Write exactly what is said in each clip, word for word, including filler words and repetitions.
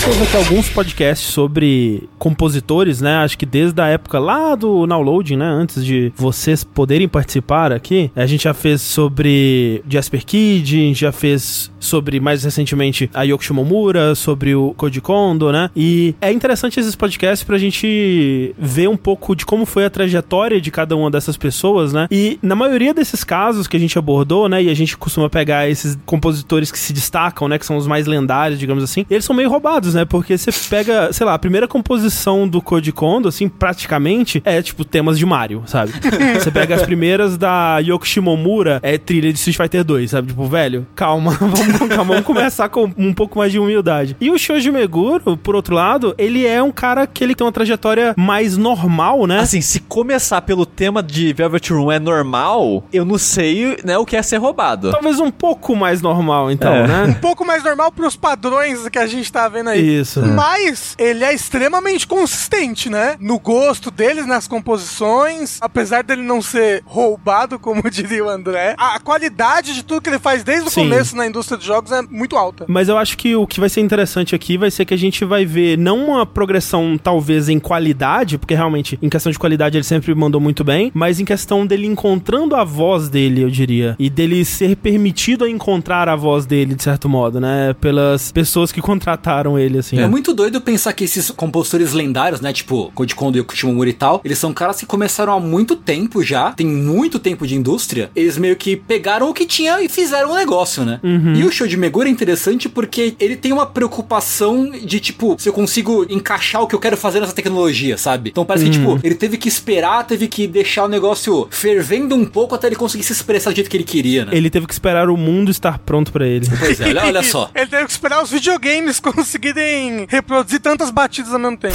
teve aqui alguns podcasts sobre compositores, né? Acho que desde a época lá do Downloading, né? Antes de vocês poderem participar aqui, a gente já fez sobre Jasper Kidd, a gente já fez sobre, mais recentemente, a Yoko Shimomura, sobre o Koji Kondo, né? E é interessante esses podcasts pra gente ver um pouco de como foi a trajetória de cada uma dessas pessoas, né? E na maioria desses casos que a gente abordou, né? E a gente costuma pegar esses compositores que se destacam, né? Que são os mais lendários, digamos assim. Eles são meio roubados, né? Porque você pega, sei lá, a primeira composição do Koji Kondo, assim, praticamente, é tipo temas de Mario, sabe? Você pega as primeiras da Yoko Shimomura, é trilha de Street Fighter dois, sabe? Tipo, velho, calma, vamos, calma, vamos começar com um pouco mais de humildade. E o Shoji Meguro, por outro lado, ele é um cara que ele tem uma trajetória mais normal, né? Assim, se começar pelo tema de Velvet Room é normal, eu não sei, né, o que é ser roubado. Talvez um pouco mais normal, então, é. né? Um pouco mais normal pros padrões que a gente tá vendo aí. Isso. Mas ele é extremamente consistente, né? No gosto deles, nas composições, apesar dele não ser roubado, como diria o André, a qualidade de tudo que ele faz desde o Sim. começo na indústria de jogos é muito alta. Mas eu acho que o que vai ser interessante aqui vai ser que a gente vai ver não uma progressão, talvez, em qualidade, porque realmente, em questão de qualidade, ele sempre mandou muito bem, mas em questão dele encontrando a voz dele, eu diria, e dele ser permitido a encontrar a voz dele, de certo modo, né? Pelas pessoas que contrataram ele, assim. É, é muito doido pensar que esses compositores lendários, né, tipo Koji Kondo e Yoko Shimomura e tal, eles são caras que começaram há muito tempo já, tem muito tempo de indústria, eles meio que pegaram o que tinha e fizeram um negócio, né? Uhum. E o Shoji Meguro é interessante porque ele tem uma preocupação de, tipo, se eu consigo encaixar o que eu quero fazer nessa tecnologia, sabe? Então parece uhum. que, tipo, ele teve que esperar, teve que deixar o negócio fervendo um pouco até ele conseguir se expressar do jeito que ele queria, né? Ele teve que esperar o mundo estar pronto pra ele. Pois é, olha, olha só. Ele teve que esperar os videogames conseguirem reproduzir tantas batidas ao mesmo tempo.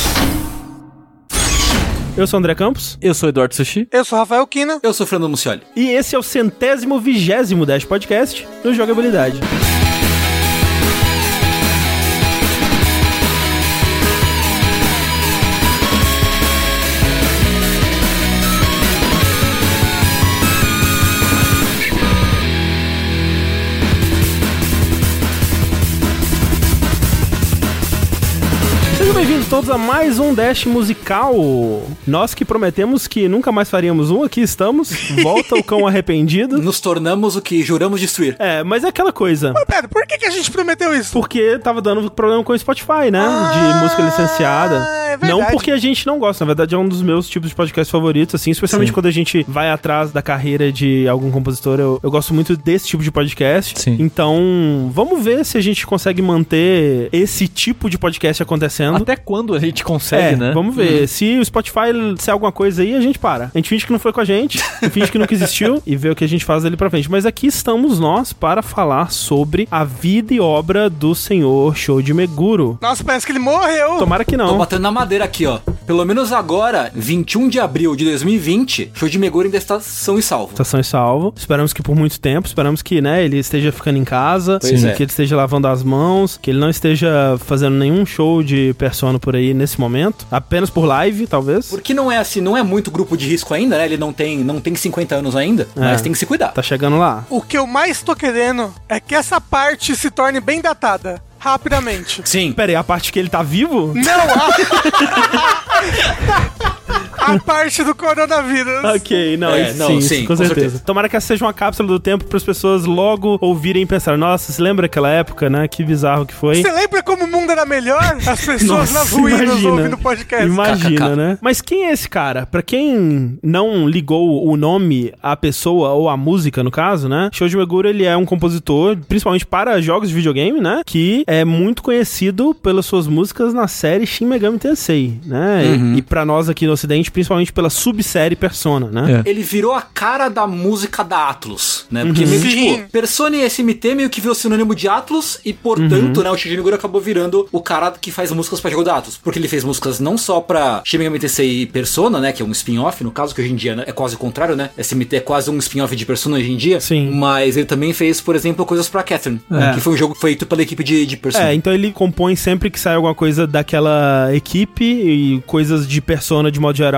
Eu sou o André Campos. Eu sou o Eduardo Sushi. Eu sou o Rafael Kina. Eu sou o Fernando Mucioli. E esse é o centésimo vigésimo Dash Podcast no Jogabilidade. Bem-vindos todos a mais um Dash musical. Nós que prometemos que nunca mais faríamos um, aqui estamos. Volta o cão arrependido. Nos tornamos o que juramos destruir. É, mas é aquela coisa. Mas pera, por que, que a gente prometeu isso? Porque tava dando problema com o Spotify, né? Ah, de música licenciada. É verdade. Não porque a gente não gosta, na verdade é um dos meus tipos de podcast favoritos, assim, especialmente Sim. quando a gente vai atrás da carreira de algum compositor. Eu, eu gosto muito desse tipo de podcast. Sim. Então, vamos ver se a gente consegue manter esse tipo de podcast acontecendo. Até quando a gente consegue, é, né? Vamos ver. Hum. Se o Spotify ser alguma coisa aí, a gente para. A gente finge que não foi com a gente, finge que nunca existiu e vê o que a gente faz ali pra frente. Mas aqui estamos nós para falar sobre a vida e obra do senhor Shoji Meguro. Nossa, parece que ele morreu. Tomara que não. Tô batendo na madeira aqui, ó. Pelo menos agora, vinte e um de abril de dois mil e vinte, Shoji Meguro ainda está são e salvo. Está são e salvo. Esperamos que por muito tempo, esperamos que, né, ele esteja ficando em casa, pois é. que ele esteja lavando as mãos, que ele não esteja fazendo nenhum show de Persona por aí nesse momento, apenas por live, talvez. Porque não é assim, não é muito grupo de risco ainda, né? Ele não tem, não tem cinquenta anos ainda, é. mas tem que se cuidar. Tá chegando lá. O que eu mais tô querendo é que essa parte se torne bem datada. Rapidamente. Sim. Pera aí, a parte que ele tá vivo? Não! A, a parte do coronavírus. Ok, não, é, isso, não sim, sim, isso, com, com certeza. certeza. Tomara que essa seja uma cápsula do tempo para as pessoas logo ouvirem e pensar, nossa, você lembra aquela época, né? Que bizarro que foi. Você lembra como o mundo era melhor? As pessoas nossa, nas ruínas imagina, ouvindo podcast. Imagina, K K K. né? Mas quem é esse cara? Pra quem não ligou o nome à pessoa ou à música, no caso, né? Shoji Meguro, ele é um compositor, principalmente para jogos de videogame, né? Que é muito conhecido pelas suas músicas na série Shin Megami Tensei, né? Uhum. E, e pra nós aqui no Ocidente, principalmente pela subsérie Persona, né? É. Ele virou a cara da música da Atlus, né? Porque uhum. meio que, tipo, Persona e S M T meio que virou sinônimo de Atlus e, portanto, uhum. né, o Shoji Meguro acabou virando o cara que faz músicas pra jogo da Atlus. Porque ele fez músicas não só pra Shin Megami Tensei e Persona, né? Que é um spin-off, no caso, que hoje em dia é quase o contrário, né? S M T é quase um spin-off de Persona hoje em dia. Sim. Mas ele também fez, por exemplo, coisas pra Catherine, é. que foi um jogo feito pela equipe de, de Persona. É, então ele compõe sempre que sai alguma coisa daquela equipe e coisas de Persona de modo geral.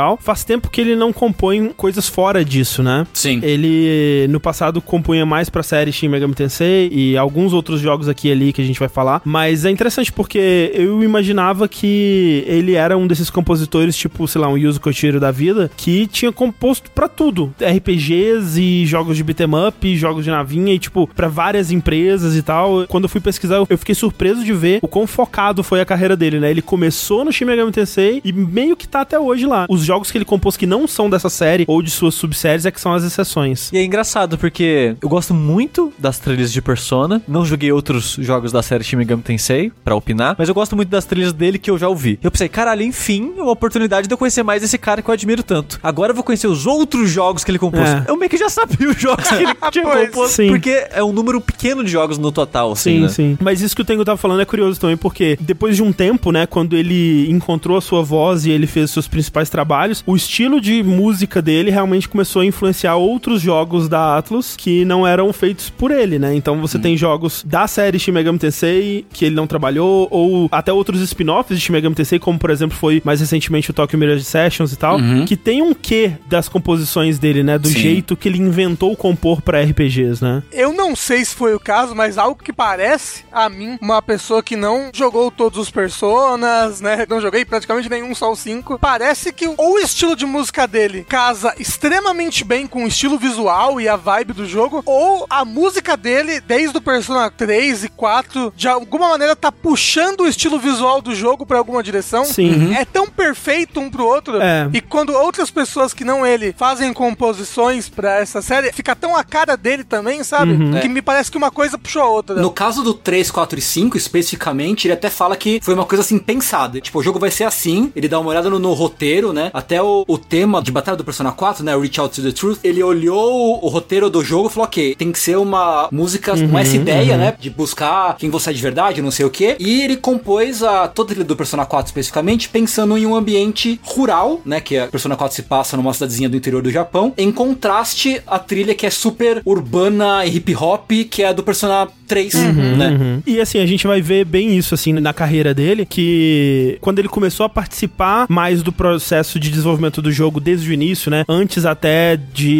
geral. Faz tempo que ele não compõe coisas fora disso, né? Sim. Ele, no passado, compunha mais pra série Shin Megami Tensei e alguns outros jogos aqui e ali que a gente vai falar. Mas é interessante porque eu imaginava que ele era um desses compositores, tipo, sei lá, um Yuzo Koshiro da vida, que tinha composto pra tudo. R P Gs e jogos de beat'em up, jogos de navinha e, tipo, pra várias empresas e tal. Quando eu fui pesquisar, eu fiquei surpreso de ver o quão focado foi a carreira dele, né? Ele começou no Shin Megami Tensei e meio que tá até hoje lá. Os jogos que ele compôs que não são dessa série ou de suas subséries é que são as exceções. E é engraçado porque eu gosto muito das trilhas de Persona. Não joguei outros jogos da série Shin Megami Tensei pra opinar, mas eu gosto muito das trilhas dele que eu já ouvi. Eu pensei, caralho, enfim, uma oportunidade de eu conhecer mais esse cara que eu admiro tanto. Agora eu vou conhecer os outros jogos que ele compôs. É. Eu meio que já sabia os jogos que ele tinha Pois, composto, sim. porque é um número pequeno de jogos no total, assim, Sim, né? sim. Mas isso que o Tengu tava falando é curioso também, porque depois de um tempo, né, quando ele encontrou a sua voz e ele fez seus principais trabalhos, o estilo de música dele realmente começou a influenciar outros jogos da Atlus que não eram feitos por ele, né? Então você hum. tem jogos da série Shin Megami Tensei que ele não trabalhou, ou até outros spin-offs de Shin Megami Tensei, como por exemplo foi mais recentemente o Tokyo Mirage Sessions e tal, uhum. que tem um quê das composições dele, né? Do Sim. jeito que ele inventou compor pra R P Gs, né? Eu não sei se foi o caso, mas algo que parece a mim, uma pessoa que não jogou todos os Personas, né? Não joguei praticamente nenhum, só os cinco. Parece que ou o estilo de música dele casa extremamente bem com o estilo visual e a vibe do jogo, ou a música dele, desde o Persona três e quatro, de alguma maneira tá puxando o estilo visual do jogo pra alguma direção. Sim. Uhum. É tão perfeito um pro outro. É. E quando outras pessoas que não ele fazem composições pra essa série, fica tão a cara dele também, sabe? Uhum. Que é. me parece que uma coisa puxou a outra. No caso do três, quatro e cinco, especificamente, ele até fala que foi uma coisa assim pensada. Tipo, o jogo vai ser assim, ele dá uma olhada no, no roteiro, né? Até o, o tema de batalha do Persona quatro, né? Reach Out to the Truth. Ele olhou o, o roteiro do jogo e falou, ok, tem que ser uma música uhum, com essa ideia, uhum. né? De buscar quem você é de verdade, não sei o quê. E ele compôs a, toda a trilha do Persona quatro especificamente, pensando em um ambiente rural, né? Que a Persona quatro se passa numa cidadezinha do interior do Japão, em contraste à trilha que é super urbana e hip hop, que é a do Persona três, uhum, né? Uhum. E assim, a gente vai ver bem isso, assim, na carreira dele, que quando ele começou a participar mais do processo de desenvolvimento do jogo desde o início, né? Antes até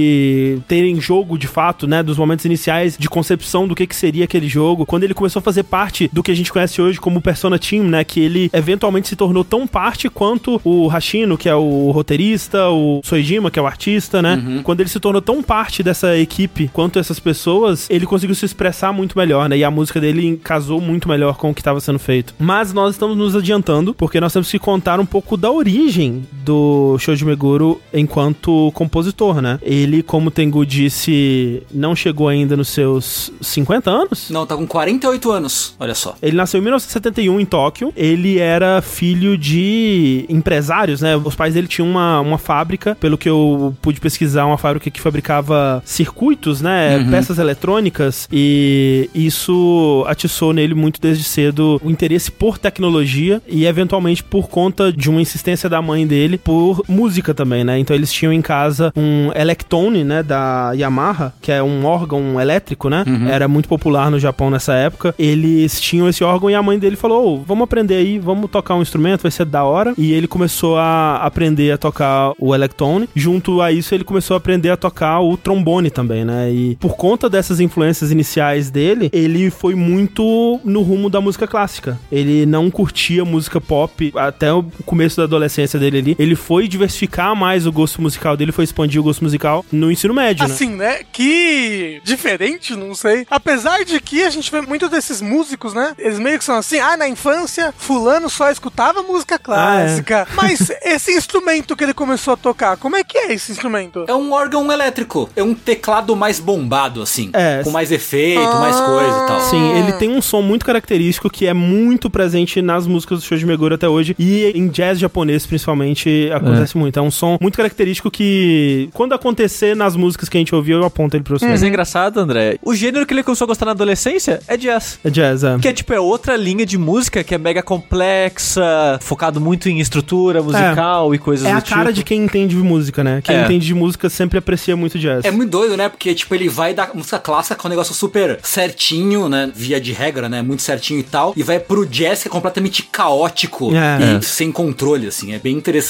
de terem jogo, de fato, né? Dos momentos iniciais de concepção do que, que seria aquele jogo. Quando ele começou a fazer parte do que a gente conhece hoje como Persona Team, né? Que ele eventualmente se tornou tão parte quanto o Hashino, que é o roteirista, o Soejima, que é o artista, né? Uhum. Quando ele se tornou tão parte dessa equipe quanto essas pessoas, ele conseguiu se expressar muito melhor, né? E a música dele casou muito melhor com o que estava sendo feito. Mas nós estamos nos adiantando, porque nós temos que contar um pouco da origem do Shoji Meguro enquanto compositor, né? Ele, como o Tengu disse, não chegou ainda nos seus cinquenta anos? Não, tá com quarenta e oito anos, olha só. Ele nasceu em mil novecentos e setenta e um em Tóquio. Ele era filho de empresários, né? Os pais dele tinham uma, uma fábrica, pelo que eu pude pesquisar, uma fábrica que fabricava circuitos, né? Uhum. Peças eletrônicas, e isso atiçou nele muito desde cedo o interesse por tecnologia e, eventualmente, por conta de uma insistência da mãe dele por música também, né? Então eles tinham em casa um Electone, né? Da Yamaha, que é um órgão elétrico, né? Uhum. Era muito popular no Japão nessa época. Eles tinham esse órgão e a mãe dele falou, oh, vamos aprender aí, vamos tocar um instrumento, vai ser da hora. E ele começou a aprender a tocar o Electone. Junto a isso, ele começou a aprender a tocar o trombone também, né? E por conta dessas influências iniciais dele, ele foi muito no rumo da música clássica. Ele não curtia música pop até o começo da adolescência dele ali. Ele foi diversificar mais o gosto musical dele, foi expandir o gosto musical no ensino médio, assim, né? né? Que diferente, não sei. Apesar de que a gente vê muitos desses músicos, né? Eles meio que são assim, ah, na infância, fulano só escutava música clássica. Ah, é. Mas esse instrumento que ele começou a tocar, como é que é esse instrumento? É um órgão elétrico. É um teclado mais bombado, assim. É. Com mais efeito, ah. mais coisa e tal. Sim, ele tem um som muito característico que é muito presente nas músicas do Shoji Meguro até hoje. E em jazz japonês, principalmente, acontece é. muito. É um som muito característico que, quando acontecer nas músicas que a gente ouviu, eu aponto ele pra você. Hum. Mas é engraçado, André. O gênero que ele começou a gostar na adolescência é jazz. É jazz, é. Que é, tipo, é outra linha de música que é mega complexa, focado muito em estrutura musical é. e coisas é do tipo. É a cara tipo. de quem entende de música, né? Quem é. entende de música sempre aprecia muito jazz. É muito doido, né? Porque, tipo, ele vai da música clássica, que é um negócio super certinho, né? Via de regra, né? Muito certinho e tal. E vai pro jazz, que é completamente caótico é. e é. sem controle, assim. É bem interessante. Mas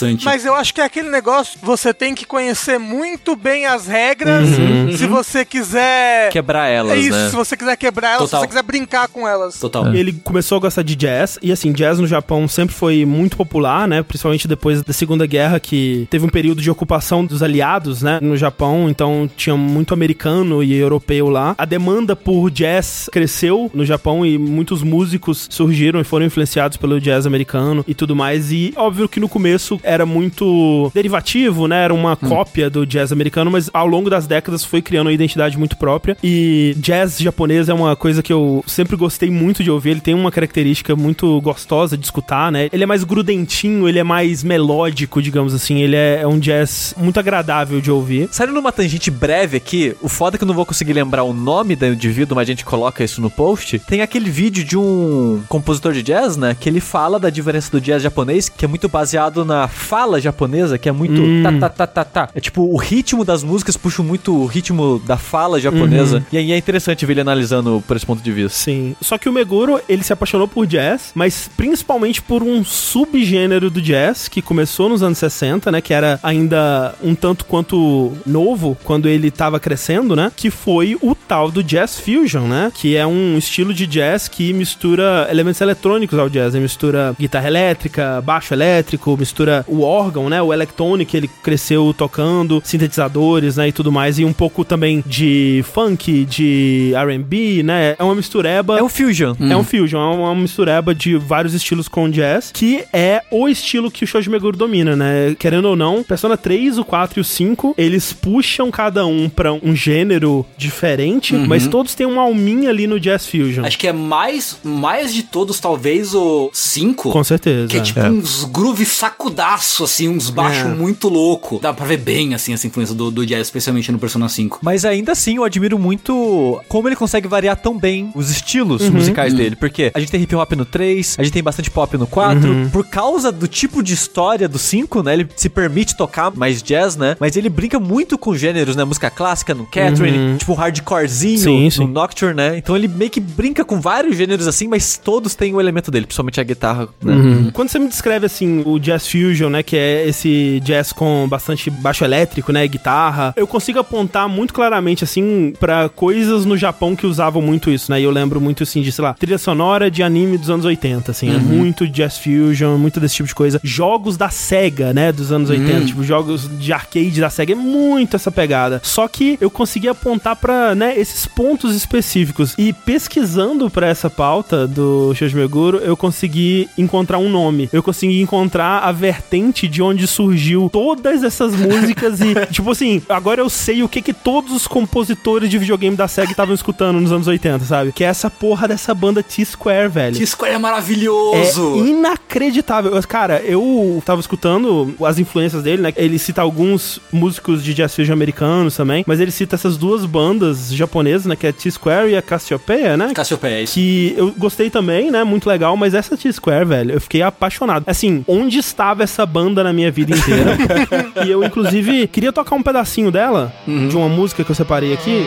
Mas eu acho que é aquele negócio, você tem que conhecer muito bem as regras, Uhum, se uhum. você quiser... Quebrar elas, É isso, né? se você quiser quebrar elas, Total. se você quiser brincar com elas. Total. Ele começou a gostar de jazz, e assim, jazz no Japão sempre foi muito popular, né? Principalmente depois da Segunda Guerra, que teve um período de ocupação dos aliados, né? No Japão, então tinha muito americano e europeu lá. A demanda por jazz cresceu no Japão e muitos músicos surgiram e foram influenciados pelo jazz americano e tudo mais. E óbvio que no começo era muito derivativo, né? Era uma hum. cópia do jazz americano, mas ao longo das décadas foi criando uma identidade muito própria. E jazz japonês é uma coisa que eu sempre gostei muito de ouvir. Ele tem uma característica muito gostosa de escutar, né? Ele é mais grudentinho, ele é mais melódico, digamos assim. Ele é, é um jazz muito agradável de ouvir. Saindo numa tangente breve aqui, o foda é que eu não vou conseguir lembrar o nome do indivíduo, mas a gente coloca isso no post. Tem aquele vídeo de um compositor de jazz, né? Que ele fala da diferença do jazz japonês, que é muito baseado na fala japonesa, que é muito hum. tá, tá, tá, tá, tá. É tipo, o ritmo das músicas puxa muito o ritmo da fala japonesa. Uhum. E aí é interessante ver ele analisando por esse ponto de vista. Sim. Só que o Meguro, ele se apaixonou por jazz, mas principalmente por um subgênero do jazz, que começou nos anos sessenta, né? Que era ainda um tanto quanto novo, quando ele tava crescendo, né? Que foi o tal do Jazz Fusion, né? Que é um estilo de jazz que mistura elementos eletrônicos ao jazz, né? Mistura guitarra elétrica, baixo elétrico, mistura o órgão, né? O electronic que ele cresceu tocando, sintetizadores, né? E tudo mais, e um pouco também de funk, de R and B, né? É uma mistureba... É um fusion. É um fusion, é uma mistureba de vários estilos com jazz, que é o estilo que o Shoji Meguro domina, né? Querendo ou não, Persona três, o quatro e o cinco, eles puxam cada um pra um gênero diferente, uhum. mas todos têm uma alminha ali no Jazz Fusion. Acho que é mais, mais de todos, talvez, o cinco. Com certeza. Que é tipo é. uns grooves sacudaço, assim, uns baixos É. muito louco. Dá pra ver bem, assim, essa influência do, do jazz, especialmente no Persona cinco. Mas ainda assim, eu admiro muito como ele consegue variar tão bem os estilos Uhum. musicais dele. Porque a gente tem hip hop no três, a gente tem bastante pop no quatro. Uhum. Por causa do tipo de história do cinco, né? Ele se permite tocar mais jazz, né? Mas ele brinca muito com gêneros, né? Música clássica no Catherine, Uhum. tipo hardcorezinho sim, no sim. Nocturne, né? Então ele meio que brinca com vários gêneros assim, mas todos têm o elemento dele, principalmente a guitarra, né? Uhum. Quando você me descreve, assim, o Jazz Fusion, né? Que é esse jazz com bastante baixo elétrico, né? Guitarra. Eu consigo apontar muito claramente, assim, pra coisas no Japão que usavam muito isso, né? E eu lembro muito, assim, de, sei lá, trilha sonora de anime dos anos oitenta, assim. Uhum. É muito Jazz Fusion, muito desse tipo de coisa. Jogos da SEGA, né? Dos anos oitenta. Uhum. Tipo, jogos de arcade da SEGA. É muito essa pegada. Só que eu consegui apontar pra, né? Esses pontos específicos. E pesquisando pra essa pauta do Shoji Meguro, eu consegui encontrar um nome. Eu consegui encontrar a vertente de onde surgiu todas essas músicas e, tipo assim, agora eu sei o que que todos os compositores de videogame da SEGA estavam escutando nos anos oitenta, sabe? Que é essa porra dessa banda T-Square, velho. T-Square é maravilhoso! É inacreditável. Cara, eu tava escutando as influências dele, né? Ele cita alguns músicos de jazz fusion americanos também, mas ele cita essas duas bandas japonesas, né? Que é a T-Square e a Cassiopeia, né? Cassiopeia, é isso. Que eu gostei também, né? Muito legal, mas essa T-Square, velho, eu fiquei apaixonado. Assim, onde estava essa banda na minha vida inteira? E eu, inclusive, queria tocar um pedacinho dela, uhum. de uma música que eu separei aqui.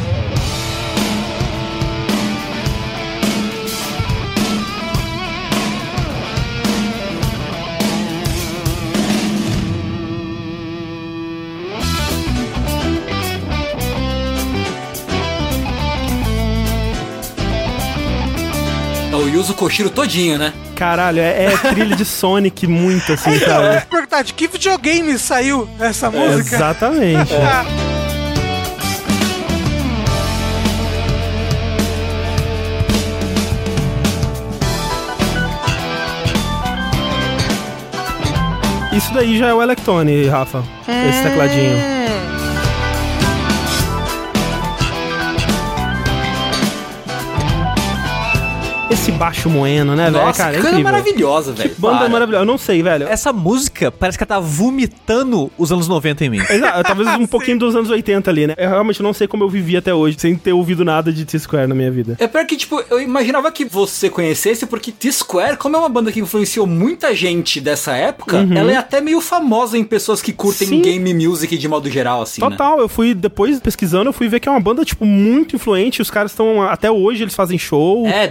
O Yuzo Koshiro todinho, né? Caralho, é, é trilha de Sonic muito, assim, Aí, eu cara. ia perguntar, de que videogame saiu essa música? Exatamente. É. Isso daí já é o Electrone, Rafa. Hum. Esse tecladinho. Esse baixo moeno, né, velho? Nossa, cara, que é coisa incrível. maravilhosa, velho. Que banda Para. maravilhosa. Eu não sei, velho. Essa música parece que ela tá vomitando os anos noventa em mim. Exato, talvez um pouquinho dos anos oitenta ali, né? Eu realmente não sei como eu vivi até hoje, sem ter ouvido nada de T-Square na minha vida. É pior que, tipo, eu imaginava que você conhecesse, porque T-Square, como é uma banda que influenciou muita gente dessa época, Uhum. ela é até meio famosa em pessoas que curtem Sim. game music de modo geral, assim, Total, né? Eu fui, depois pesquisando, eu fui ver que é uma banda, tipo, muito influente. Os caras estão, até hoje, eles fazem show. né? É doido, né?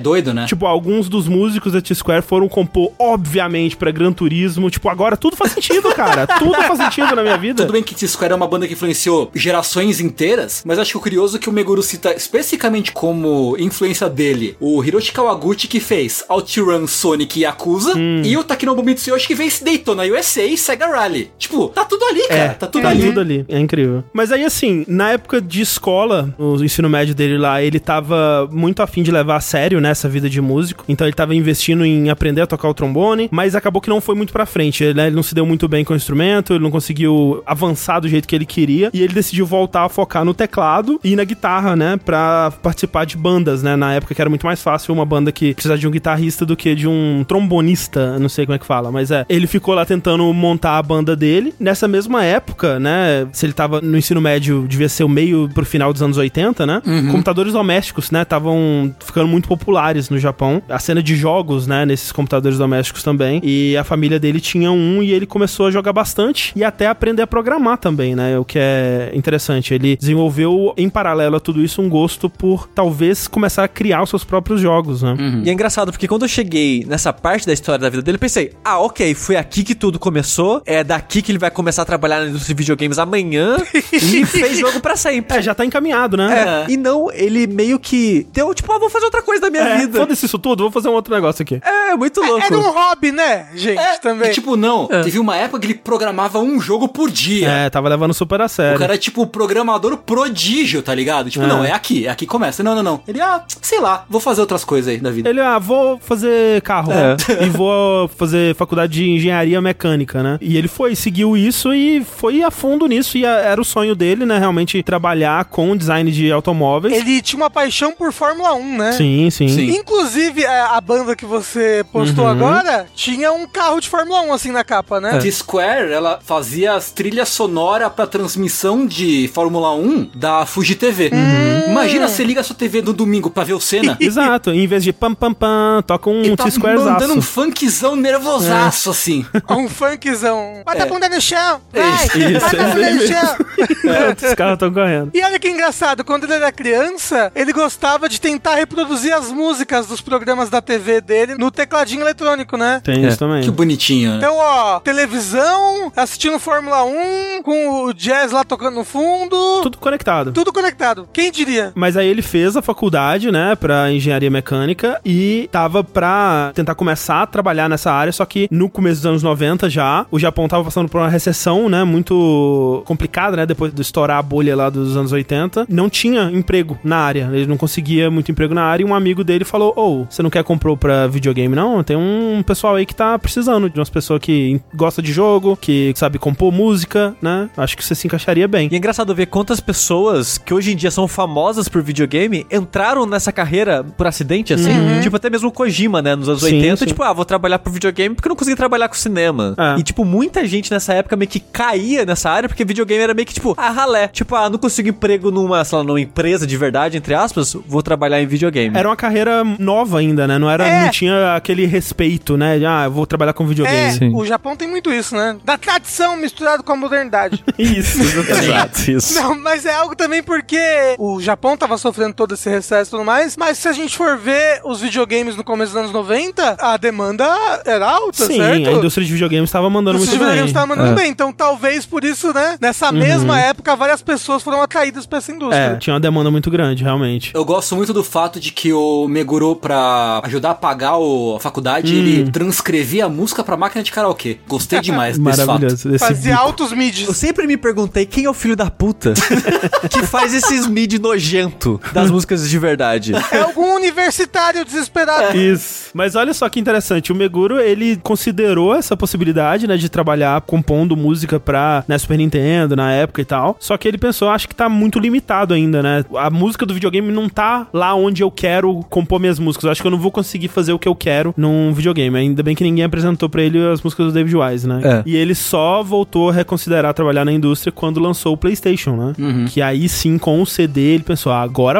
Tipo, alguns dos músicos da T-Square foram compor, obviamente, pra Gran Turismo. Tipo, agora tudo faz sentido, cara. Tudo faz sentido na minha vida. Tudo bem que T-Square é uma banda que influenciou gerações inteiras, mas acho que o curioso é que o Meguro cita especificamente como influência dele o Hiroshi Kawaguchi, que fez OutRun, Sonic e Yakuza, hum. e o Takenobu Mitsuyoshi, que fez Daytona U S A e Sega Rally. Tipo, tá tudo ali, cara. É, tá tudo tá ali. tudo ali. É incrível. Mas aí, assim, na época de escola, o ensino médio dele lá, ele tava muito afim de levar a sério, né, essa vida de músico. Então ele tava investindo em aprender a tocar o trombone, mas acabou que não foi muito pra frente. Ele, né, ele não se deu muito bem com o instrumento, ele não conseguiu avançar do jeito que ele queria, e ele decidiu voltar a focar no teclado e na guitarra, né, pra participar de bandas, né, na época que era muito mais fácil uma banda que precisava de um guitarrista do que de um trombonista, não sei como é que fala, mas é, ele ficou lá tentando montar a banda dele. Nessa mesma época, né, se ele tava no ensino médio, devia ser o meio pro final dos anos oitenta, né, uhum. computadores domésticos, né, estavam ficando muito populares no Japão, a cena de jogos, né, nesses computadores domésticos também, e a família dele tinha um e ele começou a jogar bastante e até aprender a programar também, né, o que é interessante. Ele desenvolveu, em paralelo a tudo isso, um gosto por talvez começar a criar os seus próprios jogos, né. Uhum. E é engraçado, porque quando eu cheguei nessa parte da história da vida dele, eu pensei, ah, ok, foi aqui que tudo começou, é daqui que ele vai começar a trabalhar na indústria de videogames amanhã e fez jogo pra sempre. É, já tá encaminhado, né? É. E não, ele meio que deu, tipo, ah, vou fazer outra coisa da minha é, vida. Foda-se isso tudo, vou fazer um outro negócio aqui. É, muito louco. É, era um hobby, né, gente, é, também. E, tipo, não, é. teve uma época que ele programava um jogo por dia. É, tava levando super a sério. O cara é, tipo, programador prodígio, tá ligado? Tipo, é. não, é aqui, é aqui que começa. Não, não, não. Ele, ah, sei lá, vou fazer outras coisas aí da vida. Ele, ah, vou fazer carro. É. E vou fazer faculdade de engenharia mecânica, né? E ele foi, seguiu isso e foi a fundo nisso. E a, era o sonho dele, né? Realmente trabalhar com design de automóveis. Ele tinha uma paixão por Fórmula um, né? Sim, sim. sim. Inclusive, a, a banda que você postou uhum. agora tinha um carro de Fórmula um, assim, na capa, né? É. T-Square, ela fazia as trilhas sonoras pra transmissão de Fórmula um da Fuji T V. Uhum. Imagina você liga a sua T V no domingo pra ver o Senna. Exato. Em vez de pam, pam, pam, toca um tá T-Squarezaço. mandando um funkzão nervosaço, é. assim. Um funkzão. Bota é. a bunda no chão. Vai. Isso, Bota a bunda no chão. É, os carros estão correndo. E olha que engraçado, quando ele era criança, ele gostava de tentar reproduzir as músicas dos programas da T V dele no tecladinho eletrônico, né? Tem é. isso também. Que bonitinho, né? Então, ó, televisão, assistindo Fórmula um, com o jazz lá tocando no fundo. Tudo conectado. Tudo conectado. Quem diria? Mas aí ele fez a faculdade, né, pra engenharia mecânica e tava pra tentar começar a trabalhar nessa área, só que no começo dos anos noventa já, o Japão tava passando por uma recessão, né, muito complicada, né, depois de estourar a bolha lá dos anos oitenta, não tinha emprego na área, ele não conseguia muito emprego na área e um amigo dele falou, ô, oh, você não quer comprar pra videogame não? Tem um pessoal aí que tá precisando de umas pessoas que gosta de jogo, que sabe compor música, né, acho que você se encaixaria bem. E é engraçado ver quantas pessoas que hoje em dia são famosas por videogame entraram nessa carreira por acidente, assim, uhum. tipo até mesmo o Kojima, né, nos anos sim, oitenta, sim. tipo, ah, vou trabalhar por videogame porque eu não consegui trabalhar com cinema. É. E, tipo, muita gente nessa época meio que caía nessa área porque videogame era meio que, tipo, ah, ralé. Tipo, ah, não consigo emprego numa, sei lá, numa empresa de verdade, entre aspas, vou trabalhar em videogame. Era uma carreira nova ainda, né? Não era, é. não tinha aquele respeito, né? De, ah, eu vou trabalhar com videogame. É, sim. O Japão tem muito isso, né? Da tradição misturado com a modernidade. Isso, exatamente. Isso. Não, mas é algo também porque o Japão tava sofrendo todo esse recesso e tudo mais, mas se a gente for ver os videogames no começo dos anos noventa, a demanda era alta, sim, certo? Sim, a indústria de videogames estava mandando muito bem. A indústria de videogames estava mandando é. bem, então talvez por isso, né, nessa uhum. mesma época, várias pessoas foram atraídas pra essa indústria. É, tinha uma demanda muito grande, realmente. Eu gosto muito do fato de que o Meguro, pra ajudar a pagar o, a faculdade, hum. ele transcrevia a música pra máquina de karaokê. Gostei demais desse fato. Esse Fazia bico. Altos midis. Eu sempre me perguntei quem é o filho da puta que faz esses midi nojento das músicas de verdade. É algum universitário desesperado. É. Isso. Mas olha só que interessante, o Meguro, ele considerou essa possibilidade, né, de trabalhar compondo música pra, né, Super Nintendo, na época e tal, só que ele pensou, acho que tá muito limitado ainda, né, a música do videogame não tá lá onde eu quero compor minhas músicas, eu acho que eu não vou conseguir fazer o que eu quero num videogame, ainda bem que ninguém apresentou pra ele as músicas do David Wise, né, é. E ele só voltou a reconsiderar trabalhar na indústria quando lançou o PlayStation, né, uhum. que aí sim, com o C D, ele pensou, ah, agora vai.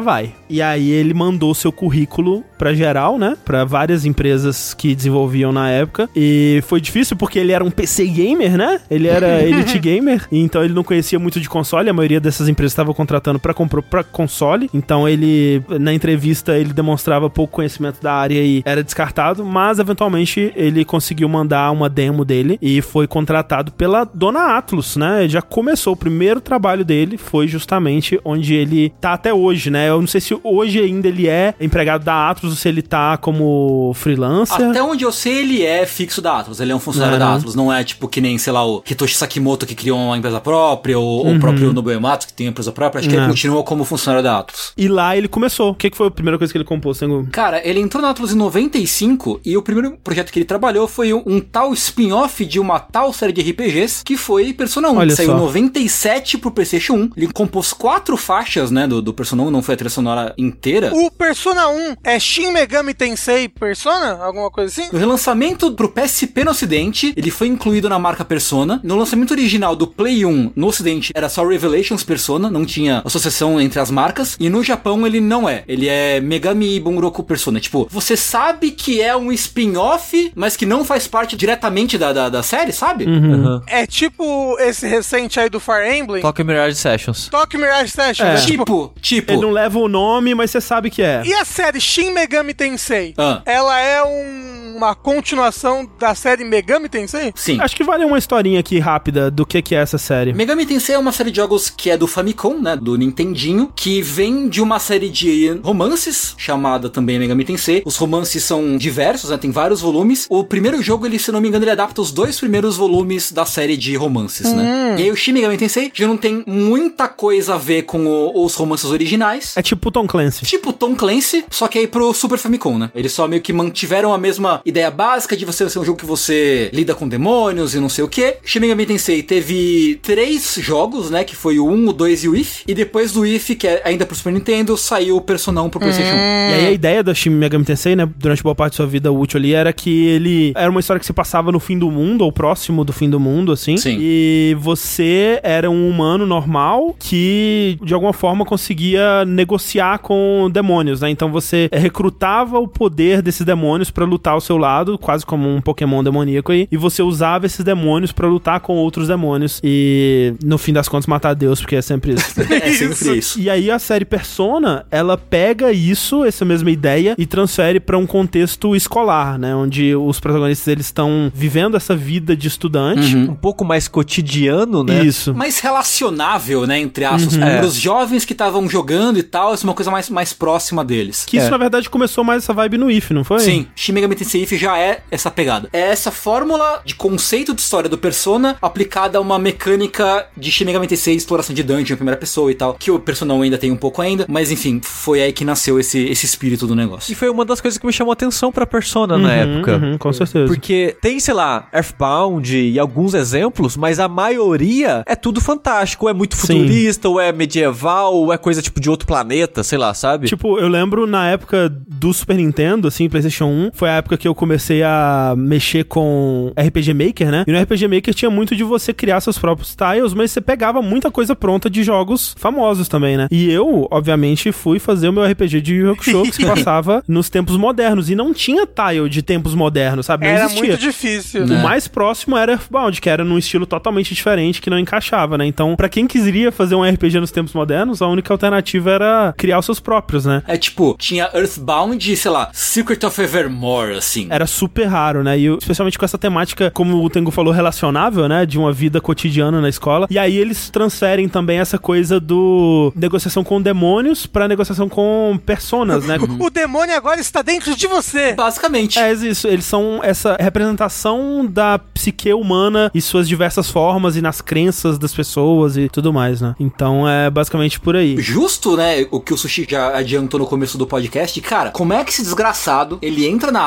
E aí ele mandou seu currículo pra geral, né? Pra várias empresas que desenvolviam na época. E foi difícil porque ele era um P C gamer, né? Ele era elite gamer. Então ele não conhecia muito de console. A maioria dessas empresas estavam contratando pra comprar pra console. Então ele, na entrevista, ele demonstrava pouco conhecimento da área e era descartado. Mas, eventualmente, ele conseguiu mandar uma demo dele e foi contratado pela dona Atlus, né? Já começou. O primeiro trabalho dele foi justamente onde ele tá até hoje, né? Eu não sei se hoje ainda ele é empregado da Atlus ou se ele tá como freelancer. Até onde eu sei, ele é fixo da Atlus. Ele é um funcionário uhum. da Atlus. Não é tipo que nem, sei lá, o Hitoshi Sakimoto que criou uma empresa própria ou uhum. o próprio Nobuo Uematsu que tem uma empresa própria. Acho que uhum. ele continua como funcionário da Atlus. E lá ele começou. O que foi a primeira coisa que ele compôs, Tengu? Cara, ele entrou na Atlus em noventa e cinco e o primeiro projeto que ele trabalhou foi um, um tal spin-off de uma tal série de R P Gs que foi Persona um. Olha Saiu só. em noventa e sete pro PlayStation um. Ele compôs quatro faixas, né, do, do Persona um. Não foi a trilha sonora inteira. O Persona um é Shin Megami Tensei Persona? Alguma coisa assim? No relançamento pro P S P no ocidente, ele foi incluído na marca Persona. No lançamento original do Play um no ocidente era só Revelations Persona, não tinha associação entre as marcas. E no Japão ele não é. Ele é Megami Bunroku Persona. Tipo, você sabe que é um spin-off, mas que não faz parte diretamente da, da, da série, sabe? Uhum. Uhum. É tipo esse recente aí do Fire Emblem. Tokyo Mirage Sessions. Tokyo Mirage Sessions. É. É. Tipo, tipo. Ele não leva o nome, mas você sabe que é. E a série Shin Megami Tensei? Ah. Ela é um, uma continuação da série Megami Tensei? Sim. Acho que vale uma historinha aqui rápida do que, que é essa série. Megami Tensei é uma série de jogos que é do Famicom, né, do Nintendinho, que vem de uma série de romances, chamada também Megami Tensei. Os romances são diversos, né, tem vários volumes. O primeiro jogo, ele, se não me engano, ele adapta os dois primeiros volumes da série de romances, hum. né. E aí o Shin Megami Tensei já não tem muita coisa a ver com o, os romances originais. É tipo Tom Clancy. Tipo Tom Clancy, só que aí pro Super Famicom, né. Eles só meio que mantiveram a mesma ideia básica de você ser um jogo que você lida com demônios e não sei o que. Shin Megami Tensei teve três jogos, né, que foi o um, o dois e o If, e depois do If, que é ainda pro Super Nintendo, saiu o Persona um pro PlayStation um. E aí a ideia do Shin Megami Tensei, né, durante boa parte da sua vida útil ali, era que ele era uma história que se passava no fim do mundo, ou próximo do fim do mundo, assim. Sim. E você era um humano normal que, de alguma forma, conseguia negociar com demônios, né? Então você recrutava o poder desses demônios pra lutar ao seu lado, quase como um Pokémon demoníaco aí, e você usava esses demônios pra lutar com outros demônios e, no fim das contas, matar Deus, porque é sempre isso. É sempre isso. E aí a série Persona, ela pega isso, essa mesma ideia, e transfere pra um contexto escolar, né? Onde os protagonistas, eles estão vivendo essa vida de estudante. Uhum. Um pouco mais cotidiano, né? Isso. Mais relacionável, né, entre aspas, Uhum. para os jovens que estavam jogando e tal, isso é uma coisa mais, mais próxima deles. Que isso, É. na verdade, começou mais essa vibe no If, não foi? Sim, Shin Megami Tensei If já é essa pegada. É essa fórmula de conceito de história do Persona aplicada a uma mecânica de Shin Megami Tensei, exploração de dungeon em primeira pessoa e tal, que o Persona um ainda tem um pouco ainda, mas enfim, foi aí que nasceu esse, esse espírito do negócio. E foi uma das coisas que me chamou a atenção pra Persona na Uhum, época. uhum, com certeza. Porque tem, sei lá, Earthbound e alguns exemplos, mas a maioria é tudo fantástico. Ou é muito futurista, Sim. ou é medieval, ou é coisa tipo de outro planeta, sei lá, sabe? Tipo, eu lembro na época do Super Nintendo, assim, PlayStation um, foi a época que eu comecei a mexer com R P G Maker, né? E no R P G Maker tinha muito de você criar seus próprios tiles, mas você pegava muita coisa pronta de jogos famosos também, né? E eu, obviamente, fui fazer o meu R P G de Yu Yu Hakusho que se passava nos tempos modernos. E não tinha tile de tempos modernos, sabe? Não Era existia. muito difícil. O mais próximo era Earthbound, que era num estilo totalmente diferente, que não encaixava, né? Então, pra quem queria fazer um R P G nos tempos modernos, a única alternativa era criar os seus próprios, né? É tipo, tinha Earthbound e, sei lá, Secret of Evermore, assim. Era super raro, né? E eu, especialmente com essa temática, como o Tengu falou, relacionável, né? De uma vida cotidiana na escola. E aí eles transferem também essa coisa do negociação com demônios pra negociação com personas, né? O demônio agora está dentro de você. Basicamente. É isso, eles são essa representação da psique humana e suas diversas formas e nas crenças das pessoas e tudo mais, né? Então é basicamente por aí. Justo, né, o que o Sushi já adiantou no começo do podcast, cara, como é que esse desgraçado, ele entra na Atlus,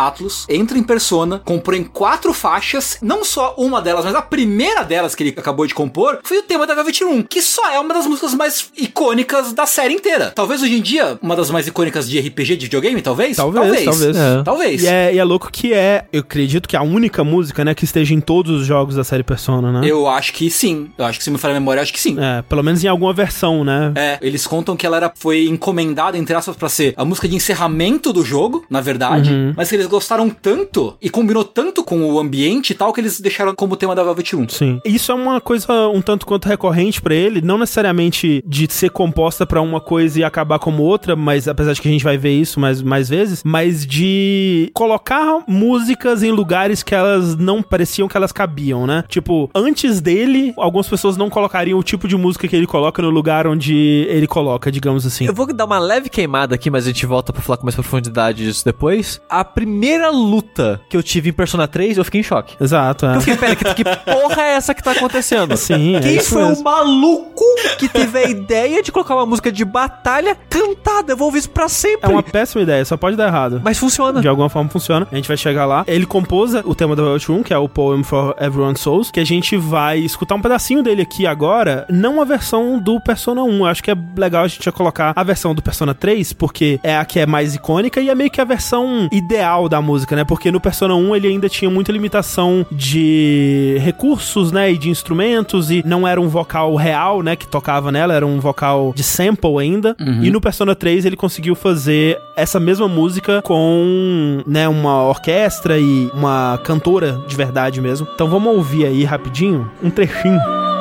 anos, entra em Persona, comprou em quatro faixas, não só uma delas, mas a primeira delas que ele acabou de compor foi o tema da Velvet Room, que só é uma das músicas mais icônicas da série inteira. Talvez hoje em dia, uma das mais icônicas de R P G, de videogame, talvez? Talvez, talvez. Talvez. É. talvez. E, é, e é louco que é, eu acredito que é a única música, né, que esteja em todos os jogos da série Persona, né? Eu acho que sim. Eu acho que se me falha a memória, eu acho que sim. É, pelo menos em alguma versão, né? É, eles contam que ela era, foi encomendada, entre aspas, pra ser a música de encerramento do jogo, na verdade, Uhum. mas que eles gostaram tanto e combinou tanto com o ambiente e tal, que eles deixaram como tema da Velvet Room. Sim. Isso é uma coisa um tanto quanto recorrente pra ele, não necessariamente de ser composta pra uma coisa e acabar como outra, mas apesar de que a gente vai ver isso mais, mais vezes, mas de colocar músicas em lugares que elas não pareciam que elas cabiam, né? Tipo, antes dele, algumas pessoas não colocariam o tipo de música que ele coloca no lugar onde ele coloca, digamos assim. Eu vou dar uma leve queimada aqui, mas a gente volta pra falar com mais profundidade disso depois. A primeira luta que eu tive em Persona três, eu fiquei em choque. Exato, é. Eu fiquei, pera, que, que porra é essa que tá acontecendo? Sim, é Quem isso foi mesmo. o maluco que teve a ideia de colocar uma música de batalha cantada? Eu vou ouvir isso pra sempre. É uma péssima ideia, só pode dar errado. Mas funciona. De alguma forma funciona. A gente vai chegar lá. Ele compôs o tema da Velvet Room, que é o Poem for Everyone's Souls, que a gente vai escutar um pedacinho dele aqui agora, não a versão do Persona um. Eu acho que é legal a gente já colocar a versão do Persona três, porque é a que é mais icônica e é meio que a versão ideal da música, né? Porque no Persona um ele ainda tinha muita limitação de recursos, né? E de instrumentos, e não era um vocal real, né? Que tocava nela, era um vocal de sample ainda. Uhum. E no Persona três ele conseguiu fazer essa mesma música com, né, uma orquestra e uma cantora de verdade mesmo. Então vamos ouvir aí rapidinho um trechinho.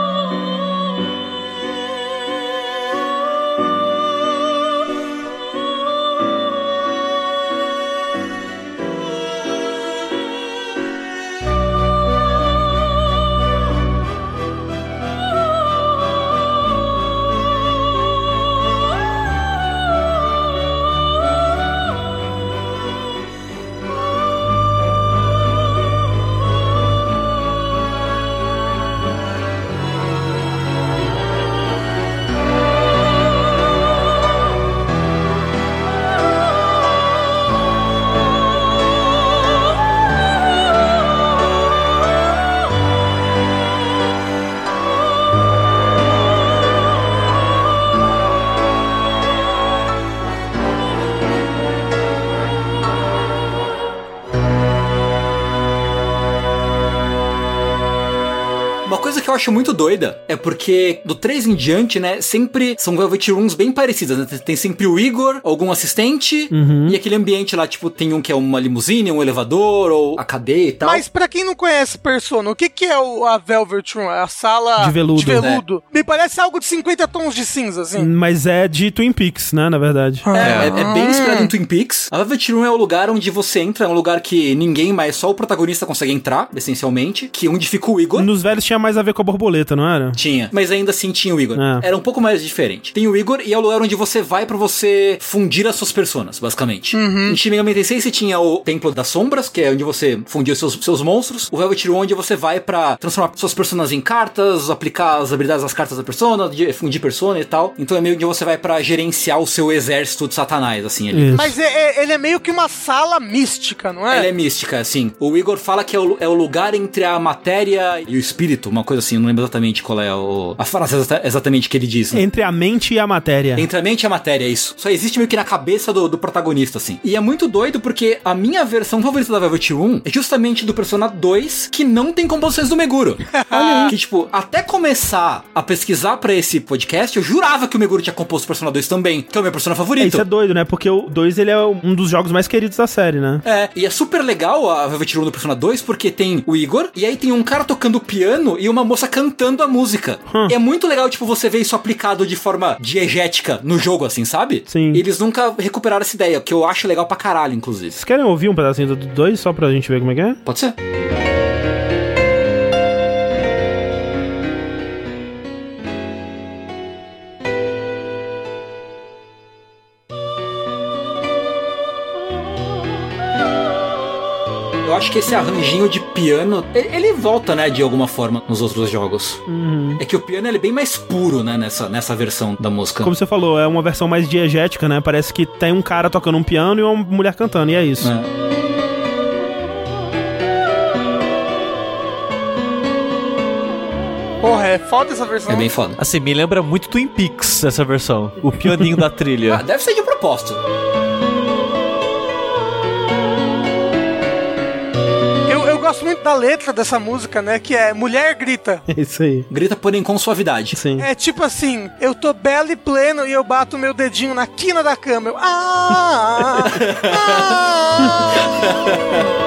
Que eu acho muito doida é porque do três em diante, né, sempre são Velvet Rooms bem parecidas, né? Tem sempre o Igor, algum assistente, Uhum. e aquele ambiente lá, tipo, tem um que é uma limusine, um elevador, ou a cadeia e tal. Mas pra quem não conhece Persona, o que que é o, a Velvet Room? É a sala De veludo. de veludo? Me parece algo de cinquenta tons de cinza, assim. Mas é de Twin Peaks, né, na verdade. É, é, é bem inspirado em Twin Peaks. A Velvet Room é o lugar onde você entra, é um lugar que ninguém mais, só o protagonista consegue entrar, essencialmente, que onde fica o Igor. Nos velhos tinha mais a ver com a borboleta, não era? Tinha, mas ainda assim tinha o Igor. É. Era um pouco mais diferente. Tem o Igor e é o lugar onde você vai pra você fundir as suas personas, basicamente. Uhum. Em Shin Megami Tensei você tinha o Templo das Sombras, que é onde você fundia os seus, seus monstros. O Velvet Room onde você vai pra transformar suas personas em cartas, aplicar as habilidades das cartas da persona, de- fundir persona e tal. Então é meio que você vai pra gerenciar o seu exército de satanás, assim, ali. Isso. Mas é- é- ele é meio que uma sala mística, não é? Ela é mística, assim. O Igor fala que é o, é o lugar entre a matéria e o espírito, uma coisa assim, eu não lembro exatamente qual é o, a frase exata- exatamente que ele diz. Entre a mente e a matéria. Entre a mente e a matéria, é isso. Só existe meio que na cabeça do, do protagonista, assim. E é muito doido porque a minha versão favorita da Velvet Room é justamente do Persona dois, que não tem composições do Meguro. Olha aí. Que, tipo, até começar a pesquisar pra esse podcast, eu jurava que o Meguro tinha composto o Persona dois também, que é o meu Persona É, favorito. isso é doido, né? Porque o dois ele é um dos jogos mais queridos da série, né? É, e é super legal a Velvet Room do Persona dois, porque tem o Igor, e aí tem um cara tocando piano e uma moça cantando a música. Hum. É muito legal, tipo, você ver isso aplicado de forma diegética no jogo, assim, sabe? Sim. E eles nunca recuperaram essa ideia, que eu acho legal pra caralho, inclusive. Vocês querem ouvir um pedacinho do dois só pra gente ver como é que é? Pode ser? Eu acho que esse arranjinho de piano, ele, ele volta, né, de alguma forma nos outros jogos. Uhum. É que o piano ele é bem mais puro, né, nessa, nessa versão da música. Como você falou, é uma versão mais diegética, né? Parece que tem um cara tocando um piano e uma mulher cantando, e é isso. É. Porra, é foda essa versão. É bem foda. Assim, me lembra muito Twin Peaks essa versão. O pianinho da trilha. Ah, deve ser de propósito. Eu gosto muito da letra dessa música, né? Que é Mulher Grita. É isso aí. Grita, porém, com suavidade. Sim. É tipo assim, eu tô belo e pleno e eu bato meu dedinho na quina da cama. Eu, ah, ah, ah.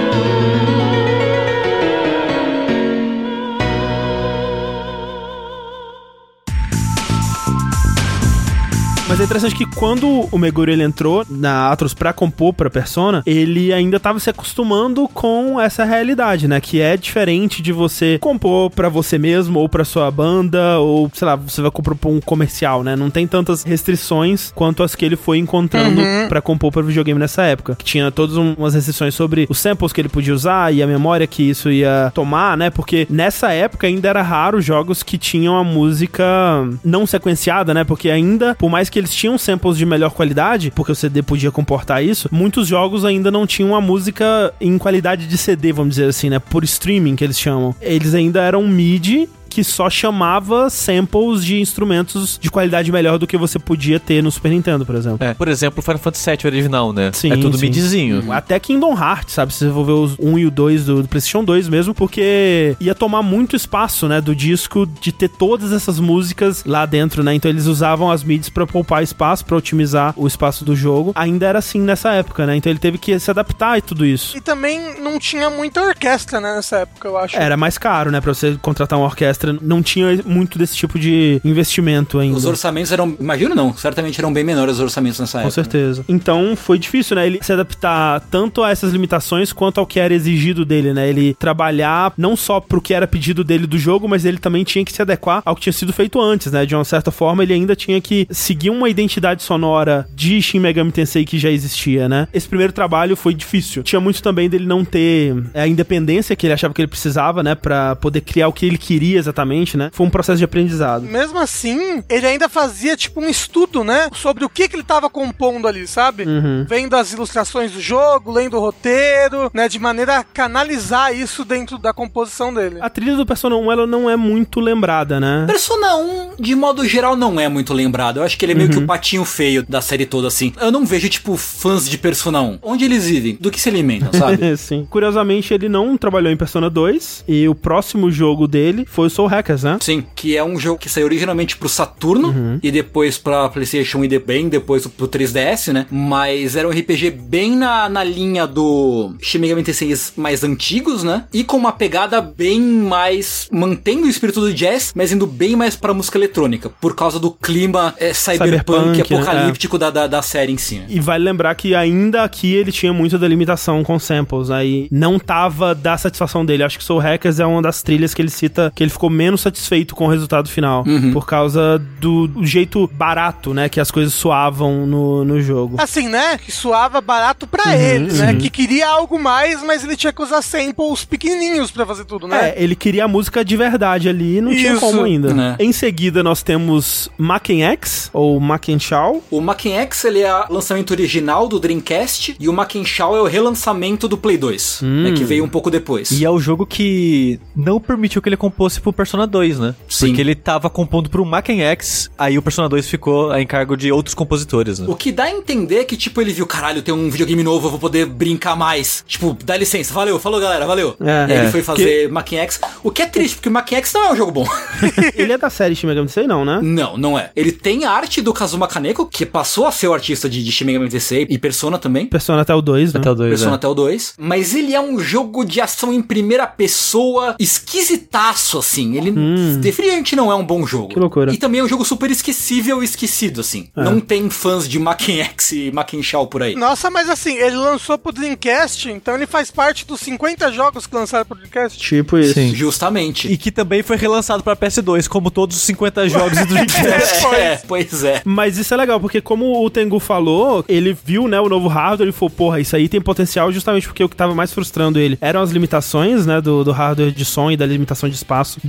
Mas é interessante que quando o Meguro ele entrou na Atlus pra compor pra Persona, ele ainda tava se acostumando com essa realidade, né? Que é diferente de você compor pra você mesmo, ou pra sua banda, ou, sei lá, você vai compor pra um comercial, né? Não tem tantas restrições quanto as que ele foi encontrando uhum. pra compor pra videogame nessa época. Que tinha todas umas restrições sobre os samples que ele podia usar e a memória que isso ia tomar, né? Porque nessa época ainda era raro jogos que tinham a música não sequenciada, né? Porque ainda, por mais que eles tinham samples de melhor qualidade, porque o C D podia comportar isso, muitos jogos ainda não tinham a música em qualidade de C D, vamos dizer assim, né? Por streaming, que eles chamam. Eles ainda eram M I D I, que só chamava samples de instrumentos de qualidade melhor do que você podia ter no Super Nintendo, por exemplo. É, por exemplo, o Final Fantasy sete original, né? Sim, é tudo sim. midzinho. Até Kingdom Hearts, sabe? Se você for ver os um e o dois do, do PlayStation dois mesmo, porque ia tomar muito espaço, né, do disco de ter todas essas músicas lá dentro, né? Então eles usavam as M I Ds pra poupar espaço, pra otimizar o espaço do jogo. Ainda era assim nessa época, né? Então ele teve que se adaptar e tudo isso. E também não tinha muita orquestra, né, nessa época, eu acho. Era mais caro, né? Pra você contratar uma orquestra, não tinha muito desse tipo de investimento ainda. Os orçamentos eram, imagino não, certamente eram bem menores os orçamentos nessa época. Com certeza. Então foi difícil, né? Ele se adaptar tanto a essas limitações quanto ao que era exigido dele, né? Ele trabalhar não só pro que era pedido dele do jogo, mas ele também tinha que se adequar ao que tinha sido feito antes, né? De uma certa forma, ele ainda tinha que seguir uma identidade sonora de Shin Megami Tensei que já existia, né? Esse primeiro trabalho foi difícil. Tinha muito também dele não ter a independência que ele achava que ele precisava, né? Pra poder criar o que ele queria exatamente, né? Foi um processo de aprendizado. Mesmo assim, ele ainda fazia tipo um estudo, né? Sobre o que que ele tava compondo ali, sabe? Uhum. Vendo as ilustrações do jogo, lendo o roteiro, né? De maneira a canalizar isso dentro da composição dele. A trilha do Persona um, ela não é muito lembrada, né? Persona um, de modo geral, não é muito lembrado. Eu acho que ele é meio uhum. que o patinho feio da série toda, assim. Eu não vejo, tipo, fãs de Persona um. Onde eles vivem? Do que se alimentam, sabe? Sim. Curiosamente, ele não trabalhou em Persona dois, e o próximo jogo dele foi o Soul Hackers, né? Sim, que é um jogo que saiu originalmente pro Saturno, uhum. e depois pra PlayStation e bem depois pro três D S, né? Mas era um R P G bem na, na linha do Shin Megami Tensei mais antigos, né? E com uma pegada bem mais... mantendo o espírito do jazz, mas indo bem mais pra música eletrônica, por causa do clima é, cyberpunk, cyberpunk apocalíptico né? da, da, da série em si. Né? E vale lembrar que ainda aqui ele tinha muita delimitação com samples, aí né? não tava da satisfação dele. Acho que Soul Hackers é uma das trilhas que ele cita que ele ficou menos satisfeito com o resultado final, uhum. por causa do, do jeito barato, né, que as coisas soavam no, no jogo. Assim, né, que soava barato pra uhum, ele, né, uhum. que queria algo mais, mas ele tinha que usar samples pequenininhos pra fazer tudo, né? É, ele queria a música de verdade ali, não Isso. tinha como ainda. Né? Em seguida, nós temos Macken X, ou Macken Shao. O Macken X, ele é o lançamento original do Dreamcast, e o Macken Shao é o relançamento do Play dois, hum. né, que veio um pouco depois. E é o jogo que não permitiu que ele compôsse pro Persona dois, né? Sim. Porque ele tava compondo pro Macken X, aí o Persona dois ficou a encargo de outros compositores, né? O que dá a entender que, tipo, ele viu, caralho, tem um videogame novo, eu vou poder brincar mais. Tipo, dá licença, valeu, falou galera, valeu. É, e aí é. ele foi fazer que... Macken X, o que é triste, porque o Macken X não é um jogo bom. Ele é da série Shin Megami Tensei, não, né? Não, não é. Ele tem a arte do Kazuma Kaneko, que passou a ser o artista de, de Shin Megami Tensei e Persona também. Persona até o dois, né? Até o dois, Persona é. até o dois. Mas ele é um jogo de ação em primeira pessoa esquisitaço, assim. Ele hum. definitivamente não é um bom jogo. Que loucura. E também é um jogo super esquecível e esquecido, assim. É. Não tem fãs de Macken X e Macken Shao por aí. Nossa, mas assim, ele lançou pro Dreamcast, então ele faz parte dos cinquenta jogos que lançaram pro Dreamcast. Tipo isso. Sim. Justamente. E que também foi relançado pra P S dois, como todos os cinquenta jogos do Dreamcast. É, pois é. Mas isso é legal, porque como o Tengu falou, ele viu, né, o novo hardware e falou, porra, isso aí tem potencial, justamente porque o que tava mais frustrando ele eram as limitações, né, do, do hardware de som e da limitação de espaço do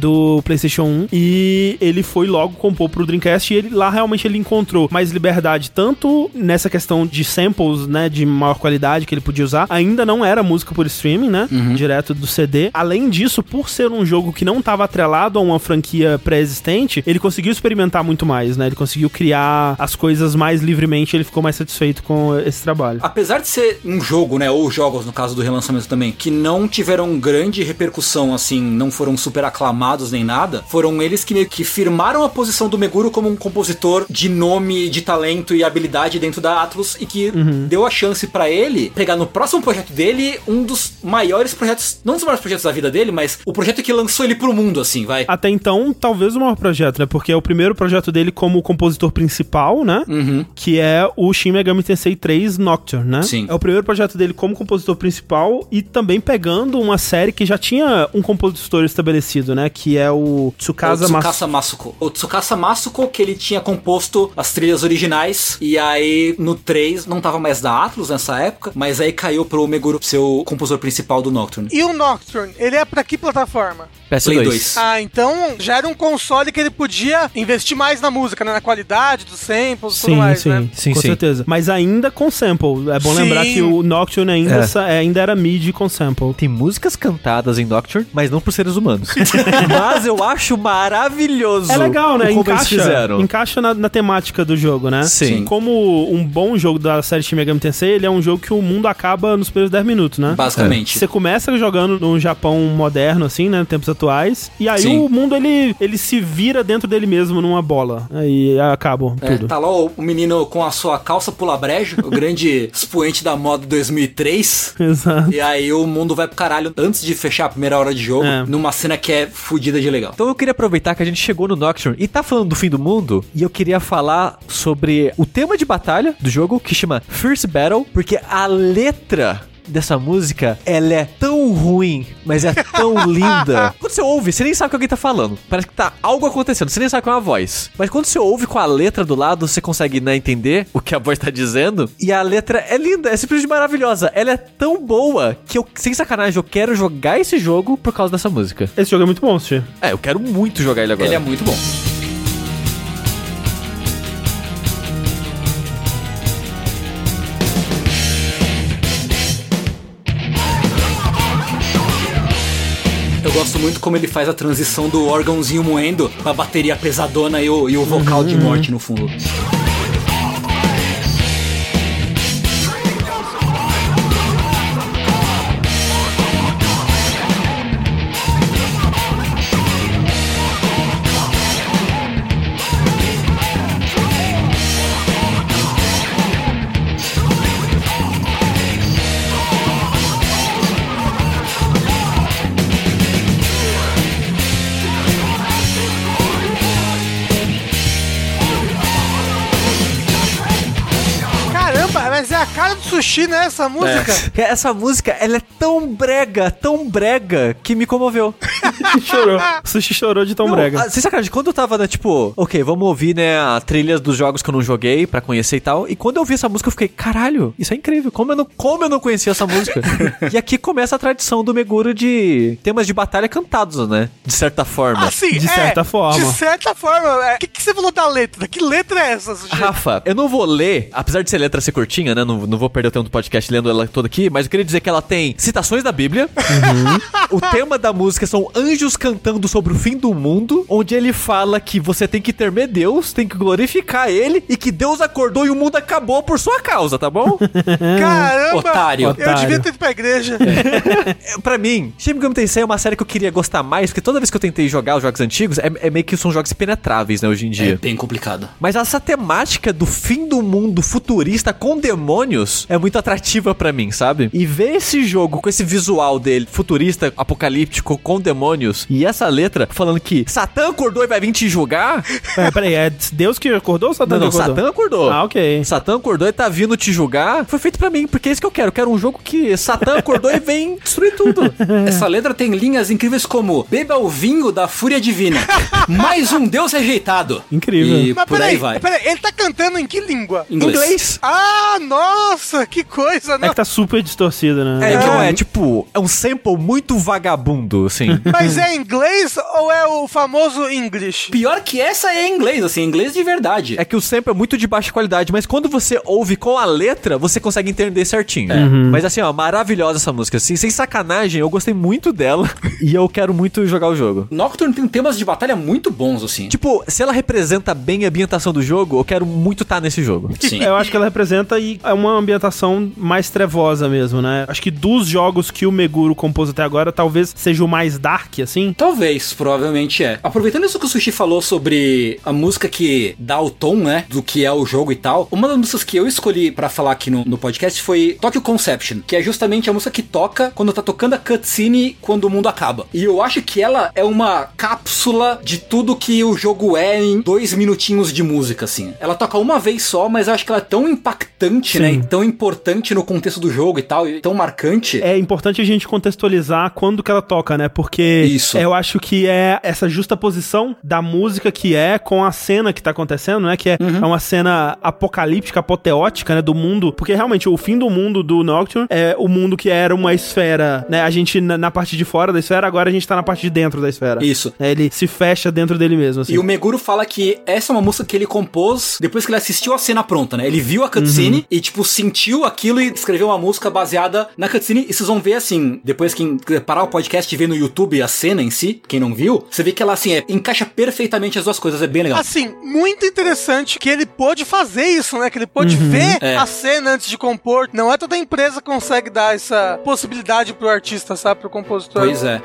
do PlayStation um, e ele foi logo compor pro Dreamcast, e ele, lá realmente ele encontrou mais liberdade, tanto nessa questão de samples, né, de maior qualidade que ele podia usar. Ainda não era música por streaming, né, uhum. direto do C D. Além disso, por ser um jogo que não estava atrelado a uma franquia pré-existente, ele conseguiu experimentar muito mais, né, ele conseguiu criar as coisas mais livremente, ele ficou mais satisfeito com esse trabalho. Apesar de ser um jogo, né, ou jogos, no caso do relançamento também, que não tiveram grande repercussão, assim, não foram super aclamados nem nada, foram eles que meio que firmaram a posição do Meguro como um compositor de nome, de talento e habilidade dentro da Atlus, e que uhum. deu a chance pra ele pegar no próximo projeto dele um dos maiores projetos, não dos maiores projetos da vida dele, mas o projeto que lançou ele pro mundo, assim, vai. Até então, talvez o maior projeto, né, porque é o primeiro projeto dele como compositor principal, né, uhum. que é o Shin Megami Tensei três Nocturne, né? Sim. É o primeiro projeto dele como compositor principal e também pegando uma série que já tinha um compositor estabelecido, né, que é o Tsukasa, o Tsukasa Masuko. O Tsukasa Masuko, que ele tinha composto as trilhas originais, e aí no três não tava mais da Atlus nessa época, mas aí caiu pro Meguro ser o compositor principal do Nocturne. E o Nocturne, ele é pra que plataforma? P S dois. Ah, então já era um console que ele podia investir mais na música, né? Na qualidade dos samples e tudo mais, sim, né? Sim, com sim. certeza. Mas ainda com sample. É bom Sim. lembrar que o Nocturne ainda, É. sa- ainda era mid com sample. Tem músicas cantadas em Nocturne, mas não por seres humanos. Mas eu acho maravilhoso. É legal, né? o como eles Encaixa, fizeram. encaixa na, na temática do jogo, né? Sim. Como um bom jogo da série Shin Megami Tensei, ele é um jogo que o mundo acaba nos primeiros dez minutos, né? Basicamente. Você começa jogando no Japão moderno, assim, né? Tempos atuais. E aí Sim. o mundo, ele, ele se vira dentro dele mesmo numa bola. Aí acaba É, tudo. tá lá o, o menino com a sua calça pula-brejo, o grande expoente da moda dois mil e três. Exato. E aí o mundo vai pro caralho antes de fechar a primeira hora de jogo, É. numa cena que é fodida de legal. Então eu queria aproveitar que a gente chegou no Nocturne e tá falando do fim do mundo, e eu queria falar sobre o tema de batalha do jogo, que chama First Battle, porque a letra dessa música, ela é tão ruim, mas é tão linda. Quando você ouve, você nem sabe o que alguém tá falando. Parece que tá algo acontecendo, você nem sabe que é uma voz. Mas quando você ouve com a letra do lado, você consegue, né, entender o que a voz tá dizendo. E a letra é linda, é simplesmente maravilhosa. Ela é tão boa que eu, sem sacanagem, eu quero jogar esse jogo por causa dessa música. Esse jogo é muito bom, Steve. É, eu quero muito jogar ele agora. Ele é muito bom. Eu gosto muito como ele faz a transição do órgãozinho moendo pra bateria pesadona e o, e o vocal de morte no fundo. Caramba, mas é a cara do Sushi, né, essa música? É. Essa música, ela é tão brega, tão brega, que me comoveu. Chorou. O Sushi chorou de tão Não, brega. ah, Sem sacanagem, quando eu tava, né, tipo, ok, vamos ouvir, né, a trilha dos jogos que eu não joguei pra conhecer e tal, e quando eu ouvi essa música eu fiquei, caralho, isso é incrível, como eu não, como eu não conhecia essa música? E aqui começa a tradição do Meguro de temas de batalha cantados, né, de certa forma. Assim, De é, certa forma. De certa forma. O é. que, que você falou da letra? Que letra é essa, Sushi? Rafa, eu não vou ler, apesar de ser letra ser curtinha, né? Não, não vou perder o tempo do podcast lendo ela toda aqui, mas eu queria dizer que ela tem citações da Bíblia. Uhum. O tema da música são anjos cantando sobre o fim do mundo, onde ele fala que você tem que temer Deus, tem que glorificar ele e que Deus acordou e o mundo acabou por sua causa, tá bom? Caramba! Otário. Eu Otário. devia ter ido pra igreja. É, pra mim, Shin Megami Tensei é uma série que eu queria gostar mais, porque toda vez que eu tentei jogar os jogos antigos, é, é meio que são jogos impenetráveis, né, hoje em É dia. bem complicado. Mas essa temática do fim do mundo futurista com demônios é muito atrativa pra mim, sabe? E ver esse jogo com esse visual dele, futurista, apocalíptico, com demônios, e essa letra falando que Satã acordou e vai vir te julgar. É, peraí, é Deus que acordou ou Satã Não, não, que acordou? Satã acordou. Ah, ok. Satã acordou e tá vindo te julgar. Foi feito pra mim, porque é isso que eu quero. Eu quero um jogo que Satã acordou e vem destruir tudo. Essa letra tem linhas incríveis como beba o vinho da fúria divina, mais um Deus rejeitado. Incrível. E Mas por peraí, aí vai. peraí, ele tá cantando em que língua? Inglês. Inglês. Ah, nossa, que coisa, né? É que tá super distorcido, né? É, que não é, tipo, é um sample muito vagabundo, assim. Mas é inglês ou é o famoso English? Pior que essa é em inglês, assim, inglês de verdade. É que o sample é muito de baixa qualidade, mas quando você ouve com a letra, você consegue entender certinho. Uhum. Mas assim, ó, maravilhosa essa música. Assim, sem sacanagem, eu gostei muito dela e eu quero muito jogar o jogo. Nocturne tem temas de batalha muito bons, assim. Tipo, se ela representa bem a ambientação do jogo, eu quero muito estar nesse jogo. Sim. Eu acho que ela representa e é uma ambientação mais trevosa mesmo, né? Acho que dos jogos que o Meguro compôs até agora, talvez seja o mais dark, assim. Talvez, provavelmente é. Aproveitando isso que o Sushi falou sobre a música que dá o tom, né, do que é o jogo e tal, uma das músicas que eu escolhi pra falar aqui no, no podcast foi Tokyo Conception, que é justamente a música que toca quando tá tocando a cutscene quando o mundo acaba. E eu acho que ela é uma cápsula de tudo que o jogo é em dois minutinhos de música, assim. Ela toca uma vez só, mas eu acho que ela é tão impactante, Sim. né, e tão importante no contexto do jogo e tal, e tão marcante. É importante a gente contextualizar quando que ela toca, né? Porque Isso. eu acho que é essa justaposição da música que é com a cena que tá acontecendo, né? Que é, Uhum. é uma cena apocalíptica, apoteótica, né? Do mundo. Porque realmente o fim do mundo do Nocturne é o mundo que era uma esfera, né? A gente na, na parte de fora da esfera, agora a gente tá na parte de dentro da esfera. Isso. É, ele se fecha dentro dele mesmo, assim. E o Meguro fala que essa é uma música que ele compôs depois que ele assistiu a cena pronta, né? Ele viu a cutscene Uhum. e, tipo, sentiu aquilo e escreveu uma música baseada na cutscene. E vocês vão ver, assim, depois que parar o podcast e ver no YouTube a cena em si, quem não viu, você vê que ela, assim, é, encaixa perfeitamente as duas coisas, é bem legal. Assim, muito interessante que ele pôde fazer isso, né? Que ele pôde Uhum. ver É. a cena antes de compor. Não é toda empresa que consegue dar essa possibilidade pro artista, sabe? Pro compositor. Pois é.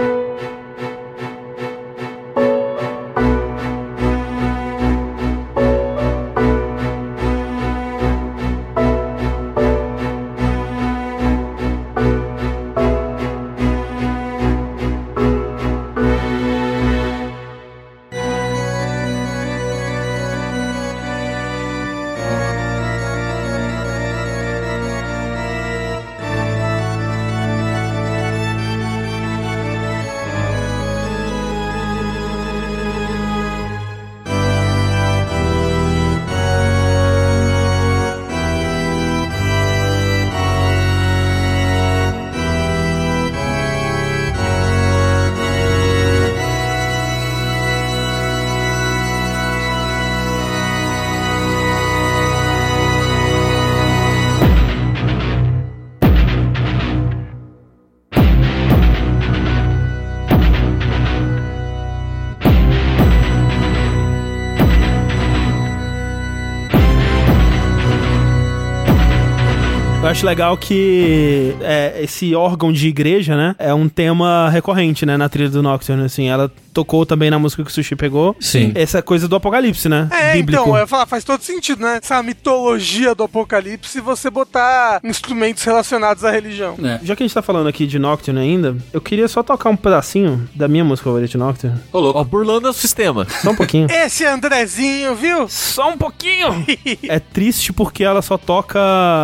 Eu acho legal que é, esse órgão de igreja, né, é um tema recorrente, né, na trilha do Nocturne, assim, ela tocou também na música que o Sushi pegou. Sim. Essa coisa do apocalipse, né, É, bíblico. então, eu ia falar, faz todo sentido, né? Essa mitologia do apocalipse, você botar instrumentos relacionados à religião. É. Já que a gente tá falando aqui de Nocturne ainda, eu queria só tocar um pedacinho da minha música favorita de Nocturne. Ô, louco. Ó, burlando o sistema. Só um pouquinho. Esse Andrezinho, viu? Só um pouquinho! É triste porque ela só toca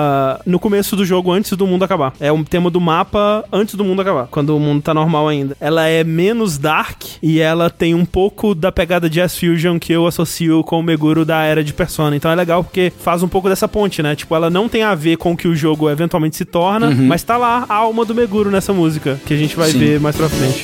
no começo do jogo, antes do mundo acabar. É um tema do mapa antes do mundo acabar, quando o mundo tá normal ainda. Ela é menos dark e ela tem um pouco da pegada Jazz Fusion que eu associo com o Meguro da era de Persona. Então é legal porque faz um pouco dessa ponte, né? Tipo, ela não tem a ver com o que o jogo eventualmente se torna, Uhum. mas tá lá a alma do Meguro nessa música, que a gente vai Sim. ver mais pra frente.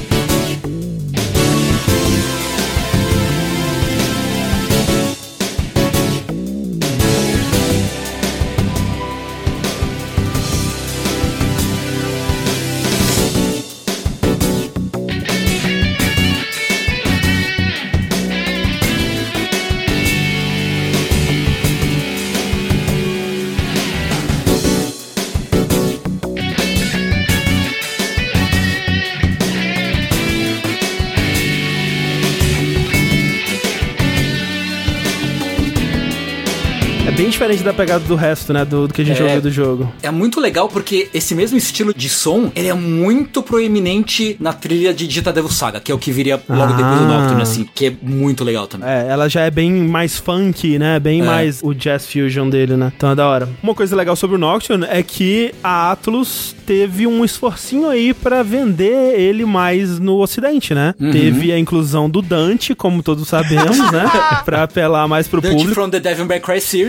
É bem diferente da pegada do resto, né? Do, do que a gente É. ouviu do jogo. É muito legal porque esse mesmo estilo de som, ele é muito proeminente na trilha de Digita Devil Saga, que é o que viria logo Ah. depois do Nocturne, assim, que é muito legal também. É, ela já é bem mais funk, né? Bem É. mais o jazz fusion dele, né? Então é da hora. Uma coisa legal sobre o Nocturne é que a Atlus teve um esforcinho aí pra vender ele mais no ocidente, né? Uhum. Teve a inclusão do Dante, como todos sabemos, né? Pra apelar mais pro Dante público. from the Devil May Cry series, né?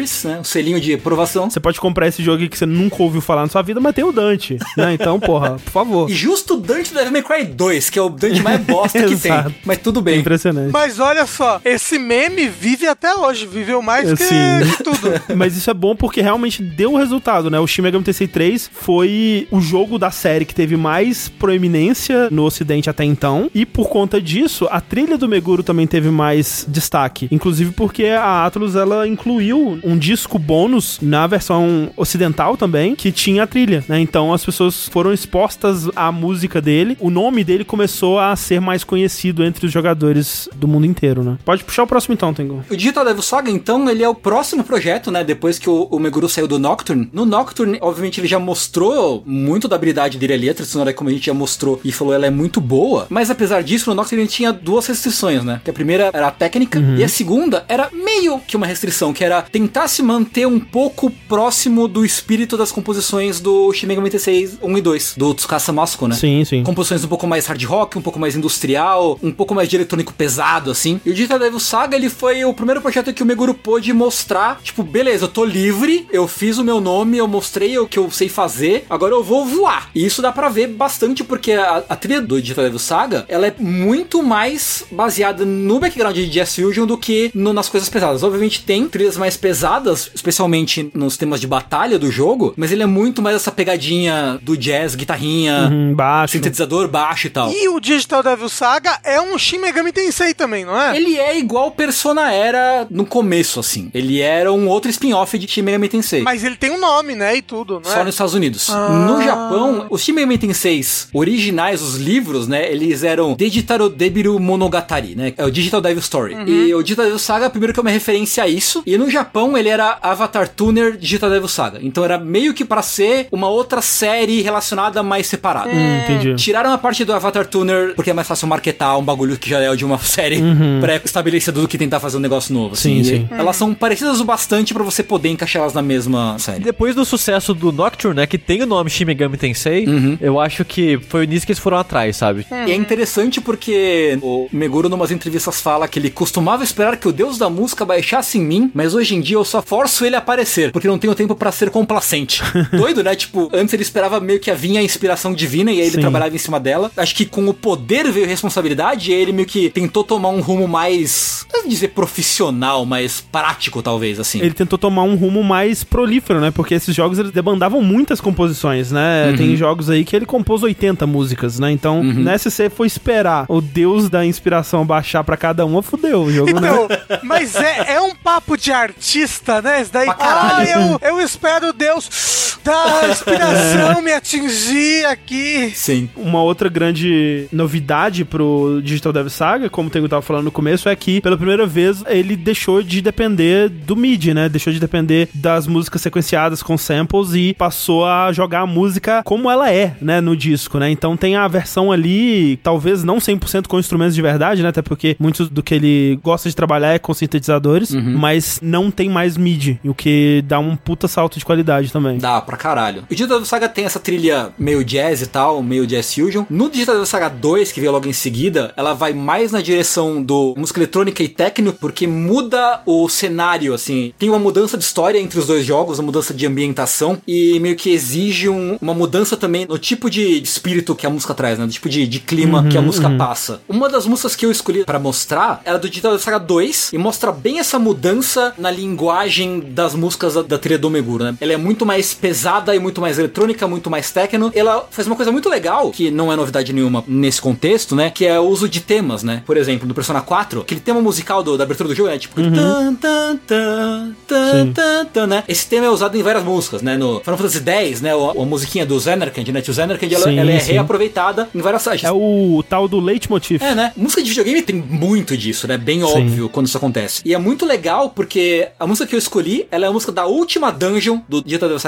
Um selinho de aprovação. Você pode comprar esse jogo aqui que você nunca ouviu falar na sua vida, mas tem o Dante, né? Então, porra, por favor. E justo o Dante do Devil May Cry dois, que é o Dante mais bosta que tem. Mas tudo bem. É impressionante. Mas olha só, esse meme vive até hoje, viveu mais do que Sim. tudo. Mas isso é bom porque realmente deu o resultado, né? O Shin Megami Tensei três foi o jogo da série que teve mais proeminência no ocidente até então, e por conta disso, a trilha do Meguro também teve mais destaque. Inclusive porque a Atlus, ela incluiu um disco bônus na versão ocidental também, que tinha a trilha, né? Então as pessoas foram expostas à música dele, o nome dele começou a ser mais conhecido entre os jogadores do mundo inteiro, né? Pode puxar o próximo então, Tengu. O Digital Devil Saga, então, ele é o próximo projeto, né? Depois que o, o Meguro saiu do Nocturne. No Nocturne, obviamente, ele já mostrou muito da habilidade dele ali. A trilha sonora, como a gente já mostrou e falou, ela é muito boa. Mas apesar disso, no Nocturne ele tinha duas restrições, né? Que a primeira era a técnica, uhum. e a segunda era meio que uma restrição, que era tentar se manter um pouco próximo do espírito das composições do Shin Megami Tensei um e dois, do Tsukasa Masuko, né? Sim, sim. Composições um pouco mais hard rock, um pouco mais industrial, um pouco mais de eletrônico pesado, assim. E o Digital Devil Saga, ele foi o primeiro projeto que o Meguro pôde mostrar, tipo, beleza, eu tô livre, eu fiz o meu nome, eu mostrei o que eu sei fazer, agora eu vou voar. E isso dá pra ver bastante, porque a, a trilha do Digital Devil Saga, ela é muito mais baseada no background de Jazz Fusion do que no, nas coisas pesadas. Obviamente tem trilhas mais pesadas, especialmente nos temas de batalha do jogo, mas ele é muito mais essa pegadinha do jazz, guitarrinha, uhum, baixo, sintetizador baixo e tal. E o Digital Devil Saga é um Shin Megami Tensei também, não é? Ele é igual Persona era no começo, assim. Ele era um outro spin-off de Shin Megami Tensei. Mas ele tem um nome, né, e tudo, não Só é? nos Estados Unidos. Ah. No Japão, os Shin Megami Tenseis originais, os livros, né, eles eram Digital Debiru Monogatari, né, é o Digital Devil Story. Uhum. E o Digital Devil Saga, primeiro que é uma referência a isso, e no Japão ele era Avatar Tuner Digital Devil Saga. Então era meio que pra ser uma outra série relacionada mais separada. Hum, entendi. Tiraram a parte do Avatar Tuner porque é mais fácil marketar um bagulho que já é de uma série uhum. pré-estabelecida do que tentar fazer um negócio novo. Sim, assim. sim. E elas são parecidas o bastante pra você poder encaixar elas na mesma série. Depois do sucesso do Nocturne, né, que tem o nome Shin Megami Tensei, uhum. eu acho que foi nisso que eles foram atrás, sabe? Uhum. E é interessante porque o Meguro, numas entrevistas, fala que ele costumava esperar que o deus da música baixasse em mim, mas hoje em dia eu só forço ele a aparecer, porque não tenho tempo pra ser complacente. Doido, né? Tipo, antes ele esperava meio que vinha a inspiração divina e aí ele Sim. trabalhava em cima dela. Acho que com o poder veio responsabilidade e aí ele meio que tentou tomar um rumo mais, não dizer profissional, mais prático, talvez, assim. Ele tentou tomar um rumo mais prolífero, né? Porque esses jogos, eles demandavam muitas composições, né? Uhum. Tem jogos aí que ele compôs oitenta músicas, né? Então, uhum. né, se você for esperar o deus da inspiração baixar pra cada uma, fudeu o jogo, então, né? Mas é, é um papo de artista, né? Isso daí, ah, eu, eu espero o deus da inspiração me atingir aqui. Sim. Uma outra grande novidade pro Digital Devil Saga, como o Tengu tava falando no começo, é que, pela primeira vez, ele deixou de depender do M I D I, né? Deixou de depender das músicas sequenciadas com samples e passou a jogar a música como ela é, né? No disco, né? Então tem a versão ali, talvez não cem por cento com instrumentos de verdade, né? Até porque muito do que ele gosta de trabalhar é com sintetizadores, uhum. mas não tem mais M I D I, o que dá um puta salto de qualidade também. Dá pra caralho. O Digital Devil Saga tem essa trilha meio jazz e tal, meio jazz fusion. No Digital Devil Saga dois, que veio logo em seguida, ela vai mais na direção do música eletrônica e techno, porque muda o cenário, assim. Tem uma mudança de história entre os dois jogos, uma mudança de ambientação, e meio que exige um, uma mudança também no tipo de espírito que a música traz, né? No tipo de, de clima uhum, que a música uhum. passa. Uma das músicas que eu escolhi pra mostrar era do Digital Devil Saga dois, e mostra bem essa mudança na linguagem das músicas da, da trilha do Meguro, né? Ela é muito mais pesada e muito mais eletrônica, muito mais techno. Ela faz uma coisa muito legal, que não é novidade nenhuma nesse contexto, né? Que é o uso de temas, né? Por exemplo, no Persona quatro, aquele tema musical do, da abertura do jogo, né? Tipo... Uhum. Tan, tan, tan, tan, tan, tan, né? Esse tema é usado em várias músicas, né? No Final Fantasy dez, né? A, a musiquinha do Zenerkand, né? O Zenerkand, ela, ela é sim. reaproveitada em várias sagas. É o tal do leitmotiv. É, né? Música de videogame tem muito disso, né? Bem sim. óbvio quando isso acontece. E é muito legal porque a música que eu escolhi, ela é a música da última dungeon do Digital Devil Saga dois,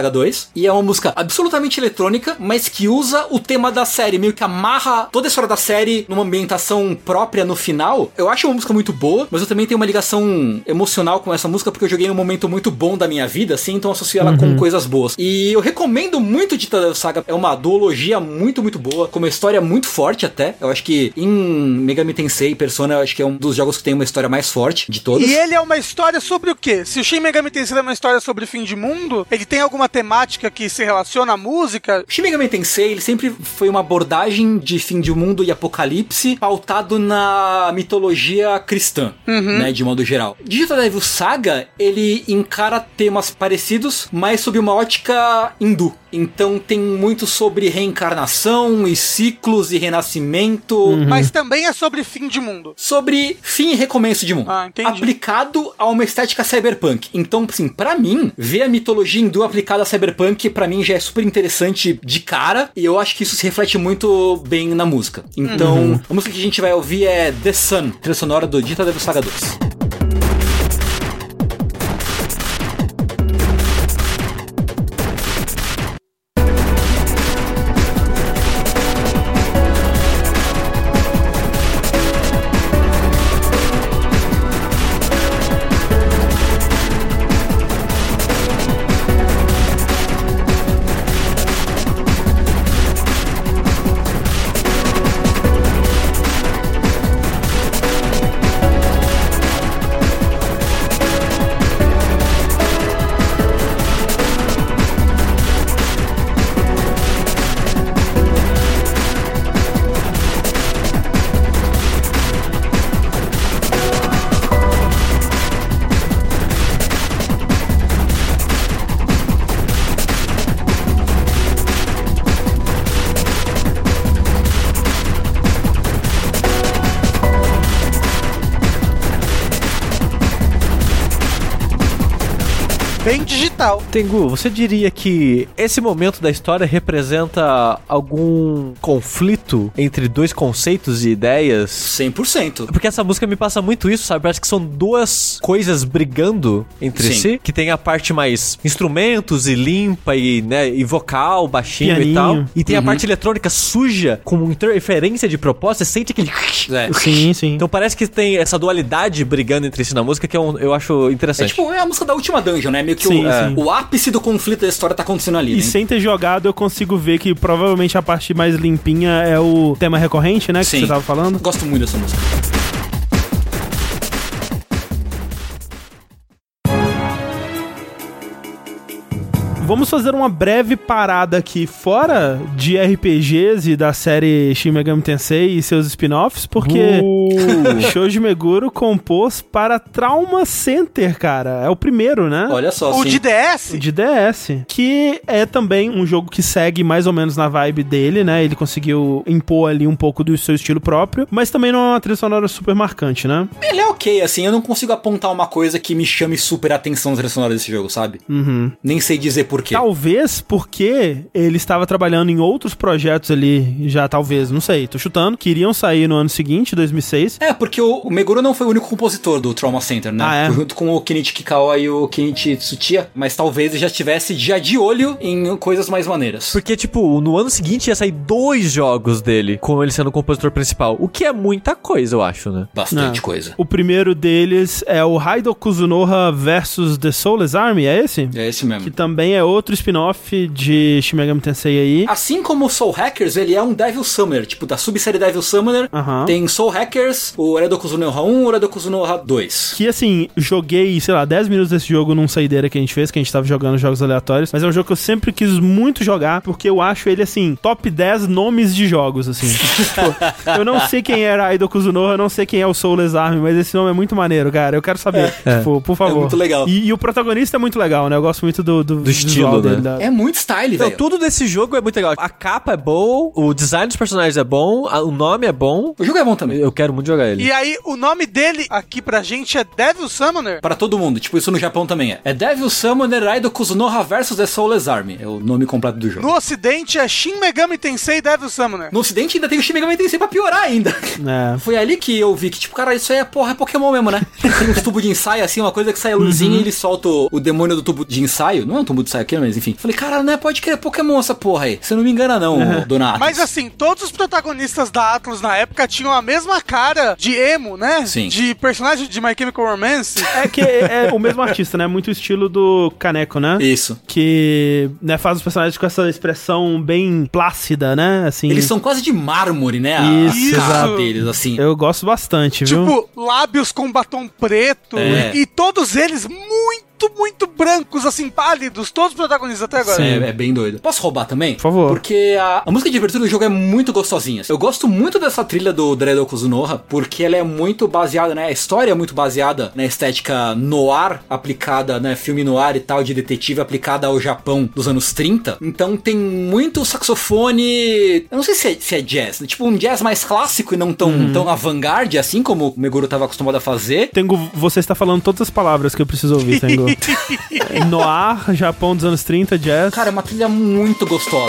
minutos. E é uma música absolutamente eletrônica, mas que usa o tema da série, meio que amarra toda a história da série numa ambientação própria no final. Eu acho uma música muito boa, mas eu também tenho uma ligação emocional com essa música, porque eu joguei em um momento muito bom da minha vida, assim, então eu associo ela uhum. com coisas boas. E eu recomendo muito Dita Devil Saga, é uma duologia muito, muito boa, com uma história muito forte até. Eu acho que em Megami Tensei Persona, eu acho que é um dos jogos que tem uma história mais forte de todos. E ele é uma história sobre o quê? Se o Shin Megami Tensei é uma história sobre fim de mundo, ele tem alguma temática que se relaciona à música? O Shin Megami Tensei, ele sempre foi uma abordagem de fim de mundo e apocalipse, pautado na mitologia cristã, uhum. né, de modo geral. Dita Devil Saga, ele encara temas parecidos, mas sob uma ótica hindu. Então tem muito sobre reencarnação e ciclos e renascimento. Uhum. Mas também é sobre fim de mundo. Sobre fim e recomeço de mundo. Ah, entendi. Aplicado a uma estética cyberpunk. Então, assim, pra mim, ver a mitologia hindu aplicada a cyberpunk, pra mim já é super interessante de cara. E eu acho que isso se reflete muito bem na música. Então, uhum. a música que a gente vai ouvir é The Sun, trilha sonora do Dita Devil Saga dois. Bem digital. Tengu, você diria que esse momento da história representa algum conflito entre dois conceitos e ideias? cem por cento. Porque essa música me passa muito isso, sabe? Parece que são duas coisas brigando entre Sim. si, que tem a parte mais instrumentos e limpa e, né, e vocal, baixinho Pianinho. e tal. E tem uhum. a parte eletrônica suja, com interferência de propósito, você sente aquele... É. Sim, sim. Então parece que tem essa dualidade brigando entre si na música que eu, eu acho interessante. É tipo, é a música da última dungeon, né? Meio que sim, o, sim. o ápice do conflito da história tá acontecendo ali. E né? sem ter jogado, eu consigo ver que provavelmente a parte mais limpinha é o tema recorrente, né? Que sim. você tava falando. Gosto muito dessa música. Vamos fazer uma breve parada aqui fora de R P Gs e da série Shin Megami Tensei e seus spin-offs, porque uh. Shoji Meguro compôs para Trauma Center, cara. É o primeiro, né? Olha só, O sim. de D S? O de D S. Que é também um jogo que segue mais ou menos na vibe dele, né? Ele conseguiu impor ali um pouco do seu estilo próprio, mas também não é uma trilha sonora super marcante, né? Ele é ok, assim, eu não consigo apontar uma coisa que me chame super atenção na trilha sonora desse jogo, sabe? Uhum. Nem sei dizer por quê. Talvez porque ele estava trabalhando em outros projetos ali, já talvez, não sei, tô chutando, que iriam sair no ano seguinte, dois mil e seis. É, porque o, o Meguro não foi o único compositor do Trauma Center, né? Ah, é? Junto com o Kenichi Kikawa e o Kenichi Tsuchiya, mas talvez ele já estivesse já de olho em coisas mais maneiras. Porque, tipo, no ano seguinte ia sair dois jogos dele, com ele sendo o compositor principal, o que é muita coisa, eu acho, né? Bastante é. coisa. O primeiro deles é o Raido Kuzunoha versus The Soulless Army, é esse? É esse mesmo. Que também é outro spin-off de Shin Megami Tensei aí. Assim como o Soul Hackers, ele é um Devil Summoner, tipo, da subsérie Devil Summoner, uhum. tem Soul Hackers, o Raido Kuzunoha um e o Raido Kuzunoha dois. Que, assim, joguei, sei lá, dez minutos desse jogo num saideira que a gente fez, que a gente tava jogando jogos aleatórios, mas é um jogo que eu sempre quis muito jogar, porque eu acho ele, assim, top dez nomes de jogos, assim. Pô, eu não sei quem era Raido Kuzunoha, eu não sei quem é o Soulless Army, mas esse nome é muito maneiro, cara, eu quero saber. É. Tipo, por favor. É muito legal. E, e o protagonista é muito legal, né? Eu gosto muito do, do, do estilo dele. Né? Da... É muito style, velho. Tudo desse jogo é muito legal. A capa é boa, o design dos personagens é bom, a, o nome é bom. O jogo é bom também. Eu quero muito jogar ele. E aí, o nome dele aqui pra gente é Devil Summoner? Para todo mundo, tipo, isso no Japão também é. É Devil Summoner Raido Kuzunoha versus The Soulless Army. É o nome completo do jogo. No ocidente é Shin Megami Tensei Devil Summoner. No ocidente ainda tem o Shin Megami Tensei pra piorar ainda. É. Foi ali que eu vi que, tipo, cara, isso aí é, porra, é Pokémon mesmo, né? Tem uns tubos de ensaio, assim, uma coisa que sai a luzinha uhum. e ele solta o, o demônio do tubo de ensaio. Não é um tubo de ensaio, aquilo, mas enfim. Falei, cara, não é, pode crer, Pokémon essa porra aí. Você não me engana não, uhum. Donato. Mas assim, todos os protagonistas da Atlus na época tinham a mesma cara de emo, né? Sim. De personagem de My Chemical Romance. É que é o mesmo artista, né? Muito estilo do Kaneko, né? Isso. Que, né, faz os personagens com essa expressão bem plácida, né? Assim. Eles são quase de mármore, né? Isso, a cara deles, assim. Eu gosto bastante, viu? Tipo, lábios com batom preto. É. E, e todos eles muito muito brancos, assim, pálidos, todos os protagonistas até agora. Sim, é, é bem doido. Posso roubar também? Por favor. Porque a, a música de abertura do jogo é muito gostosinha. Eu gosto muito dessa trilha do Dredo Kuzunoha, porque ela é muito baseada, né? A história é muito baseada na estética noir, aplicada, né? Filme noir e tal, de detetive, aplicada ao Japão dos anos trinta. Então tem muito saxofone... Eu não sei se é, se é jazz, né? Tipo um jazz mais clássico e não tão, uhum. tão avant-garde, assim como o Meguro estava acostumado a fazer. Tengo, você está falando todas as palavras que eu preciso ouvir, Tengo. Noir, Japão dos anos trinta, jazz. Cara, é uma trilha muito gostosa.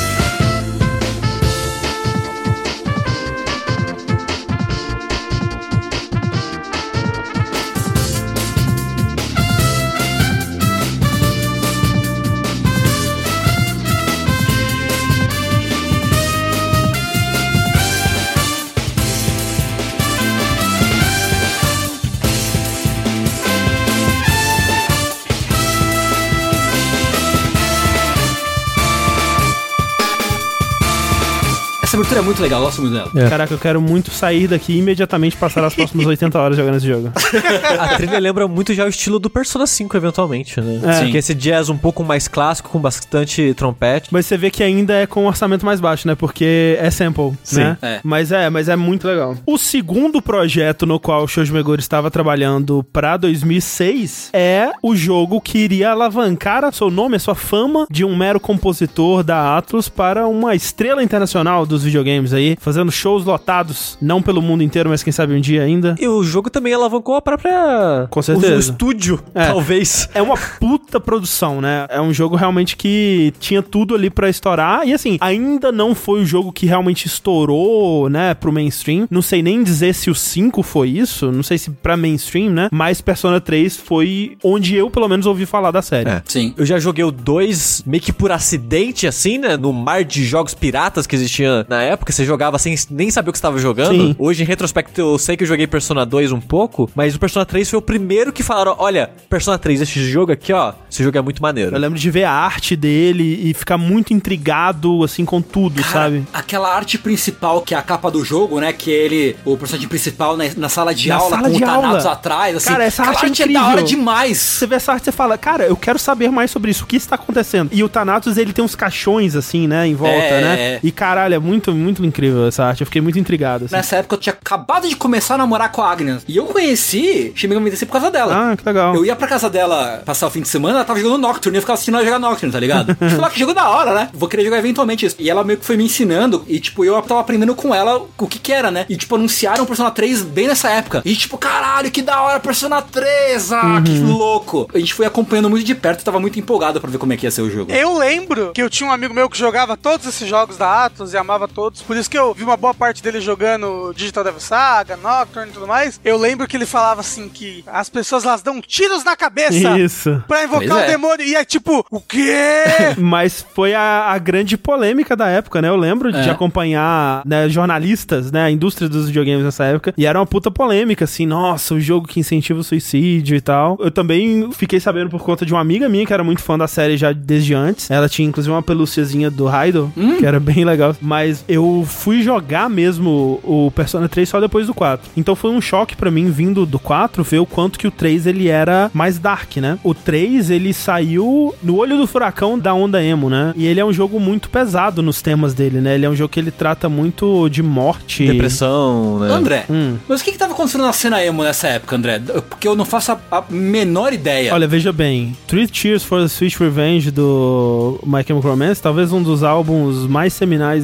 Essa abertura é muito legal, eu gosto muito dela. É. Caraca, eu quero muito sair daqui e imediatamente passar as próximas oitenta horas jogando esse jogo. A trilha lembra muito já o estilo do Persona cinco, eventualmente, né? É. Sim. Que esse jazz um pouco mais clássico, com bastante trompete. Mas você vê que ainda é com um orçamento mais baixo, né? Porque é sample, Sim. né? É. Mas é, mas é muito legal. O segundo projeto no qual o Shoji Meguro estava trabalhando pra dois mil e seis é o jogo que iria alavancar a seu nome, a sua fama de um mero compositor da Atlus para uma estrela internacional dos videogames aí, fazendo shows lotados, não pelo mundo inteiro, mas quem sabe um dia ainda. E o jogo também alavancou a própria... Com certeza. O, o estúdio, é. talvez. É uma puta produção, né? É um jogo realmente que tinha tudo ali pra estourar, e assim, ainda não foi o jogo que realmente estourou, né, pro mainstream. Não sei nem dizer se o cinco foi isso, não sei se pra mainstream, né? Mas Persona três foi onde eu, pelo menos, ouvi falar da série. É. Sim. Eu já joguei o dois meio que por acidente, assim, né? No mar de jogos piratas que existia na época. Você jogava sem nem saber o que você estava jogando. Sim. Hoje, em retrospecto, eu sei que eu joguei Persona dois um pouco, mas o Persona três foi o primeiro que falaram, olha, Persona três, esse jogo aqui, ó, esse jogo é muito maneiro. Eu lembro de ver a arte dele e ficar muito intrigado, assim, com tudo, Cara, sabe? aquela arte principal, que é a capa do jogo, né? Que é ele, o personagem principal na, na sala de Na aula, sala com de o Thanatos aula. atrás, assim. Cara, essa aquela arte é arte é incrível. da hora demais. Você vê essa arte e você fala, cara, eu quero saber mais sobre isso, o que está acontecendo? E o Thanatos, ele tem uns caixões, assim, né, em volta, É, né? é. E caralho, é muito, muito incrível essa arte. Eu fiquei muito intrigado, assim. Nessa época eu tinha acabado de começar a namorar com a Agnes. E eu conheci Shin Megami Tensei por causa dela. Ah, que legal. Eu ia pra casa dela passar o fim de semana, ela tava jogando Nocturne, eu ficava assistindo ela jogar Nocturne, tá ligado? Tipo, lá que jogo da hora, né? Vou querer jogar eventualmente isso. E ela meio que foi me ensinando, e tipo, eu tava aprendendo com ela o que que era, né? E tipo, anunciaram Persona três bem nessa época. E tipo, caralho, que da hora Persona três, ah, Uhum. que louco. A gente foi acompanhando muito de perto, tava muito empolgado pra ver como é que ia ser o jogo. Eu lembro que eu tinha um amigo meu que jogava todos esses jogos da Atlus e amava todos, por isso que eu vi uma boa parte dele jogando Digital Devil Saga, Nocturne e tudo mais. Eu lembro que ele falava assim que as pessoas elas dão tiros na cabeça Isso. pra invocar Pois o é. demônio. E é tipo, o quê? Mas foi a, a grande polêmica da época, né? Eu lembro de É. acompanhar, né, jornalistas, né, a indústria dos videogames nessa época, e era uma puta polêmica, assim, nossa, o jogo que incentiva o suicídio e tal. Eu também fiquei sabendo por conta de uma amiga minha que era muito fã da série já desde antes. Ela tinha inclusive uma pelúciazinha do Raido, Hum. que era bem legal. Mas eu fui jogar mesmo o Persona três só depois do quatro. Então foi um choque pra mim, vindo do quatro, ver o quanto que o três ele era mais dark, né? O três ele saiu no olho do furacão da onda emo, né? E ele é um jogo muito pesado nos temas dele, né? Ele é um jogo que ele trata muito de morte. Depressão, né? André, Hum. mas o que que tava acontecendo na cena emo nessa época, André? Porque eu não faço a, a menor ideia. Olha, veja bem, Three Cheers for the Sweet Revenge do My Chemical Romance, talvez um dos álbuns mais seminais da cena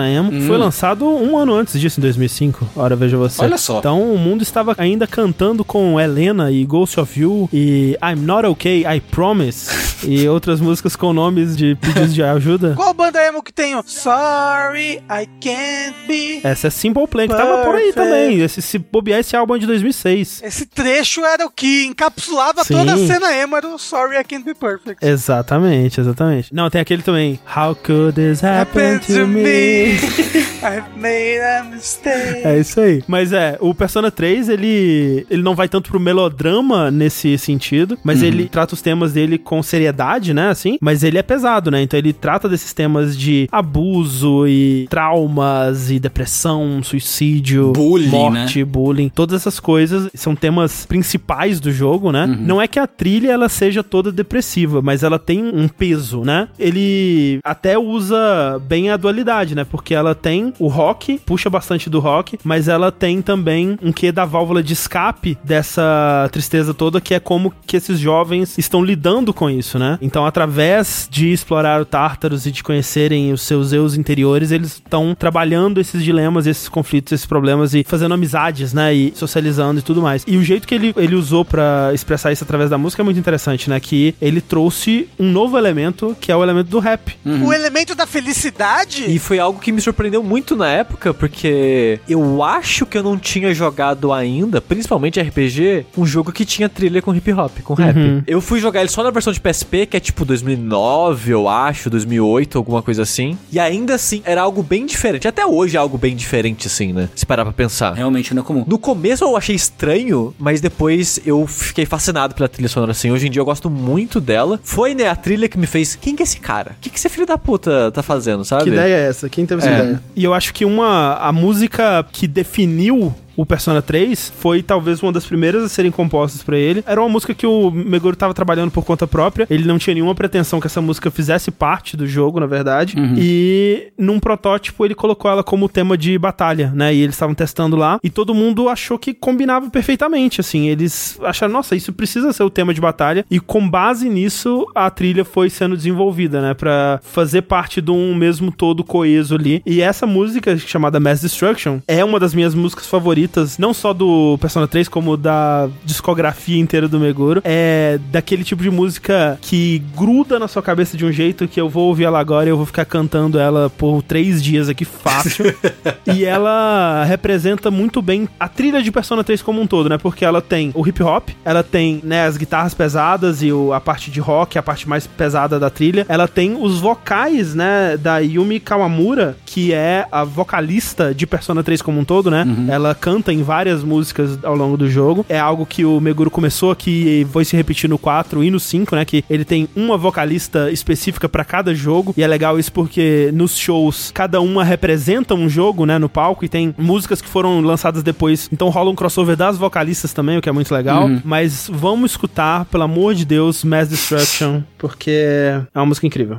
cena emo, hum. foi lançado um ano antes disso, em dois mil e cinco. Ora, veja você. Olha só. Então o mundo estava ainda cantando com Helena e Ghost of You e I'm Not Okay, I Promise e outras músicas com nomes de pedidos de ajuda. Qual banda emo que tem o Sorry, I Can't Be? Essa é Simple Plan, que tava por aí também. Esse, se bobear, esse álbum é de dois mil e seis. Esse trecho era o que encapsulava Sim. toda a cena emo, era o Sorry, I Can't Be Perfect. Exatamente, exatamente. Não, tem aquele também. How could this happen, happen to, to me? me? I've made a mistake. É isso aí. Mas é, o Persona três, ele, ele não vai tanto pro melodrama nesse sentido, mas uhum. ele trata os temas dele com seriedade, né, assim, mas ele é pesado, né, então ele trata desses temas de abuso e traumas e depressão, suicídio, bullying, morte, né? bullying, todas essas coisas são temas principais do jogo, né, uhum. não é que a trilha, ela seja toda depressiva, mas ela tem um peso, né, ele até usa bem a dualidade, né, porque ela tem o rock, puxa bastante do rock, mas ela tem também um quê da válvula de escape dessa tristeza toda, que é como que esses jovens estão lidando com isso, né? Então, através de explorar o Tártaros e de conhecerem os seus eus interiores, eles estão trabalhando esses dilemas, esses conflitos, esses problemas e fazendo amizades, né? E socializando e tudo mais. E o jeito que ele, ele usou pra expressar isso através da música é muito interessante, né? Que ele trouxe um novo elemento, que é o elemento do rap. Uhum. O elemento da felicidade? E foi algo que me surpreendeu muito na época, porque eu acho que eu não tinha jogado ainda, principalmente R P G, um jogo que tinha trilha com hip hop, com rap. Uhum. Eu fui jogar ele só na versão de P S P, que é tipo dois mil e nove, eu acho, dois mil e oito, alguma coisa assim. E ainda assim, era algo bem diferente. Até hoje é algo bem diferente, assim, né? Se parar pra pensar. Realmente não é comum. No começo eu achei estranho, mas depois eu fiquei fascinado pela trilha sonora, assim. Hoje em dia eu gosto muito dela. Foi, né, a trilha que me fez... Quem que é esse cara? O que que esse filho da puta tá fazendo, sabe? Que ideia é essa? Quem teve essa É. ideia? E eu acho que uma... A música que definiu o Persona três foi talvez uma das primeiras a serem compostas pra ele. Era uma música que o Meguro tava trabalhando por conta própria. Ele não tinha nenhuma pretensão que essa música fizesse parte do jogo, na verdade. Uhum. E num protótipo ele colocou ela como tema de batalha, né? E eles estavam testando lá e todo mundo achou que combinava perfeitamente, assim. Eles acharam, nossa, isso precisa ser o tema de batalha. E com base nisso, a trilha foi sendo desenvolvida, né? Pra fazer parte de um mesmo todo coeso ali. E essa música, chamada Mass Destruction, é uma das minhas músicas favoritas, não só do Persona três, como da discografia inteira do Meguro. É daquele tipo de música que gruda na sua cabeça de um jeito que eu vou ouvir ela agora e eu vou ficar cantando ela por três dias aqui fácil. E ela representa muito bem a trilha de Persona três como um todo, né? Porque ela tem o hip hop, ela tem, né, as guitarras pesadas e o, a parte de rock, a parte mais pesada da trilha. Ela tem os vocais, né, da Yumi Kawamura, que é a vocalista de Persona três como um todo, né? Uhum. Ela canta em várias músicas ao longo do jogo. É algo que o Meguro começou aqui e foi se repetir no quatro e no cinco, né? Que ele tem uma vocalista específica pra cada jogo. E é legal isso porque nos shows, cada uma representa um jogo, né? No palco. E tem músicas que foram lançadas depois. Então rola um crossover das vocalistas também, o que é muito legal. Uhum. Mas vamos escutar, pelo amor de Deus, Mass Destruction, porque é uma música incrível.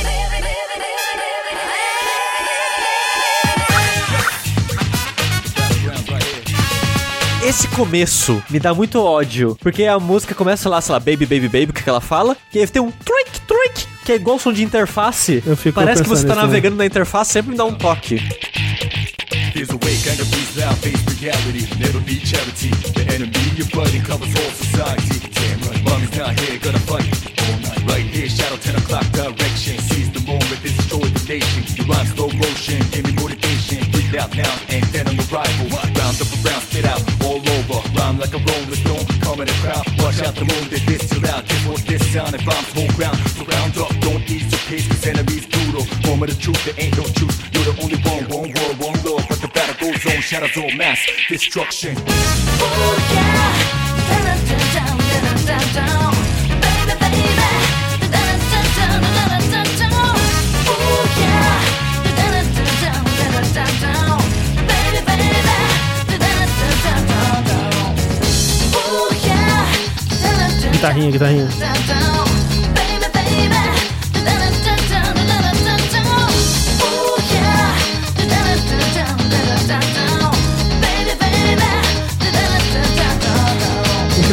Esse começo me dá muito ódio, porque a música começa lá, sei lá, baby, baby, baby, o que que ela fala, e aí tem um truik, truik, que é igual som de interface. Eu fico Parece que você tá nisso, navegando né? na interface, sempre me dá um toque. There's a way, kind of breeze out, face reality. Never be charity. The enemy you're fighting covers all society. Damn right, mommy's not here, gonna fight all night. Right here, shadow ten o'clock direction. Seize the moment, destroy the nation. You rhyme slow motion, give me motivation. Breathe out now, and then on the rival. Round up around, spit out all over. Rhyme like a rolling stone, come in the crowd. Watch out the moon, they diss you out. This was this sound, and bombs whole ground. So round up, don't ease your pace, cause enemies brutal. Moment of truth, there ain't no truth. You're the only one, one world, one love. But the battle goes on, shadows all mass destruction. Oh yeah, down, down, down, down, down, baby, baby, down, down, down, down, down, down. Oh yeah, down, down, down, down, down, baby, baby, down, down, down, down. Oh yeah, down, down, Guitarrinha, guitarrinha. down, down, baby, baby, down, down, down, down, down, down. Oh yeah, down, down, down, down, down, down, baby, baby, down, down, down, down, down. Incrível.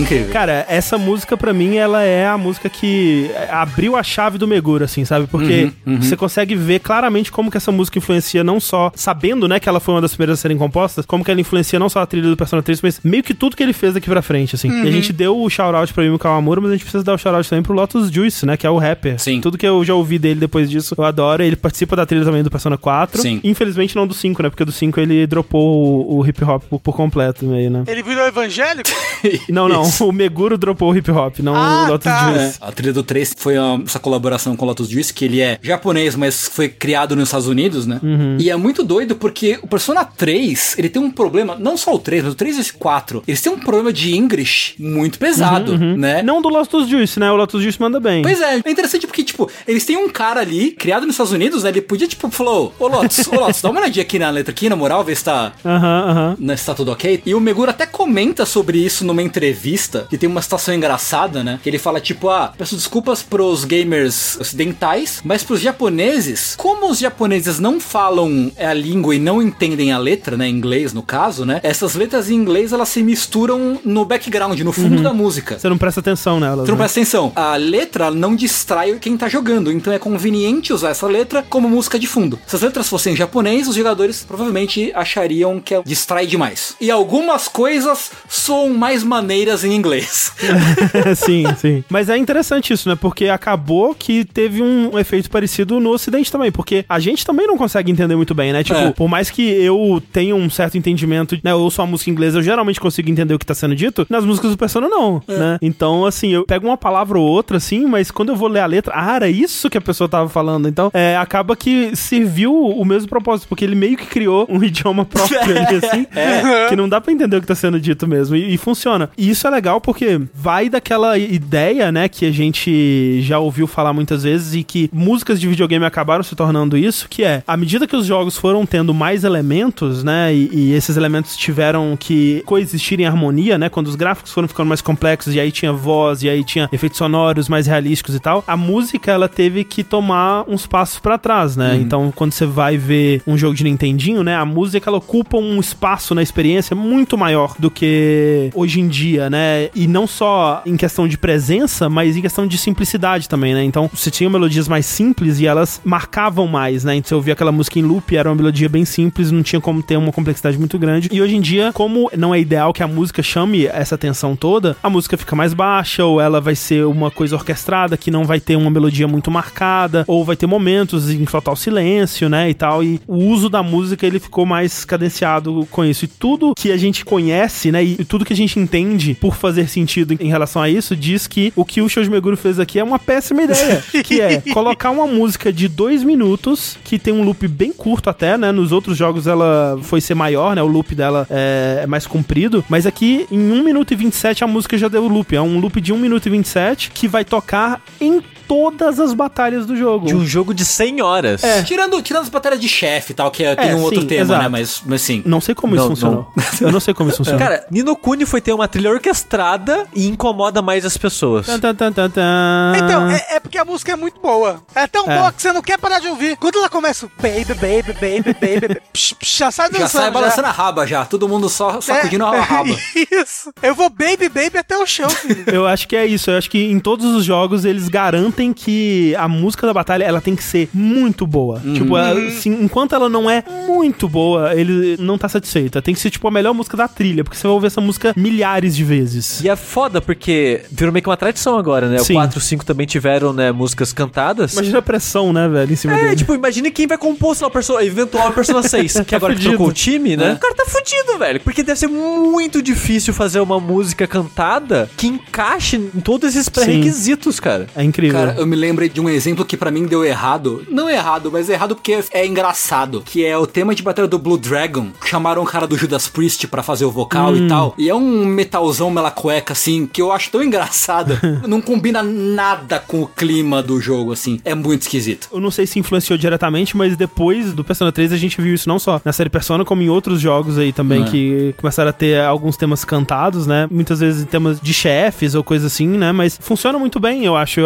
incrível. Cara, essa música pra mim, ela é a música que abriu a chave do Meguro, assim, sabe? Porque Uhum, uhum. você consegue ver claramente como que essa música influencia não só, sabendo, né, que ela foi uma das primeiras a serem compostas, como que ela influencia não só a trilha do Persona três, mas meio que tudo que ele fez daqui pra frente, assim. E a gente deu o shout-out pra Yumi Kawamura, mas a gente precisa dar o shout-out também pro Lotus Juice, né, que é o rapper. Sim. Tudo que eu já ouvi dele depois disso, eu adoro. Ele participa da trilha também do Persona quatro. Sim. Infelizmente não do cinco, né, porque do cinco ele dropou o, o hip-hop por, por completo meio, né. Ele virou evangélico? Não, não, o Meguro dropou o hip-hop, não Ah, o Lotus tá. Juice. É, a trilha do três foi uma- essa colaboração com o Lotus Juice, que ele é japonês, mas foi criado nos Estados Unidos, né? E é muito doido porque o Persona três, ele tem um problema, não só o três, mas o três e o quatro, eles têm um problema de English muito pesado, né? Não do Lotus Juice, né, o Lotus Juice manda bem. Pois é, é interessante porque, tipo, eles têm um cara ali, criado nos Estados Unidos, né? Ele podia, tipo, falou, ô Lotus, ô Lotus, dá uma olhadinha aqui na letra aqui, na moral, ver se tá, Aham, aham. né, se tá tudo ok. E o Meguro até comenta sobre isso numa entrevista, que tem uma situação engraçada, né? Que ele fala, tipo, ah, peço desculpas pros gamers ocidentais, mas pros japoneses, como os japoneses não falam a língua e não entendem a letra, né, em inglês no caso, né? Essas letras em inglês, elas se misturam no background, no fundo da música. Você não presta atenção nelas, Tu não né? presta atenção. A letra não distrai quem tá jogando, então é conveniente usar essa letra como música de fundo. Se as letras fossem em japonês, os jogadores provavelmente achariam que é- distrai demais. E algumas coisas soam mais maneiras em inglês. Sim, sim. Mas é interessante isso, né? Porque acabou que teve um efeito parecido no Ocidente também, porque a gente também não consegue entender muito bem, né? Tipo, É. por mais que eu tenha um certo entendimento, né? Eu ouço a música inglesa, eu geralmente consigo entender o que tá sendo dito, nas músicas do Persona não, né? Então, assim, eu pego uma palavra ou outra, assim, mas quando eu vou ler a letra, ah, era isso que a pessoa tava falando. Então, é, acaba que serviu o mesmo propósito, porque ele meio que criou um idioma próprio ali, assim, que não dá pra entender o que tá sendo dito mesmo, e, e funciona. E isso é legal porque vai daquela ideia, né, que a gente já ouviu falar muitas vezes e que músicas de videogame acabaram se tornando isso, que é, à medida que os jogos foram tendo mais elementos, né, e, e esses elementos tiveram que coexistir em harmonia, né, quando os gráficos foram ficando mais complexos e aí tinha voz, e aí tinha efeitos sonoros mais realísticos e tal, a música, ela teve que tomar uns passos pra trás, né, então quando você vai ver um jogo de Nintendinho, né, a música, ela ocupa um espaço na experiência muito maior do que hoje em dia, né, e não só em questão de presença, mas em questão de simplicidade também, né, então você tinha melodias mais simples e elas marcavam mais, né, então você ouvia aquela música em loop, era uma melodia bem simples, não tinha como ter uma complexidade muito grande, e hoje em dia, como não é ideal que a música chame essa atenção toda, a música fica mais baixa, ou ela vai ser uma coisa orquestrada, que não vai ter uma melodia muito marcada, ou vai ter momentos em total silêncio, né, e tal, e o uso da música, ele ficou mais cadenciado com isso, e tudo que a gente conhece, né, e tudo que a gente entende por fazer sentido em relação a isso, diz que o que o Shoji Meguro fez aqui é uma péssima ideia, que é colocar uma música de dois minutos, que tem um loop bem curto até, né, nos outros jogos ela foi ser maior, né, o loop dela é, é mais comprido, mas aqui em um minuto e vinte e sete a música já deu o loop, é um loop de um minuto e vinte e sete que vai tocar em todas as batalhas do jogo. De um jogo de cem horas. É. Tirando, tirando as batalhas de chefe e tal, que é, tem É, um outro sim, tema, exato. né? Mas, mas sim. Não sei como isso Não, funcionou. Eu não sei como isso funciona. Cara, Ni no Kuni foi ter uma trilha orquestrada e incomoda mais as pessoas. Tan, tan, tan, tan, tan. Então, é, é porque a música é muito boa. É tão É. boa que você não quer parar de ouvir. Quando ela começa o baby, baby, baby, baby, psh, psh, já sai dançando. Já sai balançando a raba já. Todo mundo só sacudindo É, a raba. Isso. Eu vou baby, baby até o chão, filho. Eu acho que é isso. Eu acho que em todos os jogos eles garantem que a música da batalha ela tem que ser muito boa. Tipo, ela, assim, enquanto ela não é muito boa, ele não tá satisfeito. Tem que ser, tipo, a melhor música da trilha, porque você vai ouvir essa música milhares de vezes. E é foda porque virou meio que uma tradição agora, né? Sim. O quatro e o cinco também tiveram, né, músicas cantadas. Imagina a pressão, né, velho, em cima É, dele. tipo, imagine quem vai compor, sei lá, o perso- eventual Persona seis, que agora que fudido. trocou o time, né? É. O cara tá fudido, velho. Porque deve ser muito difícil fazer uma música cantada que encaixe em todos esses pré-requisitos, cara. É incrível. Cara, eu me lembrei de um exemplo que pra mim deu errado. Não errado, mas errado porque é engraçado. Que é o tema de batalha do Blue Dragon. Chamaram o cara do Judas Priest pra fazer o vocal Hum. e tal. E é um metalzão mela cueca, assim, que eu acho tão engraçado. Não combina nada com o clima do jogo, assim. É muito esquisito. Eu não sei se influenciou diretamente, mas depois do Persona três a gente viu isso não só na série Persona, como em outros jogos aí também, É. que começaram a ter alguns temas cantados, né? Muitas vezes temas de chefes ou coisa assim, né? Mas funciona muito bem, eu acho. Eu acho que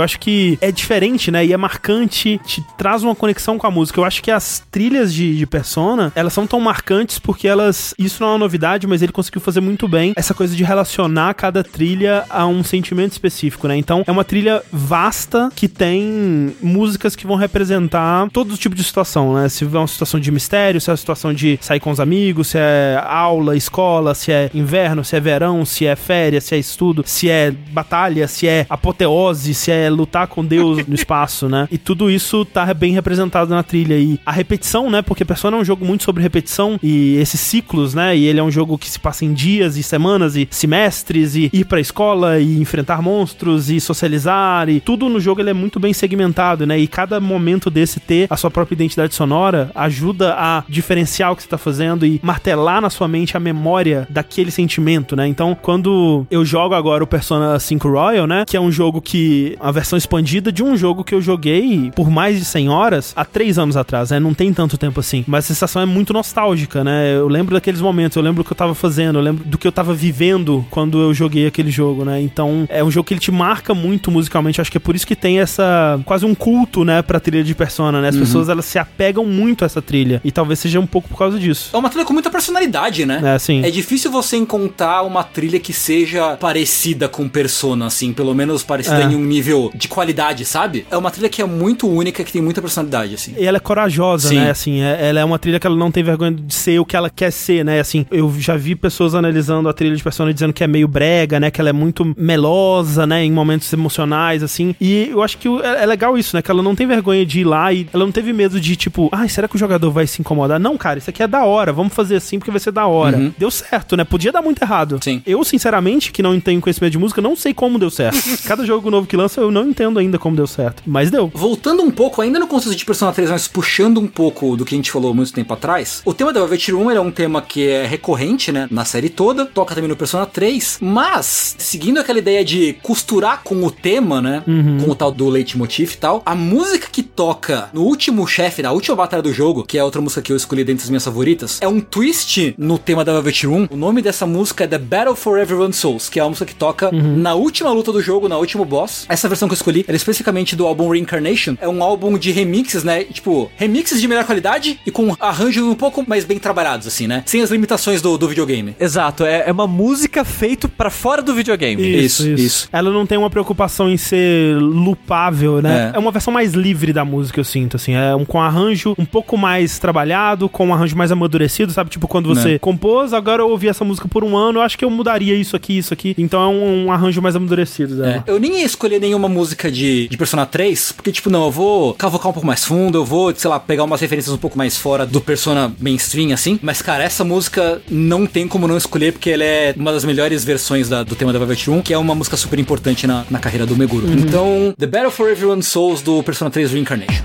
que é diferente, né? E é marcante, te traz uma conexão com a música. Eu acho que as trilhas de, de Persona, elas são tão marcantes porque elas... Isso não é uma novidade, mas ele conseguiu fazer muito bem essa coisa de relacionar cada trilha a um sentimento específico, né? Então, é uma trilha vasta que tem músicas que vão representar todo tipo de situação, né? Se é uma situação de mistério, se é uma situação de sair com os amigos, se é aula, escola, se é inverno, se é verão, se é férias, se é estudo, se é batalha, se é apoteose, se é lutar com Deus no espaço, né? E tudo isso tá bem representado na trilha. E a repetição, né? Porque Persona é um jogo muito sobre repetição e esses ciclos, né? E ele é um jogo que se passa em dias e semanas e semestres e ir pra escola e enfrentar monstros e socializar e tudo no jogo ele é muito bem segmentado, né? E cada momento desse ter a sua própria identidade sonora ajuda a diferenciar o que você tá fazendo e martelar na sua mente a memória daquele sentimento, né? Então, quando eu jogo agora o Persona cinco Royal, né? Que é um jogo que... a versão expandida de um jogo que eu joguei por mais de cem horas há três anos atrás, né? Não tem tanto tempo assim. Mas a sensação é muito nostálgica, né? Eu lembro daqueles momentos, eu lembro o que eu tava fazendo, eu lembro do que eu tava vivendo quando eu joguei aquele jogo, né? Então, é um jogo que ele te marca muito musicalmente. Acho que é por isso que tem essa... quase um culto, né? Pra trilha de Persona, né? As uhum. pessoas, elas se apegam muito a essa trilha. E talvez seja um pouco por causa disso. É uma trilha com muita personalidade, né? É, sim. É difícil você encontrar uma trilha que seja parecida com Persona, assim. Pelo menos parecida é. em um nível de qualidade, sabe? É uma trilha que é muito única, que tem muita personalidade, assim. E ela é corajosa, sim. né? Assim, é, ela é uma trilha que ela não tem vergonha de ser o que ela quer ser, né? Assim, eu já vi pessoas analisando a trilha de Persona dizendo que é meio brega, né? Que ela é muito melosa, né? Em momentos emocionais, assim. E eu acho que é, é legal isso, né? Que ela não tem vergonha de ir lá e ela não teve medo de, tipo, ai, será que o jogador vai se incomodar? Não, cara, isso aqui é da hora, vamos fazer assim porque vai ser da hora. Uhum. Deu certo, né? Podia dar muito errado. Sim. Eu, sinceramente, que não tenho conhecimento de música, não sei como deu certo. Cada jogo novo que lança, eu não entendo ainda como deu certo. Mas deu. Voltando um pouco, ainda no conceito de Persona três, mas puxando um pouco do que a gente falou muito tempo atrás, o tema da Velvet Room é um tema que é recorrente, né? Na série toda, toca também no Persona três, mas, seguindo aquela ideia de costurar com o tema, né? Uhum. Com o tal do leitmotiv e tal, a música que toca no último chefe, na última batalha do jogo, que é outra música que eu escolhi dentre as minhas favoritas, é um twist no tema da Velvet Room. O nome dessa música é The Battle for Everyone's Souls, que é a música que toca uhum. na última luta do jogo, na última boss. Essa versão que eu escolhi, ela é especificamente do álbum Reincarnation, é um álbum de remixes, né? Tipo, remixes de melhor qualidade e com arranjos um pouco mais bem trabalhados, assim, né? Sem as limitações do, do videogame. Exato, é, é uma música feita pra fora do videogame. Isso, isso, isso. Ela não tem uma preocupação em ser loopável, né? É, é uma versão mais livre da música, eu sinto, assim. É um com arranjo um pouco mais trabalhado, com um arranjo mais amadurecido, sabe? Tipo, quando você né? compôs, agora eu ouvi essa música por um ano, eu acho que eu mudaria isso aqui, isso aqui. Então é um, um arranjo mais amadurecido dela. É. Eu nem ia escolher nenhuma música de, de Persona três, porque, tipo, não, eu vou cavocar um pouco mais fundo, eu vou, sei lá, pegar umas referências um pouco mais fora do Persona mainstream, assim. Mas, cara, essa música não tem como não escolher, porque ela é uma das melhores versões da, do tema da Velvet Room, que é uma música super importante na, na carreira do Meguro. Uhum. Então, The Battle for Everyone's Souls do Persona três Reincarnation.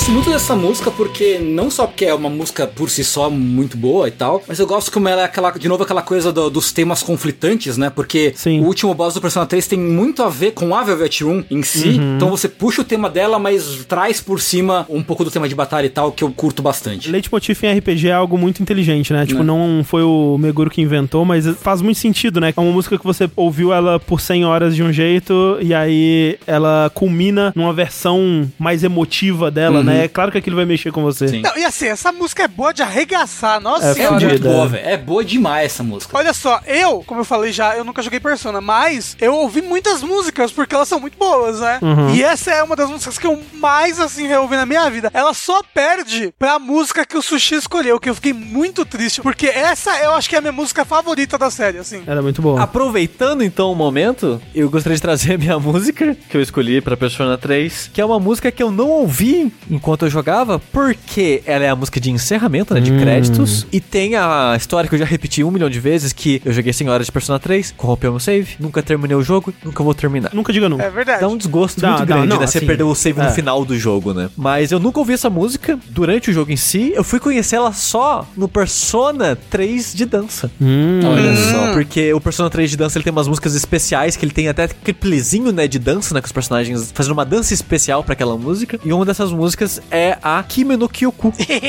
gosto muito dessa música porque não só porque é uma música por si só muito boa e tal, mas eu gosto como ela é aquela, de novo, aquela coisa do, dos temas conflitantes, né? Porque Sim. o último boss do Persona três tem muito a ver com a Velvet Room em si, Uhum. então você puxa o tema dela, mas traz por cima um pouco do tema de batalha e tal, que eu curto bastante. Leitmotiv em R P G é algo muito inteligente, né? Tipo, Né? não foi o Meguro que inventou, mas faz muito sentido, né? É uma música que você ouviu ela por cem horas de um jeito e aí ela culmina numa versão mais emotiva dela, Uhum. né? É claro que aquilo vai mexer com você. Sim. Não, e assim, essa música é boa de arregaçar, nossa É senhora. fudida. Muito boa, velho. É boa demais essa música. Olha só, eu, como eu falei já, eu nunca joguei Persona, mas eu ouvi muitas músicas porque elas são muito boas, né? Uhum. E essa é uma das músicas que eu mais, assim, reouvi na minha vida. Ela só perde pra música que o Sushi escolheu, que eu fiquei muito triste, porque essa eu acho que é a minha música favorita da série, assim. Era muito boa. Aproveitando então o momento, eu gostaria de trazer a minha música que eu escolhi pra Persona três, que é uma música que eu não ouvi enquanto eu jogava, porque ela é a música de encerramento, né, de Hum. créditos, e tem a história que eu já repeti um milhão de vezes, que eu joguei cem horas de Persona três, corrompeu meu save, nunca terminei o jogo, nunca vou terminar. Nunca diga nunca. É verdade. Dá um desgosto Dá, muito dá, grande, não, né? Você assim, perdeu o save é. no final do jogo, né? Mas eu nunca ouvi essa música durante o jogo em si. Eu fui conhecer ela só no Persona três de dança. Hum. Olha só. Porque o Persona três de dança, ele tem umas músicas especiais, que ele tem até clipezinho, né, de dança, né? Com os personagens fazendo uma dança especial pra aquela música. E uma dessas músicas é a Kimi no Kyoku.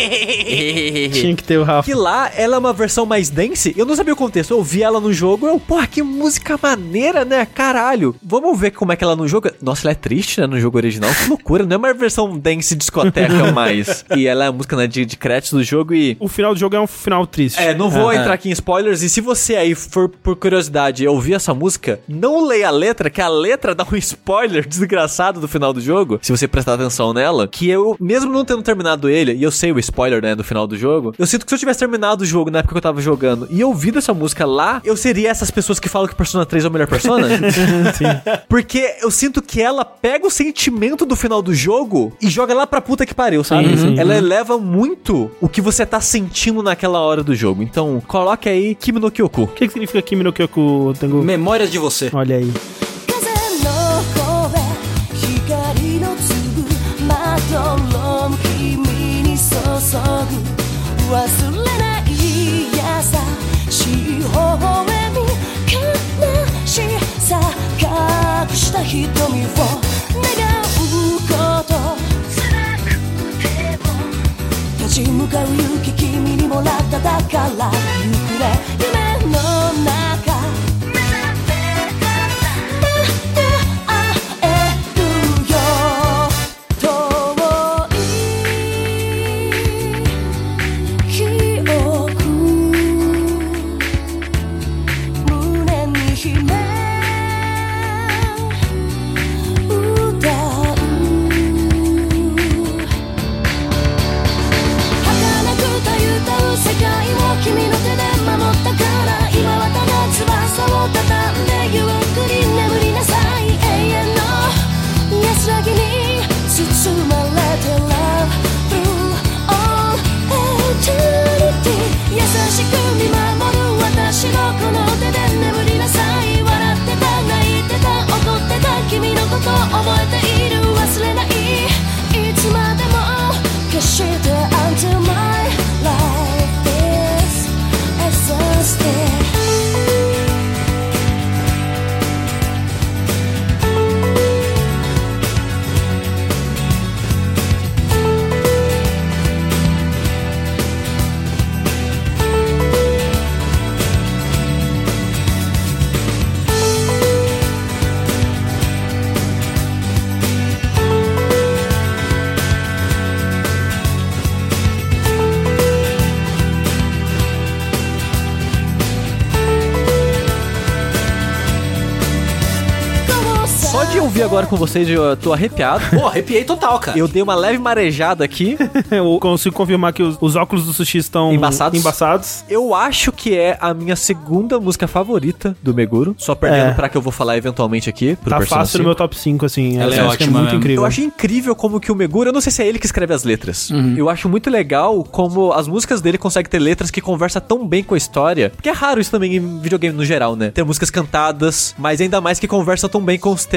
Tinha que ter o Rafa. Que lá, ela é uma versão mais dance. Eu não sabia o contexto. Eu ouvi ela no jogo. Eu, porra, que música maneira, né? Caralho. Vamos ver como é que ela no jogo... Nossa, ela é triste, né? No jogo original. Que loucura. Não é uma versão dance discoteca mais. E ela é a música, né, de, de créditos do jogo e... O final do jogo é um final triste. É, não vou É. entrar aqui em spoilers. E se você aí for por curiosidade ouvir essa música, não leia a letra, que a letra dá um spoiler desgraçado do final do jogo. Se você prestar atenção nela, que eu, mesmo não tendo terminado ele, e eu sei o spoiler, né, do final do jogo, eu sinto que se eu tivesse terminado o jogo na época que eu tava jogando e ouvido essa música lá, eu seria essas pessoas que falam que Persona três é o melhor Persona. Porque eu sinto que ela pega o sentimento do final do jogo e joga lá pra puta que pariu, sabe? Sim, sim. Ela eleva muito o que você tá sentindo naquela hora do jogo. Então, coloque aí Kimi no Kyoku. O que, que significa Kimi no Kyoku, Tengu? Memórias de você. Olha aí. 風の声光の粒まどろむ君に注ぐ忘れない優しい微笑み悲しさ隠した瞳を願うこと辛くても立ち向かう勇気君にもらっただからゆくれ夢の中目覚めたら会えるよ遠い記憶胸に秘め歌う儚くたゆたう世界を君の手で守ったから今はただ翼を畳んでゆっくり眠りなさい永遠の安らぎに包まれて Love through all eternity 優しく見守る私のこの手で眠りなさい笑ってた泣いてた怒ってた君のこと覚えている忘れないいつまでも決して Until my life is exhausted Só de ouvir agora com vocês, eu tô arrepiado. Pô, arrepiei total, cara. Eu dei uma leve marejada aqui. Eu consigo confirmar que os, os óculos do Sushi estão Embaçados? embaçados. Eu acho que é a minha segunda música favorita do Meguro. Só perdendo É. pra que eu vou falar eventualmente aqui. Pro Tá Persona fácil no cinco. meu top cinco, assim. Ela é Eu acho que ótima muito mesmo. incrível. Eu acho incrível como que o Meguro, eu não sei se é ele que escreve as letras. Eu acho muito legal como as músicas dele conseguem ter letras que conversam tão bem com a história. Porque é raro isso também em videogame no geral, né? Ter músicas cantadas, mas ainda mais que conversam tão bem com os temas do jogo.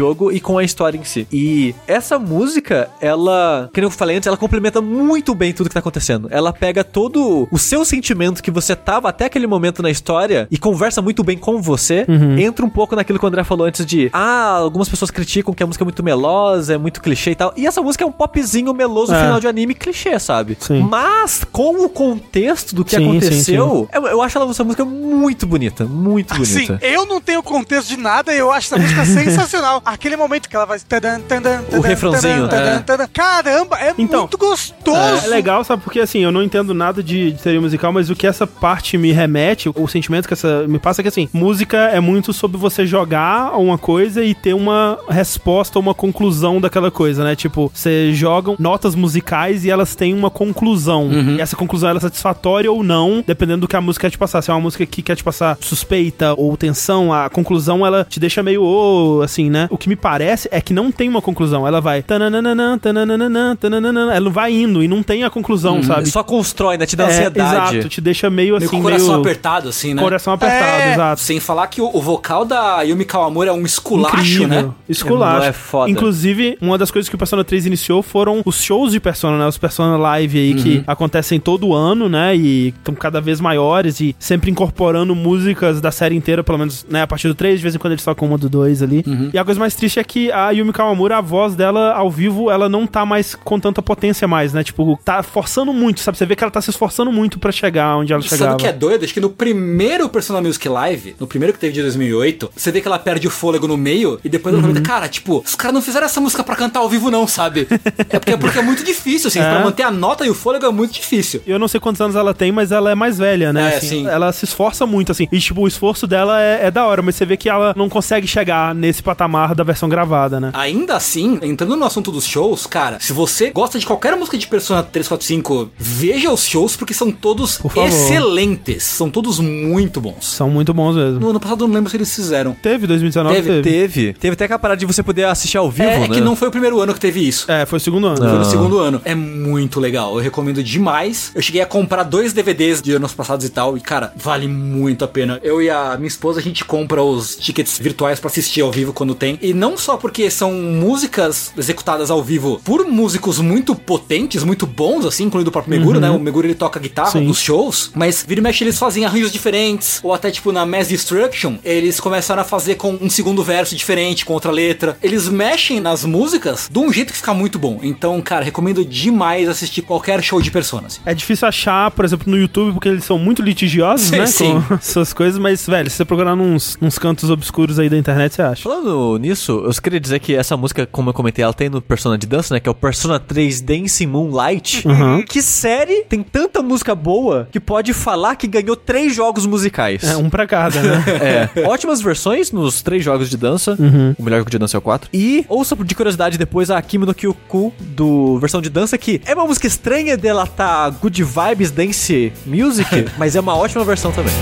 jogo e com a história em si. E essa música, ela, como eu falei antes, ela complementa muito bem tudo que tá acontecendo. Ela pega todo o seu sentimento que você tava até aquele momento na história e conversa muito bem com você. Uhum. Entra um pouco naquilo que o André falou antes de, ah, algumas pessoas criticam que a música é muito melosa, é muito clichê e tal. E essa música é um popzinho meloso É. final de anime clichê, sabe? Sim. Mas, com o contexto do que Sim, aconteceu, sim, sim. Eu, eu acho ela, essa música muito bonita. Muito Assim, bonita. eu não tenho contexto de nada e eu acho essa música sensacional. Aquele momento que ela vai... tadan, tadan, tadan, refrãozinho, tadan, é. tadan. Caramba, é Então, muito gostoso. É legal, sabe? Porque assim, eu não entendo nada de, de teoria musical, mas o que essa parte me remete, o, o sentimento que essa me passa é que assim, música é muito sobre você jogar uma coisa e ter uma resposta, uma conclusão daquela coisa, né? Tipo, você joga notas musicais e elas têm uma conclusão. Uhum. E essa conclusão ela é satisfatória ou não, dependendo do que a música quer te passar. Se é uma música que quer te passar suspeita ou tensão, a conclusão ela te deixa meio, oh, assim, né? O que me parece é que não tem uma conclusão. Ela vai tananana, tananana, tananana, ela vai indo e não tem a conclusão, Uhum. sabe? Só constrói, né? Te dá É, ansiedade. exato, te deixa meio assim, Meio com o coração meio... apertado, assim, né? Coração apertado, É. exato. Sem falar que o, o vocal da Yumi Kawamura é um esculacho, Incrível. né? Esculacho. É foda. Inclusive, uma das coisas que o Persona três iniciou foram os shows de Persona, né? Os Persona Live aí que acontecem todo ano, né? E estão cada vez maiores e sempre incorporando músicas da série inteira, pelo menos, né? A partir do três, de vez em quando eles tocam uma do dois ali. E a coisa mais triste é que a Yumi Kawamura, a voz dela ao vivo, ela não tá mais com tanta potência mais, né? Tipo, tá forçando muito, sabe? Você vê que ela tá se esforçando muito pra chegar onde ela E chegava. sabe o que é doido? Acho que no primeiro Persona Music Live, no primeiro que teve de dois mil e oito, você vê que ela perde o fôlego no meio e depois ela comenta, cara, tipo, os caras não fizeram essa música pra cantar ao vivo não, sabe? É porque, porque é muito difícil, assim, É. pra manter a nota e o fôlego é muito difícil. Eu não sei quantos anos ela tem, mas ela é mais velha, né? É, assim, sim. Ela se esforça muito, assim. E, tipo, o esforço dela é, é da hora, mas você vê que ela não consegue chegar nesse patamar da versão gravada, né? Ainda assim, entrando no assunto dos shows, cara, se você gosta de qualquer música de Persona três, quatro, cinco, veja os shows porque são todos Por favor. excelentes. São todos muito bons. São muito bons mesmo. No ano passado eu não lembro se eles fizeram. Teve, dois mil e dezenove Teve, teve. Teve. Teve até aquela parada de você poder assistir ao vivo, é, né? é que não foi o primeiro ano que teve isso. É, foi o segundo ano. Foi Ah. no segundo ano. É muito legal. Eu recomendo demais. Eu cheguei a comprar dois D V Ds de anos passados e tal. E, cara, vale muito a pena. Eu e a minha esposa, a gente compra os tickets virtuais pra assistir ao vivo quando tem. E não só porque são músicas executadas ao vivo por músicos muito potentes, muito bons, assim, incluindo o próprio Meguro, né? O Meguro, ele toca guitarra Sim. nos shows. Mas, vira e mexe, eles fazem arranjos diferentes. Ou até, tipo, na Mass Destruction, eles começaram a fazer com um segundo verso diferente, com outra letra. Eles mexem nas músicas de um jeito que fica muito bom. Então, cara, recomendo demais assistir qualquer show de Persona. Assim. É difícil achar, por exemplo, no YouTube, porque eles são muito litigiosos, Sim, né? sim. Com essas coisas, mas, velho, se você procurar nos, nos cantos obscuros aí da internet, você acha. Falando nisso, eu só queria dizer que essa música, como eu comentei, ela tem no Persona de dança, né? Que é o Persona três Dancing Moonlight. Uhum. Que série tem tanta música boa que pode falar que ganhou três jogos musicais. É, um pra cada, né? É. Ótimas versões nos três jogos de dança. Uhum. O melhor jogo de dança é o quatro. E ouça de curiosidade depois a Kimi no Kyoku do versão de dança, que é uma música estranha dela tá good vibes dance music, mas é uma ótima versão também.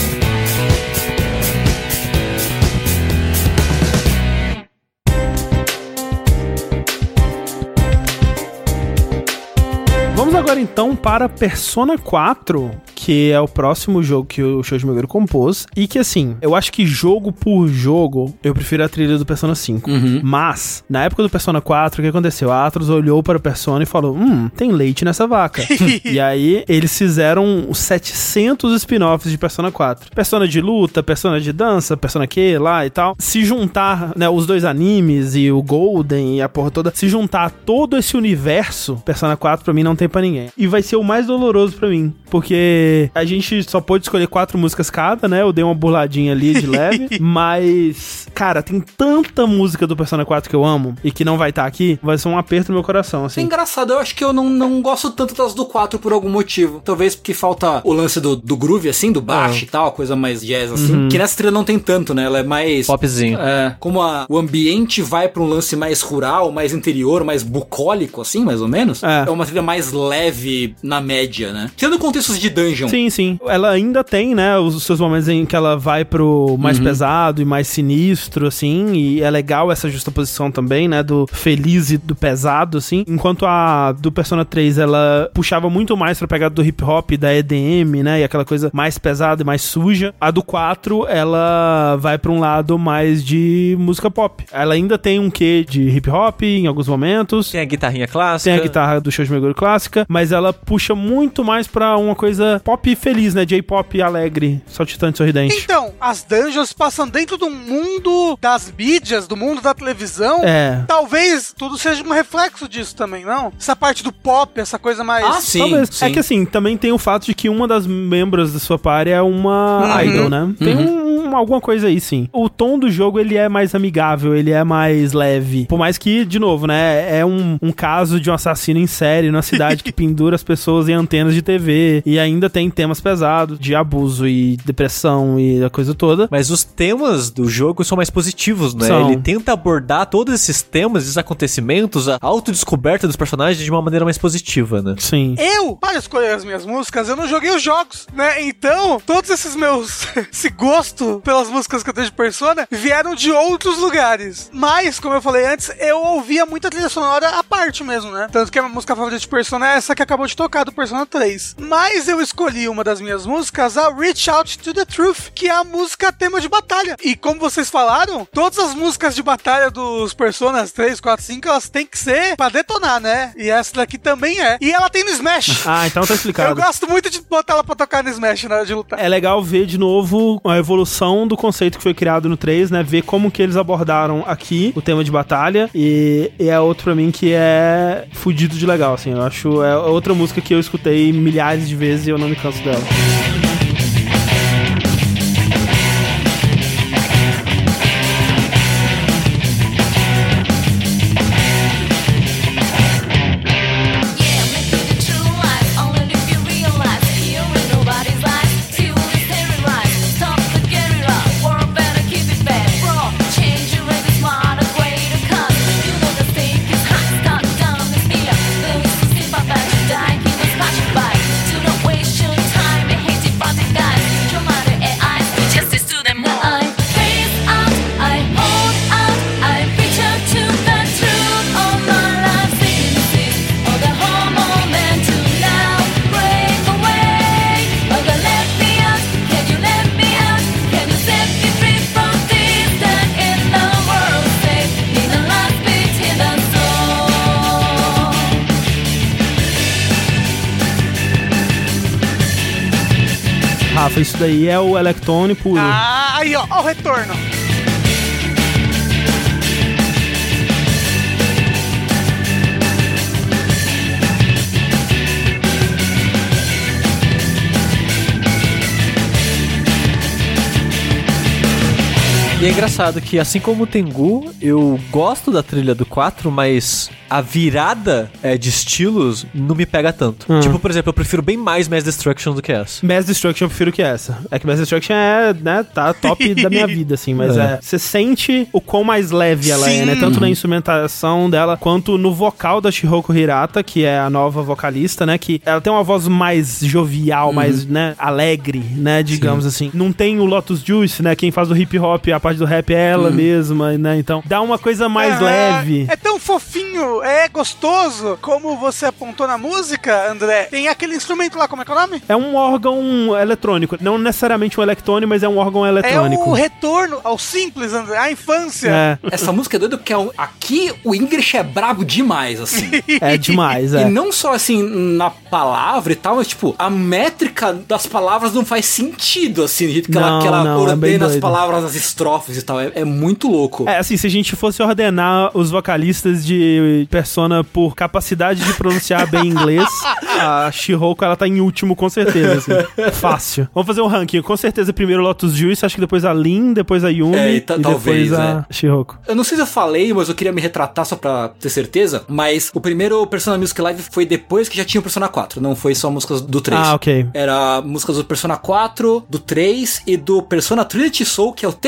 Vamos agora então para Persona quatro, que é o próximo jogo que o Shoji Meguro compôs. E que assim, eu acho que jogo por jogo, eu prefiro a trilha do Persona cinco. Mas, na época do Persona quatro, o que aconteceu? A Atlus olhou para o Persona e falou: Hum, tem leite nessa vaca. E aí, eles fizeram os setecentos spin-offs de Persona quatro. Persona de luta, Persona de dança, Persona que lá e tal. Se juntar, né, os dois animes e o Golden e a porra toda, se juntar todo esse universo, Persona quatro pra mim não tem pra ninguém. E vai ser o mais doloroso pra mim, porque a gente só pôde escolher quatro músicas cada, né? Eu dei uma burladinha ali de leve, mas, cara, tem tanta música do Persona quatro que eu amo e que não vai estar aqui, vai ser um aperto no meu coração, É assim. engraçado, eu acho que eu não, não gosto tanto das do quatro por algum motivo. Talvez porque falta o lance do, do groove, assim, do baixo e tal, coisa mais jazz, assim. Que nessa trilha não tem tanto, né? Ela é mais... Popzinho. É, como a, o ambiente vai pra um lance mais rural, mais interior, mais bucólico, assim, mais ou menos. É. É uma trilha mais leve na média, né? Tirando contextos de dungeon, um. Sim, sim. Ela ainda tem, né, os seus momentos em que ela vai pro mais Uhum. pesado e mais sinistro, assim, e é legal essa justaposição também, né, do feliz e do pesado, assim. Enquanto a do Persona três, ela puxava muito mais pra pegada do hip hop, da E D M, né, e aquela coisa mais pesada e mais suja. A do quatro, ela vai pra um lado mais de música pop. Ela ainda tem um quê de hip hop em alguns momentos. Tem a guitarrinha clássica. Tem a guitarra do Shoji Meguro clássica, mas ela puxa muito mais pra uma coisa pop feliz, né? J-pop alegre, saltitante, sorridente. Então, as dungeons passam dentro do mundo das mídias, do mundo da televisão. É. Talvez tudo seja um reflexo disso também, não? Essa parte do pop, essa coisa mais... Ah, sim. Talvez. sim. É que assim, também tem o fato de que uma das membros da sua party é uma Uhum. idol, né? Tem um, um- alguma coisa aí, sim. O tom do jogo, ele é mais amigável, ele é mais leve. Por mais que, de novo, né? É um, um caso de um assassino em série numa cidade que pendura as pessoas em antenas de T V. E ainda tem temas pesados de abuso e depressão e a coisa toda. Mas os temas do jogo são mais positivos, né? São. Ele tenta abordar todos esses temas, esses acontecimentos, a autodescoberta dos personagens de uma maneira mais positiva, né? Sim. Eu, para escolher as minhas músicas, eu não joguei os jogos, né? Então, todos esses meus... esse gosto pelas músicas que eu tenho de Persona vieram de outros lugares. Mas, como eu falei antes, eu ouvia muita trilha sonora à parte mesmo, né? Tanto que a minha música favorita de Persona é essa que acabou de tocar, do Persona três. Mas eu escolhi uma das minhas músicas, a Reach Out to the Truth, que é a música tema de batalha. E como vocês falaram, todas as músicas de batalha dos Personas três, quatro, cinco, elas têm que ser pra detonar, né? E essa daqui também é. E ela tem no Smash. Ah, então tá Eu explicado. gosto muito de botar ela pra tocar no Smash na hora de lutar. É legal ver de novo a evolução do conceito que foi criado no três, né? Ver como que eles abordaram aqui o tema de batalha. E, e é outro pra mim que é fudido de legal, assim. Eu acho é outra música que eu escutei milhares de vezes e eu não me canso dela. Yeah, making the true life. Only if you realize here in nobody's life. See what is terrorized. Stop the guerrilla, or better keep it back. Bro, change your ways is smart, a greater cause. You know the stake is high, start down the spear. Those who sleep about to die, he was passion by. Do not waste your time and hate it, but the guys. Your mother and I, justice to them all. I face out, I hold out, I reach out to the truth of my life. Sicknesses, all the whole moment to now break away. Oh, God, let me out, can you let me out? Can you set me free from this that in the world safe? In the last beat in the soul. Rafa, isso daí é o Electone puro. Ah, aí ó, ó o retorno. E é engraçado que, assim como o Tengu, eu gosto da trilha do quatro, mas a virada é, de estilos não me pega tanto. Hum. Tipo, por exemplo, eu prefiro bem mais Mass Destruction do que essa. Mass Destruction eu prefiro que essa. É que Mass Destruction é, né, tá top da minha vida, assim, mas É. é. Você sente o quão mais leve ela é, Sim. né? Tanto na instrumentação dela, quanto no vocal da Shihoko Hirata, que é a nova vocalista, né? Que ela tem uma voz mais jovial, mais, né, alegre, né? Digamos assim. Não tem o Lotus Juice, né? Quem faz o hip hop, a parte do rap é ela mesma, né? Então, dá uma coisa mais Ah, leve. É tão fofinho, é gostoso. Como você apontou na música, André, tem aquele instrumento lá, como é que é o nome? É um órgão eletrônico. Não necessariamente um electrone, mas é um órgão É eletrônico. o retorno ao simples, André, à infância. É, Essa música é doida porque é um- aqui o English é brabo demais, assim. é demais, é. E não só assim na palavra e tal, mas tipo, a métrica das palavras não faz sentido, assim, do jeito que ela, Não, que ela não, é bem ordena as doido. palavras nas estrofes e tal. É, é muito louco. É, assim, se a gente fosse ordenar os vocalistas de Persona por capacidade de pronunciar bem inglês, a Shihoko, ela tá em último, com certeza, assim. Fácil. Vamos fazer um ranking. Com certeza, primeiro Lotus Juice, acho que depois a Lin, depois a Yumi É, e e, ta- depois talvez, a né? Shihoko. Eu não sei se eu falei, mas eu queria me retratar só pra ter certeza. Mas o primeiro Persona Music Live foi depois que já tinha o Persona quatro, não foi só músicas do três. Ah, ok. Era músicas do Persona quatro, do três e do Persona Trinity Soul, que é o tenebroso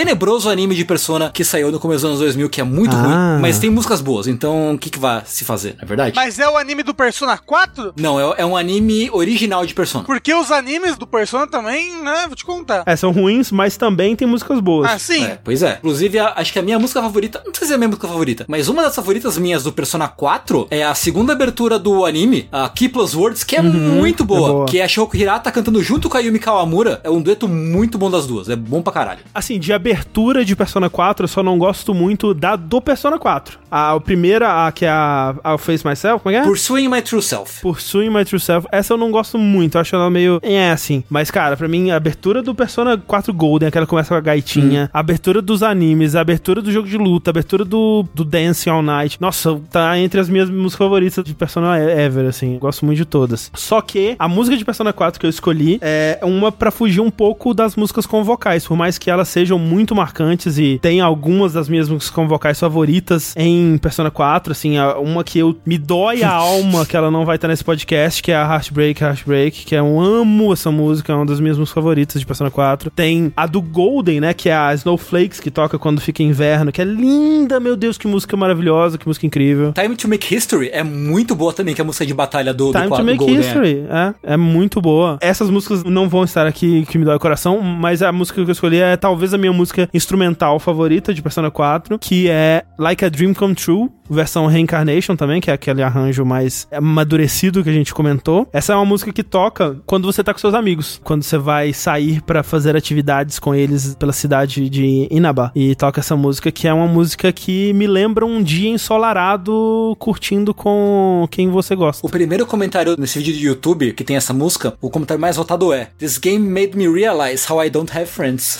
famoso anime de Persona que saiu no começo dos anos dois mil, que é muito Ah. ruim, mas tem músicas boas, então o que que vai se fazer, não é verdade? Mas é o anime do Persona quatro? Não, é, é um anime original de Persona. Porque os animes do Persona também, né, vou te contar. É, são ruins, mas também tem músicas boas. Ah, sim. É, pois é. Inclusive, a- acho que a minha música favorita, não sei se é a minha música favorita, mas uma das favoritas minhas do Persona quatro é a segunda abertura do anime, a Key Plus Words, que é muito boa, é boa. que é a Shoko Hirata cantando junto com a Yumi Kawamura. É um dueto muito bom das duas, é bom pra caralho. Assim, de abertura de Persona quatro, eu só não gosto muito da do Persona quatro. A, a primeira, a, que é a, a Face Myself, como é que é? Pursuing My True Self. Pursuing My True Self. Essa eu não gosto muito, eu acho ela meio... É, assim. Mas, cara, pra mim, a abertura do Persona quatro Golden, aquela que começa com a gaitinha, a abertura dos animes, a abertura do jogo de luta, a abertura do, do Dancing All Night. Nossa, tá entre as minhas músicas favoritas de Persona ever, assim. Eu gosto muito de todas. Só que a música de Persona quatro que eu escolhi é uma pra fugir um pouco das músicas com vocais, por mais que elas sejam muito marcantes e tem algumas das minhas músicas com vocais favoritas em Persona quatro, assim, a- uma que eu me dói a alma que ela não vai estar nesse podcast, que é a Heartbreak, Heartbreak, que eu amo essa música, é uma das minhas músicas favoritas de Persona quatro. Tem a do Golden, né, que é a Snowflakes, que toca quando fica inverno, que é linda, meu Deus, que música maravilhosa, que música incrível. Time to Make History é muito boa também, que é a música de batalha do, do, Time qua- to do Make Golden. History, é, é muito boa. Essas músicas não vão estar aqui, que me dói o coração, mas a música que eu escolhi é talvez a minha música instrumental favorita de Persona quatro, que é Like a Dream Come True, versão Reincarnation também, que é aquele arranjo mais amadurecido que a gente comentou. Essa é uma música que toca quando você tá com seus amigos, quando você vai sair pra fazer atividades com eles pela cidade de Inaba, e toca essa música, que é uma música que me lembra um dia ensolarado curtindo com quem você gosta. O primeiro comentário nesse vídeo do YouTube que tem essa música, o comentário mais votado é: This game made me realize how I don't have friends.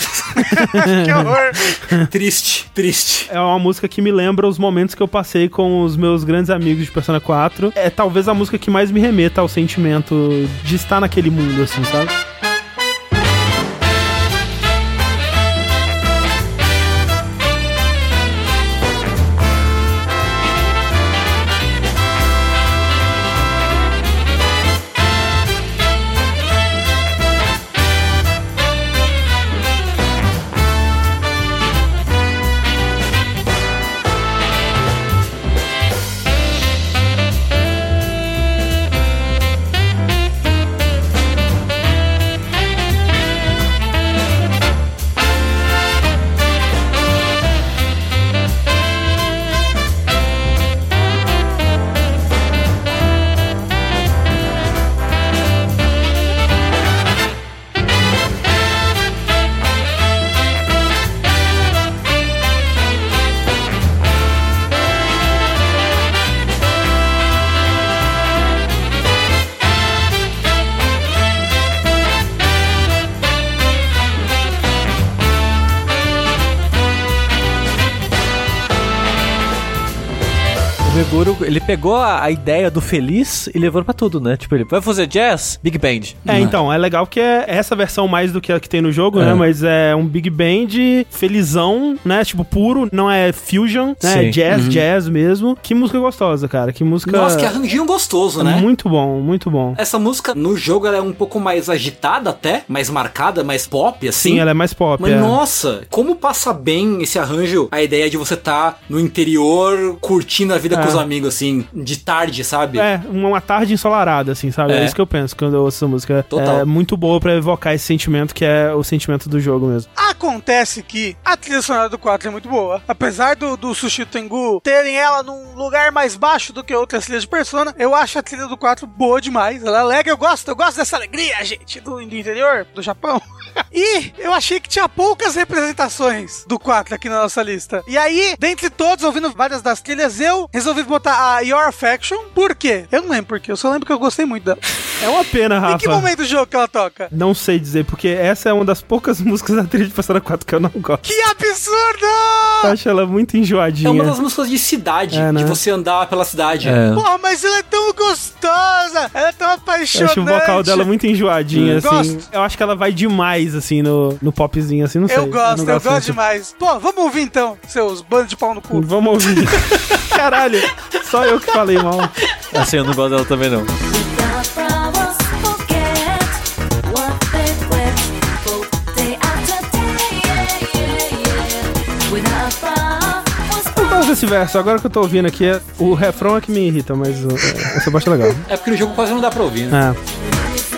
Que horror. Triste, triste. É uma música que me lembra os momentos que eu passei com os meus grandes amigos de Persona quatro. É talvez a música que mais me remeta ao sentimento de estar naquele mundo, assim, sabe? O Meguro, ele pegou a, a ideia do feliz e levou pra tudo, né? Tipo, ele vai fazer jazz, Big Band. É, então, é legal porque é essa versão mais do que a que tem no jogo, É. né? Mas é um Big Band felizão, né? Tipo, puro, não é fusion, né? Sim. É jazz, jazz mesmo. Que música gostosa, cara. Que música... Nossa, que arranjinho gostoso, é né? muito bom, muito bom. Essa música no jogo ela é um pouco mais agitada até, mais marcada, mais pop, assim. Sim, ela é mais pop. Mas é. nossa, como passa bem esse arranjo, a ideia de você tá no interior curtindo a vida É. com os amigos, assim, de tarde, sabe? É, uma uma tarde ensolarada, assim, sabe? É. É. isso que eu penso quando eu ouço essa música. Total. É muito boa pra evocar esse sentimento que é o sentimento do jogo mesmo. Acontece que a trilha sonora do quatro é muito boa. Apesar do, do Sushi Tengu terem ela num lugar mais baixo do que outras trilhas de Persona, eu acho a trilha do quatro boa demais. Ela é alegre, eu gosto, eu gosto dessa alegria, gente, do, do interior, do Japão. E eu achei que tinha poucas representações do quatro aqui na nossa lista. E aí, dentre todos, ouvindo várias das trilhas, eu resolvi botar a Your Affection. Por quê? Eu não lembro por quê, eu só lembro que eu gostei muito dela. É uma pena, Rafa. Em que momento do jogo que ela toca? Não sei dizer, porque essa é uma das poucas músicas da trilha de Persona quatro que eu não gosto. Que absurdo! Eu acho ela muito enjoadinha. É uma das músicas de cidade, É, né? de você andar pela cidade. É. Porra, mas ela é tão gostosa! Ela é tão Eu apaixonante! acho o vocal dela muito enjoadinho, Hum, assim. gosto. Eu acho que ela vai demais, assim, no, no popzinho, assim, não sei. Eu gosto, não eu gosto muito. demais. Pô, vamos ouvir então, seus bandos de pau no cu. Vamos ouvir. Caralho, só eu que falei mal. Assim, eu não gosto dela também, não. Without problems, forget what they went. Both day after day, yeah, yeah, yeah. esse verso, agora que eu tô ouvindo aqui, é- o refrão é que me irrita, mas uh, essa parte é legal. É porque no jogo quase não dá pra ouvir, né? É.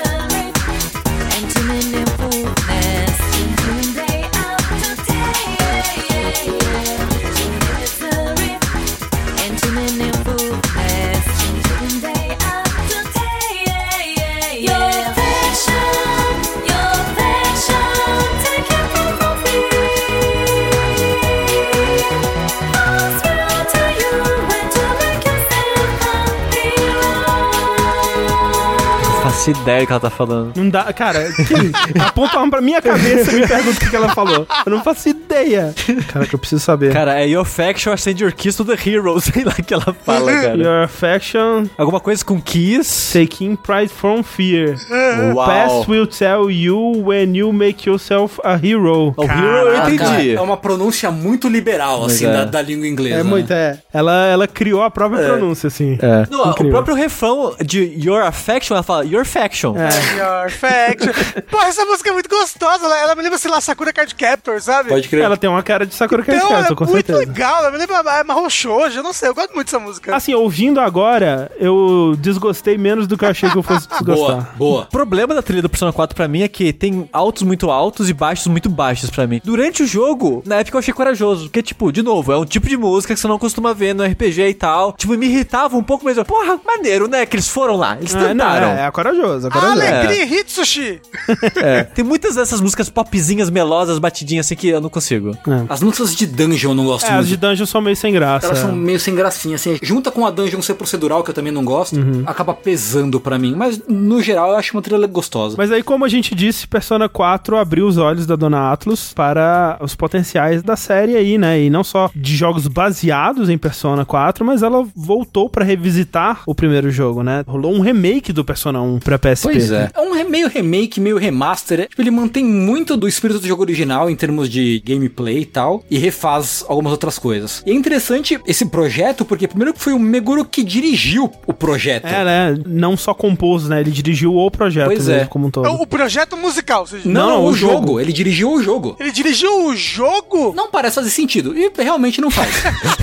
Faço ideia do que ela tá falando. Não dá, cara, quem aponta uma pra minha cabeça e me pergunta o que que ela falou. Eu não faço ideia. Cara, que eu preciso saber. Cara, é Your Faction Send Your Kiss to the Hero, sei lá o que ela fala, cara. Your affection Alguma coisa com Kiss. taking pride from fear. Uau. Past will tell you when you make yourself a hero. O Hero eu Ah, cara, entendi. é uma pronúncia muito liberal, Mas assim, é. da, da língua inglesa. É né? muito, é. Ela, ela criou a própria pronúncia, assim. É. Não, o Incrível. próprio refrão de Your Affection, ela fala Your Faction. É. Your Faction. Pô, essa música é muito gostosa. Ela, ela me lembra, sei lá, Sakura Card Captor, sabe? Pode crer. Ela tem uma cara de Sakura Card Então, Captor, é com muito certeza. legal. Ela me lembra a Mahou Shoujo. Eu não sei, eu gosto muito dessa música. Assim, ouvindo agora, eu desgostei menos do que eu achei que eu fosse Boa, desgostar. boa. O problema da trilha do Persona quatro pra mim é que tem altos muito altos e baixos muito baixos pra mim. Durante o jogo, na época eu achei corajoso, porque, tipo, de novo, é um tipo de música que você não costuma ver no R P G e tal. Tipo, me irritava um pouco, mas eu, porra, maneiro, né, que eles foram lá, eles Ah, não, tentaram. é, é corajoso, é corajoso. Alegria e Hitsushi. É. Tem muitas dessas músicas popzinhas, melosas, batidinhas assim que eu não consigo. As músicas de dungeon eu não gosto É, muito. as de dungeon são meio sem graça. Elas é. são meio sem gracinha, assim. Junta com a dungeon ser procedural, que eu também não gosto, acaba pesando pra mim. Mas, no geral, eu acho uma trilha gostosa. Mas aí, como a gente disse, Persona quatro abriu os olhos da Dona Atlus para os potenciais da série aí, né? E não só de jogos baseados em Persona quatro, mas ela voltou pra revisitar o primeiro jogo, né? Rolou um remake do Persona um pra P S P. Pois é. É um re- meio remake, meio remaster. Tipo, ele mantém muito do espírito do jogo original em termos de gameplay e tal, e refaz algumas outras coisas. E é interessante esse projeto, porque primeiro que foi o Meguro que dirigiu o projeto. É, né? Não só compôs, né? Ele dirigiu o projeto Pois mesmo, é. como um todo. O, o projeto musical, você diz. Não, Não, o o jogo. jogo. Ele dirigiu o jogo. Ele dirigiu o jogo? Não parece fazer sentido. E realmente não faz.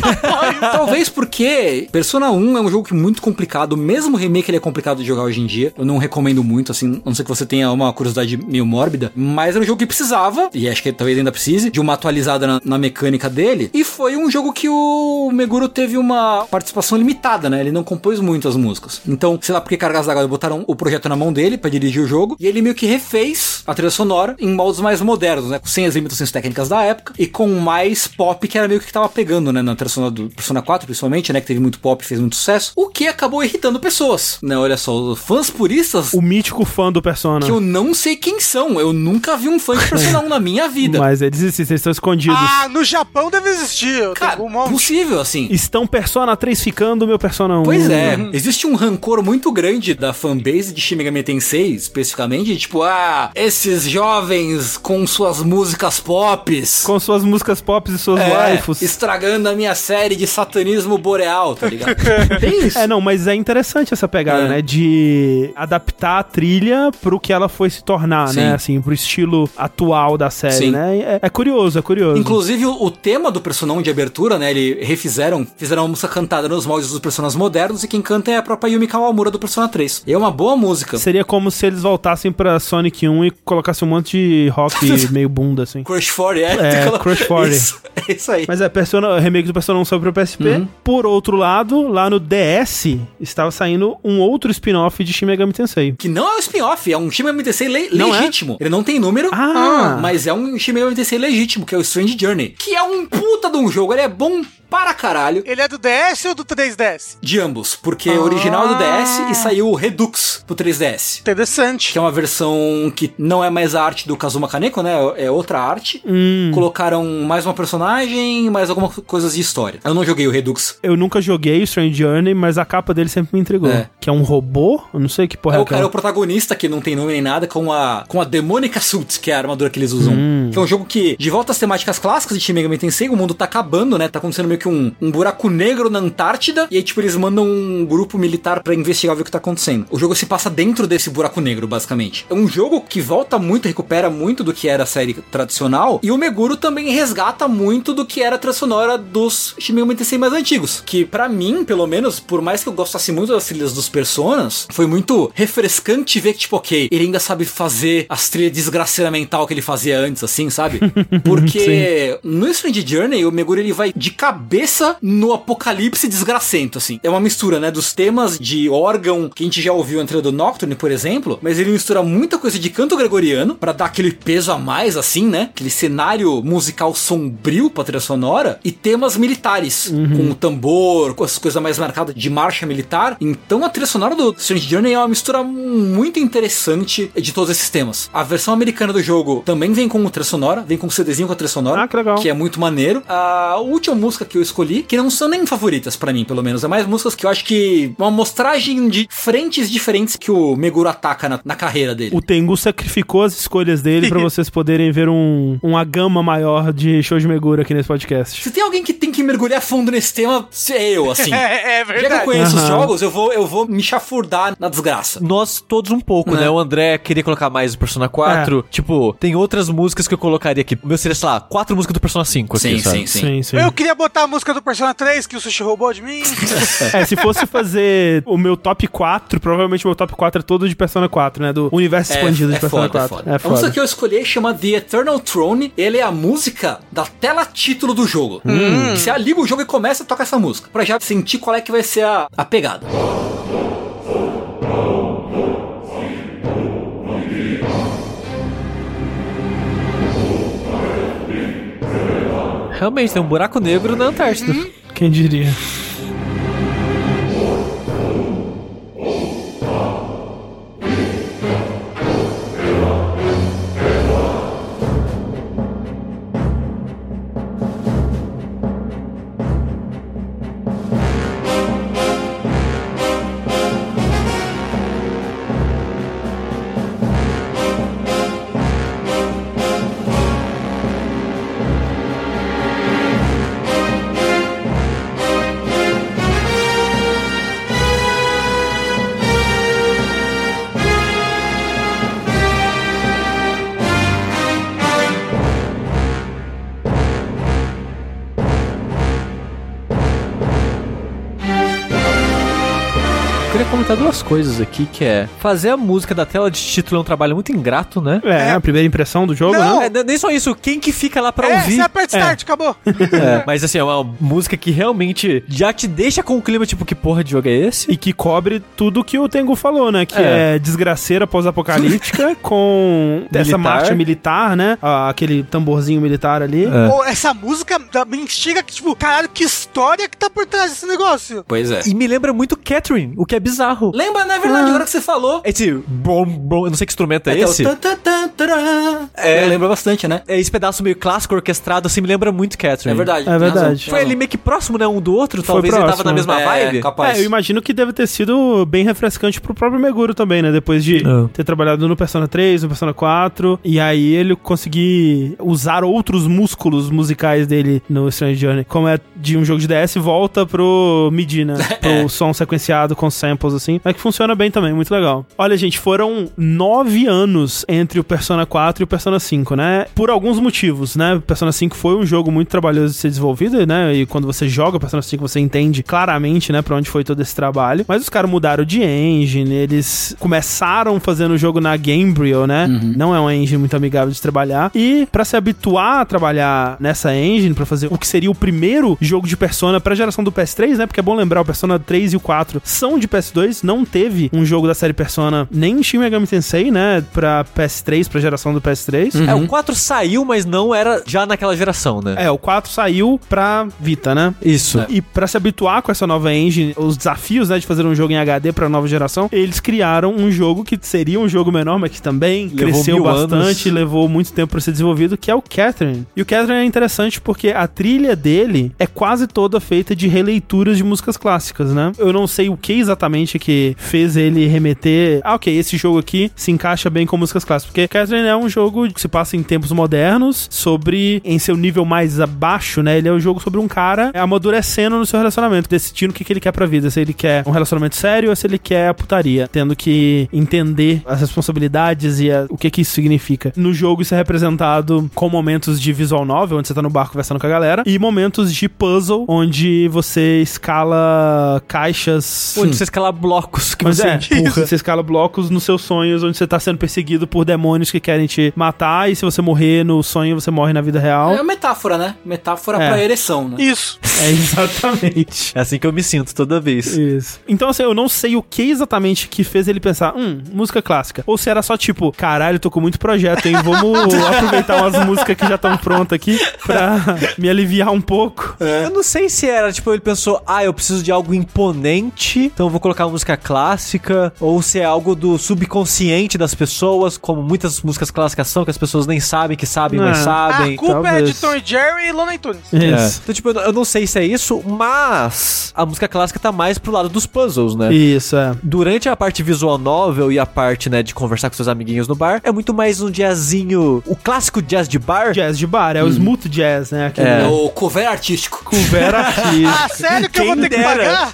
Talvez porque Persona um é um jogo que é muito complicado. Mesmo o remake ele é complicado de jogar hoje em dia. Eu não recomendo muito, assim. A não ser que você tenha uma curiosidade meio mórbida. Mas era um jogo que precisava, e acho que talvez ainda precise, de uma atualizada na, na mecânica dele. E foi um jogo que o Meguro teve uma participação limitada, né? Ele não compôs muito as músicas. Então, sei lá porque cargas d'água botaram o projeto na mão dele pra dirigir o jogo. E ele meio que refez a trilha sonora em moldes mais modernos, né? Sem as limitações técnicas da época. E com mais pop, que era meio que tava pegando, né? Na trilha sonora do Persona quatro, principalmente, né? Que teve muito pop, fez muito sucesso. O que acabou irritando pessoas, né? Olha só, os fãs puristas, O mítico fã do Persona. que eu não sei quem são. Eu nunca vi um fã de Persona um na minha vida. Mas eles existem, eles estão escondidos. Ah, no Japão deve existir. Eu Cara, tenho um monte. possível, assim. Estão Persona três ficando meu Persona um. Pois é, existe um rancor muito grande da fanbase de Shin Megami Tensei, especificamente, de tipo, ah, esses jovens com suas músicas pops, Com suas músicas pop e suas é, waifus. estragando a minha série de satanismo boreal, tá ligado? Tem isso. É, não, mas é interessante essa pegada, É. né? De adaptar a trilha pro que ela foi se tornar, Sim. né? Assim, pro estilo atual da série, Sim. né? É, é curioso, é curioso. Inclusive, o, o tema do Persona um de abertura, né, ele refizeram, fizeram uma música cantada nos moldes dos personagens modernos, e quem canta é a própria Yumi Kawamura do Persona três. E é uma boa música. Seria como se eles voltassem pra Sonic um e colocassem um monte de rock meio bunda, assim. Crush quarenta, é? É, Você colo- Crush quarenta. Isso, é isso aí. Mas é, Persona, remake do Persona um saiu pro P S P. Uhum. Por outro lado, lá no D S, estava saindo um outro spin-off de Shin Megami Tensei. Que não é um spin-off, é um Shin Megami Tensei le Não é? legítimo. Ele não tem número, Ah. mas é um Shin Megami Tensei legítimo, que é o Strange Journey. Que é um puta de um jogo, ele é bom para caralho. Ele é do D S ou do três D S? De ambos, porque o original é do D S e saiu o Redux pro três D S. Interessante. Que é uma versão que não é mais a arte do Kazuma Kaneko, né? É outra arte. Hum. Colocaram mais uma personagem, mais algumas coisas de história. Eu não joguei o Redux. Eu nunca joguei o Strange Journey, mas a capa dele sempre me intrigou. É. Que é um robô? Eu não sei que porra É é o cara, é aquela. o protagonista, que não tem nome nem nada, com a, com a Demonica Suit, que é a armadura que eles usam. Hum. Que é um jogo que, de volta às temáticas clássicas de Shin Megami Tensei, o mundo tá acabando, né? Tá acontecendo meio meio que um, um buraco negro na Antártida, e aí, tipo, eles mandam um grupo militar pra investigar ver o que tá acontecendo. O jogo se passa dentro desse buraco negro, basicamente. É um jogo que volta muito, recupera muito do que era a série tradicional, e o Meguro também resgata muito do que era a trilha sonora dos Shin Megami Tensei mais antigos, que pra mim, pelo menos, por mais que eu gostasse muito das trilhas dos Personas, foi muito refrescante ver que, tipo, ok, ele ainda sabe fazer as trilhas de desgraceira mental que ele fazia antes, assim, sabe? Porque no Strange Journey, o Meguro, ele vai de cabeça no apocalipse desgracento, assim. É uma mistura, né, dos temas de órgão que a gente já ouviu na trilha do Nocturne, por exemplo, mas ele mistura muita coisa de canto gregoriano pra dar aquele peso a mais, assim, né? Aquele cenário musical sombrio pra trilha sonora e temas militares, uhum. com o tambor, com essas coisas mais marcadas de marcha militar. Então a trilha sonora do Strange Journey é uma mistura muito interessante de todos esses temas. A versão americana do jogo também vem com trilha sonora, vem com um CDzinho com a trilha sonora, ah, que legal. Que é muito maneiro. A última música que eu escolhi, que não são nem favoritas pra mim, pelo menos, é mais músicas que eu acho que uma mostragem de frentes diferentes que o Meguro ataca na, na carreira dele. O Tengu sacrificou as escolhas dele pra vocês poderem ver um, uma gama maior de shows de Meguro aqui nesse podcast. Se tem alguém que tem que mergulhar fundo nesse tema, é eu, assim. É, é verdade. Já que eu conheço uhum. os jogos, eu vou, eu vou me chafurdar na desgraça. Nós todos um pouco, É. né? O André queria colocar mais o Persona quatro. É. Tipo, tem outras músicas que eu colocaria aqui. O meu seria, sei lá, quatro músicas do Persona cinco aqui, Sim, sabe? sim, sim. Sim, sim. Eu queria botar a música do Persona três, que o Sushi roubou de mim. É, se fosse fazer o meu top quatro, provavelmente o meu top quatro é todo de Persona quatro, né? Do universo expandido de Persona foda, quatro. É foda. É A música foda. que eu escolhi chama The Eternal Throne. Ele é a música da tela título do jogo. Hum. Você liga o jogo e começa a tocar essa música, pra já sentir qual é que vai ser a, a pegada. Realmente, tem um buraco negro na Antártida. Quem diria? Eu queria comentar duas coisas aqui, que é fazer a música da tela de título é um trabalho muito ingrato, né? É, a primeira impressão do jogo, Não. né? É, nem só isso, quem que fica lá pra É, ouvir? você aperta start, acabou. É, mas assim, é uma música que realmente já te deixa com o clima, tipo, que porra de jogo é esse? E que cobre tudo que o Tengu falou, né? Que é, É. desgraceira pós-apocalíptica com essa Militar. marcha militar, né? Ah, aquele tamborzinho militar ali. É. Pô, essa música me instiga que, tipo, caralho, que história que tá por trás desse negócio. Pois é. E me lembra muito Catherine, o que é bizarro. Lembra, na verdade, agora que você falou. Esse bom, bom, eu não sei que instrumento é Até o esse. tan, tan, tan, taran. É, lembra bastante, né? É esse pedaço meio clássico, orquestrado, assim, me lembra muito Catherine. É verdade. É tem verdade. razão, tem Foi ali razão. meio que próximo, né, um do outro, Foi talvez ele tava próximo. na mesma É, vibe. capaz. É, eu imagino que deve ter sido bem refrescante pro próprio Meguro também, né? Depois de É. ter trabalhado no Persona três, no Persona quatro, e aí ele conseguir usar outros músculos musicais dele no Strange Journey. Como é de um jogo de D S, volta pro M I D I, né? Pro som sequenciado com samples, assim. É que funciona bem também, muito legal. Olha, gente, foram nove anos entre o Persona quatro e o Persona cinco, né? Por alguns motivos, né? O Persona cinco foi um jogo muito trabalhoso de ser desenvolvido, né? E quando você joga o Persona cinco, você entende claramente, né, pra onde foi todo esse trabalho. Mas os caras mudaram de engine, eles começaram fazendo o jogo na Gamebryo, né? Uhum. Não é uma engine muito amigável de trabalhar. E pra se habituar a trabalhar nessa engine, pra fazer o que seria o primeiro jogo de Persona pra geração do P S três, né? Porque é bom lembrar, o Persona três e o quatro são de P S dois, não teve um jogo da série Persona, nem Shin Megami Tensei, né? Pra P S três, pra geração do P S três. É, o quatro saiu, mas não era já naquela geração, né? É, o quatro saiu pra Vita, né? Isso. E pra se habituar com essa nova engine, os desafios, né, de fazer um jogo em H D pra nova geração, eles criaram um jogo que seria um jogo menor, mas que também Levou cresceu mil bastante, anos. levou muito tempo pra ser desenvolvido, que é o Catherine. E o Catherine é interessante porque a trilha dele é quase toda feita de releituras de músicas clássicas, né? Eu não sei o que exatamente que fez ele remeter, ah, ok, esse jogo aqui se encaixa bem com músicas clássicas, porque Catherine é um jogo que se passa em tempos modernos, sobre, em seu nível mais abaixo, né, ele é um jogo sobre um cara amadurecendo no seu relacionamento, decidindo o que, que ele quer pra vida, se ele quer um relacionamento sério ou se ele quer a putaria, tendo que entender as responsabilidades e a, o que que isso significa. No jogo isso é representado com momentos de visual novel, onde você tá no barco conversando com a galera, e momentos de puzzle, onde você escala caixas... Onde você escala blocos que Mas você é, empurra. você escala blocos nos seus sonhos, onde você tá sendo perseguido por demônios que querem te matar, e se você morrer no sonho, você morre na vida real. É uma metáfora, né? Metáfora É. pra ereção, né? Isso. É, exatamente. É assim que eu me sinto toda vez. Isso. Então, assim, eu não sei o que exatamente que fez ele pensar, hum, música clássica. Ou se era só tipo, caralho, tô com muito projeto, hein? Vamos aproveitar umas músicas que já estão prontas aqui pra me aliviar um pouco. Eu não sei se era, tipo, ele pensou, ah, eu preciso de algo imponente, então eu vou colocar música clássica, ou se é algo do subconsciente das pessoas, como muitas músicas clássicas são, que as pessoas nem sabem que sabem, mas É. sabem. A culpa é de talvez. Tom e Jerry e Looney Tunes. É. Isso. Então, tipo, eu eu não sei se é isso, mas a música clássica tá mais pro lado dos puzzles, né? Isso, é. Durante a parte visual novel e a parte, né, de conversar com seus amiguinhos no bar, é muito mais um jazzinho, o clássico jazz de bar. Jazz de bar, é o smooth jazz, né? Aquele É. É o cover artístico. cover artístico. Ah, sério que eu vou Quem ter que dera. pagar?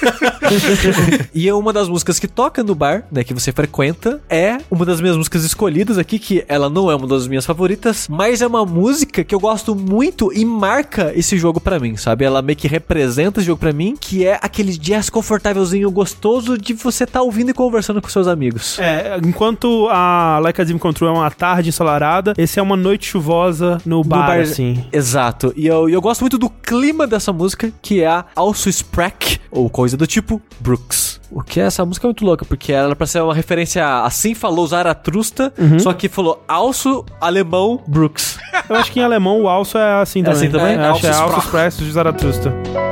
E é uma das músicas que toca no bar, né, que você frequenta, é uma das minhas músicas escolhidas aqui, que ela não é uma das minhas favoritas, mas é uma música que eu gosto muito e marca esse jogo pra mim, sabe? Ela meio que representa esse jogo pra mim, que é aquele jazz confortávelzinho gostoso de você tá ouvindo e conversando com seus amigos. É, enquanto a Like a Dream Control é uma tarde ensolarada, esse é uma noite chuvosa no bar, bar- assim. Exato. E eu, e eu gosto muito do clima dessa música, que é a Also Sprach, ou coisa do tipo Brooks. O que é essa música é muito louca, porque ela era pra ser uma referência a Assim Falou Zaratrusta, só que falou Also Alemão Brooks. Eu acho que em alemão o alço é assim também. assim também? É, acho que é Alço Alço Sprach. Sprach de Zaratustra.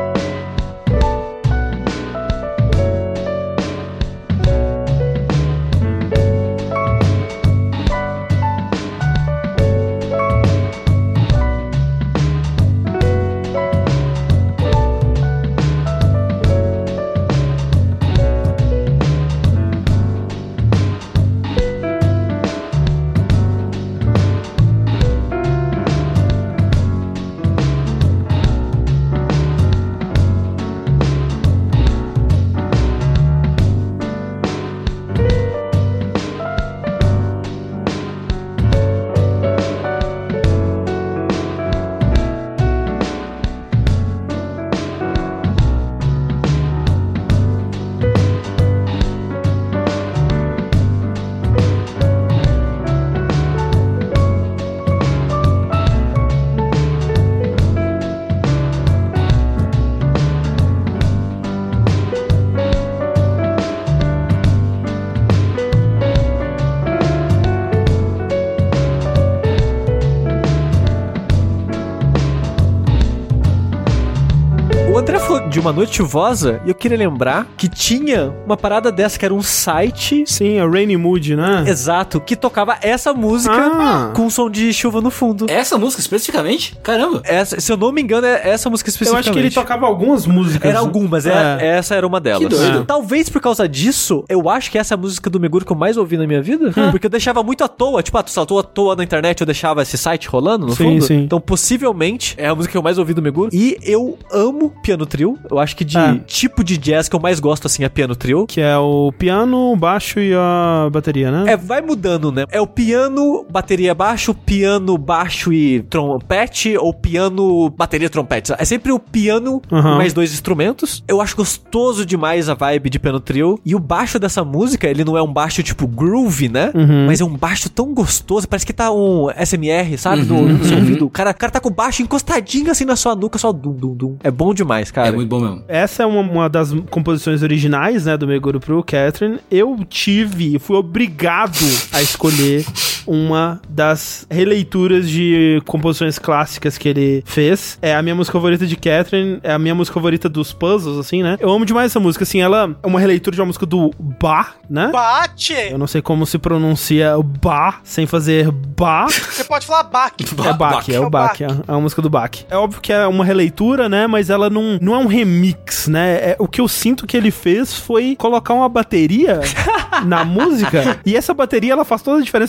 O André falou de uma noite chuvosa e eu queria lembrar que tinha uma parada dessa que era um site Sim, é Rainy Mood, né? exato que tocava essa música Ah. com som de chuva no fundo. Essa música especificamente? Caramba. Essa, se eu não me engano, é essa música Eu especificamente. acho que ele tocava algumas músicas. Era algumas, é, essa era uma delas. Que doido. É. Talvez por causa disso, eu acho que essa é a música do Meguro que eu mais ouvi na minha vida. Porque eu deixava muito à toa. Tipo, ah, tu saltou à toa na internet, eu deixava esse site rolando no Sim, fundo. sim. Então, possivelmente, é a música que eu mais ouvi do Meguro. E eu amo piano trio. Eu acho que de É. tipo de jazz que eu mais gosto, assim, é piano trio. Que é o piano, o baixo e a bateria, né? É, vai mudando, né? É o piano, bateria baixo, piano, baixo e trompete, ou piano, bateria, trompete. É sempre o piano Uhum. e mais dois instrumentos. Eu acho gostoso demais a vibe de piano trio. E o baixo dessa música, ele não é um baixo tipo groove, né? Uhum. Mas é um baixo tão gostoso, parece que tá um S M R, sabe? No, no seu ouvido. O cara, o cara tá com o baixo encostadinho assim na sua nuca, só dum, dum, dum. É bom demais, cara. É muito bom mesmo. Essa é uma, uma das composições originais, né, do Meguro pro Catherine. Eu tive, fui obrigado a escolher uma das releituras de composições clássicas que ele fez. É a minha música favorita de Catherine, é a minha música favorita dos puzzles, assim, né? Eu amo demais essa música, assim, ela é uma releitura de uma música do Bach, né? Bate! Eu não sei como se pronuncia o Bach sem fazer Bach. Você pode falar baque. É Bach, é o É o Bach, Bach. é a música do Bach. É óbvio que é uma releitura, né, mas ela não, não é um remix, né, é, o que eu sinto que ele fez foi colocar uma bateria na música, e essa bateria, ela faz toda a diferença porque ela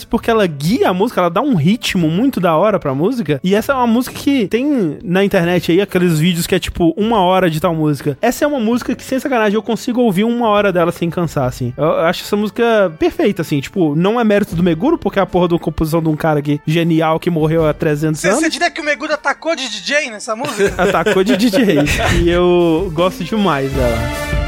ela guia a música, ela dá um ritmo muito da hora pra música, e essa é uma música que tem na internet aí, aqueles vídeos que é tipo uma hora de tal música. Essa é uma música que, sem sacanagem, eu consigo ouvir uma hora dela sem cansar, assim. Eu, eu acho essa música perfeita, assim, tipo, não é mérito do Meguro, porque é a porra de uma composição de um cara aqui, genial, que morreu há trezentos Você, anos. você diria que o Meguro atacou de D J nessa música? Atacou de D J. E eu gosto demais dela.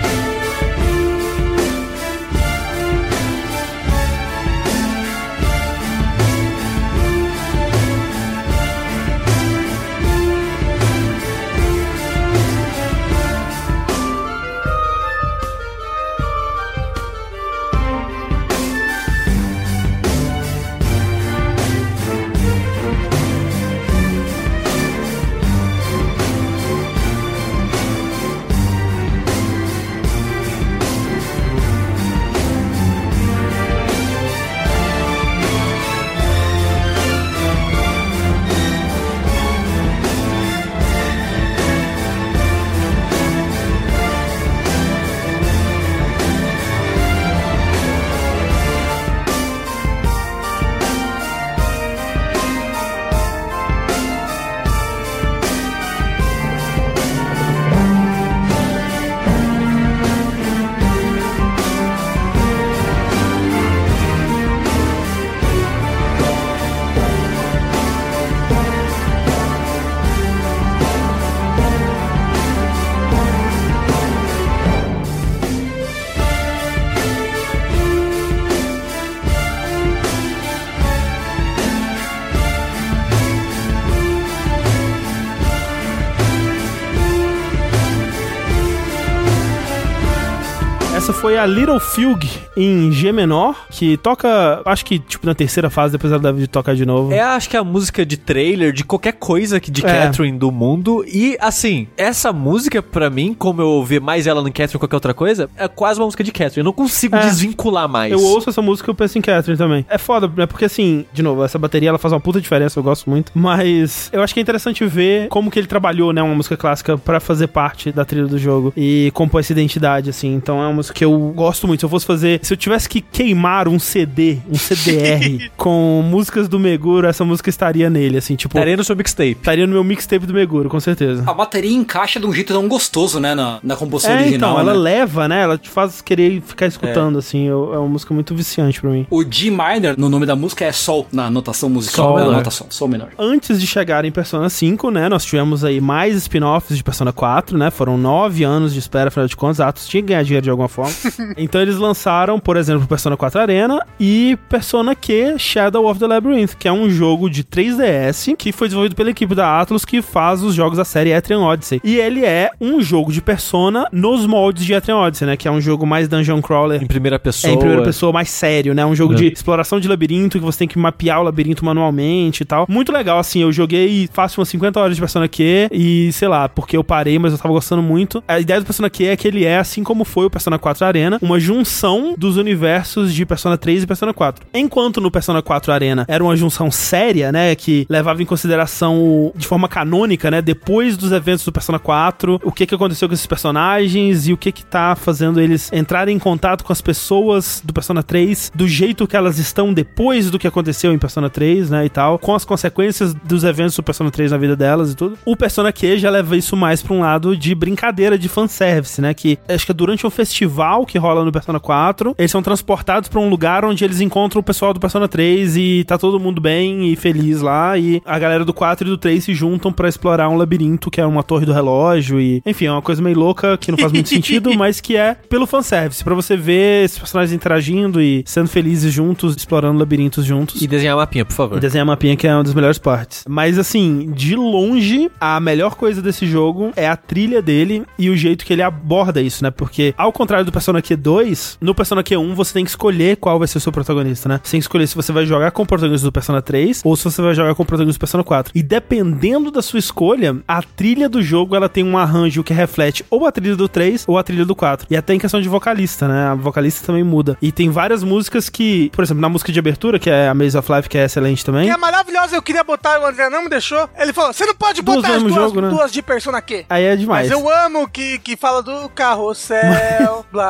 Essa foi a Little Fugue em G menor, que toca, acho que tipo na terceira fase, depois ela deve tocar de novo. É, acho que é a música de trailer de qualquer coisa que de É. Catherine do mundo. E, assim, essa música, pra mim, como eu ouvi mais ela no Catherine ou qualquer outra coisa, é quase uma música de Catherine. Eu não consigo É. desvincular mais. Eu ouço essa música e eu penso em Catherine também. É foda, né? Porque assim, de novo, essa bateria ela faz uma puta diferença, eu gosto muito. Mas eu acho que é interessante ver como que ele trabalhou, né, uma música clássica pra fazer parte da trilha do jogo e compor essa identidade, assim. Então é uma música que eu gosto muito. Se eu fosse fazer, se eu tivesse que queimar um C D, um C D R com músicas do Meguro, essa música estaria nele, assim, tipo... Estaria no seu mixtape. Estaria no meu mixtape do Meguro, com certeza. A bateria encaixa de um jeito tão gostoso, né, na, na composição É, original, então, ela né? leva, né? Ela te faz querer ficar escutando, assim. Eu- é uma música muito viciante pra mim. O G minor, no nome da música, é Sol, na notação musical. Sol na menor. notação, Sol menor. Antes de chegar em Persona cinco, né, nós tivemos aí mais spin-offs de Persona quatro, né, foram nove anos de espera, afinal de contas, Atos tinha que ganhar dinheiro de alguma forma. Então eles lançaram, por exemplo, Persona quatro Arena e Persona Q Shadow of the Labyrinth, que é um jogo de três D S que foi desenvolvido pela equipe da Atlus, que faz os jogos da série Etrian Odyssey. E ele é um jogo de Persona nos moldes de Etrian Odyssey, né, que é um jogo mais dungeon crawler. Em primeira pessoa. É em primeira pessoa, mais sério, né? Um jogo É. de exploração de labirinto, que você tem que mapear o labirinto manualmente e tal. Muito legal, assim, eu joguei fácil umas cinquenta horas de Persona Q e, sei lá, porque eu parei, mas eu tava gostando muito. A ideia do Persona Q é que ele é, assim como foi o Persona quatro Arena, uma junção dos universos de Persona três e Persona quatro. Enquanto no Persona quatro Arena era uma junção séria, né, que levava em consideração o- de forma canônica, né, depois dos eventos do Persona quatro, o que que aconteceu com esses personagens e o que que tá fazendo eles entrarem em contato com as pessoas do Persona três, do jeito que elas estão depois do que aconteceu em Persona três, né, e tal, com as consequências dos eventos do Persona três na vida delas e tudo. O Persona Q já leva isso mais pra um lado de brincadeira, de fanservice, né, que acho que é durante um festival que rola no Persona quatro, eles são transportados pra um lugar onde eles encontram o pessoal do Persona três e tá todo mundo bem e feliz lá, e a galera do quatro e do três se juntam pra explorar um labirinto que é uma torre do relógio e, enfim, é uma coisa meio louca que não faz muito sentido, mas que é pelo fanservice, pra você ver esses personagens interagindo e sendo felizes juntos, explorando labirintos juntos. E desenhar a mapinha, por favor. E desenhar a mapinha, que é uma das melhores partes. Mas, assim, de longe, a melhor coisa desse jogo é a trilha dele e o jeito que ele aborda isso, né? Porque, ao contrário do Persona Q dois, no Persona Q um você tem que escolher qual vai ser o seu protagonista, né? Você tem que escolher se você vai jogar com o protagonista do Persona três ou se você vai jogar com o protagonista do Persona quatro. E dependendo da sua escolha, a trilha do jogo, ela tem um arranjo que reflete ou a trilha do três ou a trilha do quatro. E até em questão de vocalista, né? A vocalista também muda. E tem várias músicas que, por exemplo, na música de abertura, que é a Maze of Life, que é excelente também. Que é maravilhosa, eu queria botar, o André não me deixou. Ele falou, você não pode Duas botar no as mesmo duas, jogo, né? duas de Persona Q. Aí é demais. Mas eu amo que, que fala do carrossel, blá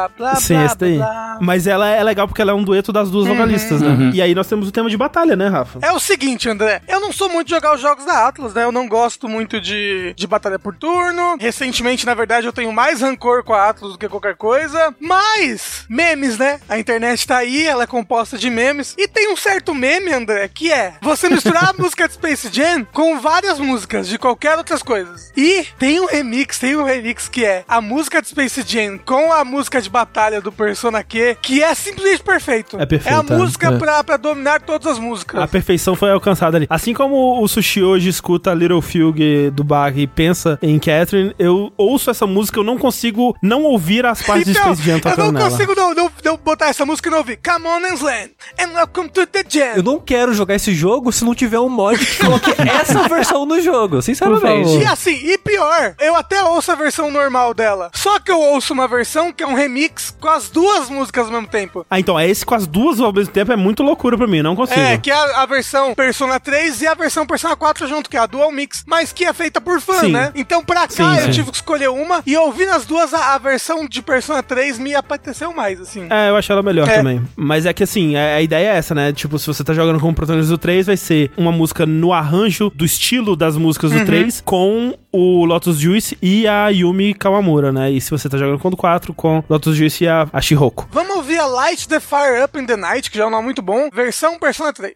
blá, blá, Sim, blá, esse daí. blá. Mas ela é legal porque ela é um dueto das duas vocalistas, né? E aí nós temos o tema de batalha, né, Rafa? É o seguinte, André, eu não sou muito de jogar os jogos da Atlus, né? Eu não gosto muito de, de batalha por turno. Recentemente, na verdade, eu tenho mais rancor com a Atlus do que qualquer coisa. Mas, memes, né? A internet tá aí, ela é composta de memes. E tem um certo meme, André, que é você misturar a música de Space Jam com várias músicas de qualquer outras coisas. E tem um remix, tem um remix que é a música de Space Jam com a música de batalha do Persona Q, que é simplesmente perfeito. É perfeito, É a é. música É. Pra, pra dominar todas as músicas. A perfeição foi alcançada ali. Assim como o Sushi hoje escuta Little Fugue do Bach e pensa em Catherine, eu ouço essa música, eu não consigo não ouvir as partes Então, de Space Jam eu tocando não nela. consigo não, não, não botar essa música e não ouvir. Come on and slam, and welcome to the jam. Eu não quero jogar esse jogo se não tiver um mod que coloque essa versão no jogo, Por sinceramente. favor. E assim, e pior, eu até ouço a versão normal dela. Só que eu ouço uma versão que é um remix com as duas músicas ao mesmo tempo. Ah, então, é esse com as duas ao mesmo tempo é muito loucura pra mim, não consigo. É, que é a, a versão Persona três e a versão Persona quatro junto, que é a Dual Mix, mas que é feita por fã, Sim. né? Então pra cá Sim, eu sim. tive que escolher uma e ouvindo as duas, a, a versão de Persona três me apeteceu mais, assim. É, eu acho ela melhor É. também. Mas é que assim, a, a ideia é essa, né? Tipo, se você tá jogando com o protagonista do três, vai ser uma música no arranjo do estilo das músicas do três com o Lotus Juice e a Yumi Kawamura, né? E se você tá jogando com o quatro, com Lotus Juice e a, a Shihoko. Vamos ouvir a Light the Fire Up in the Night, que já é um nome muito bom, versão Persona três.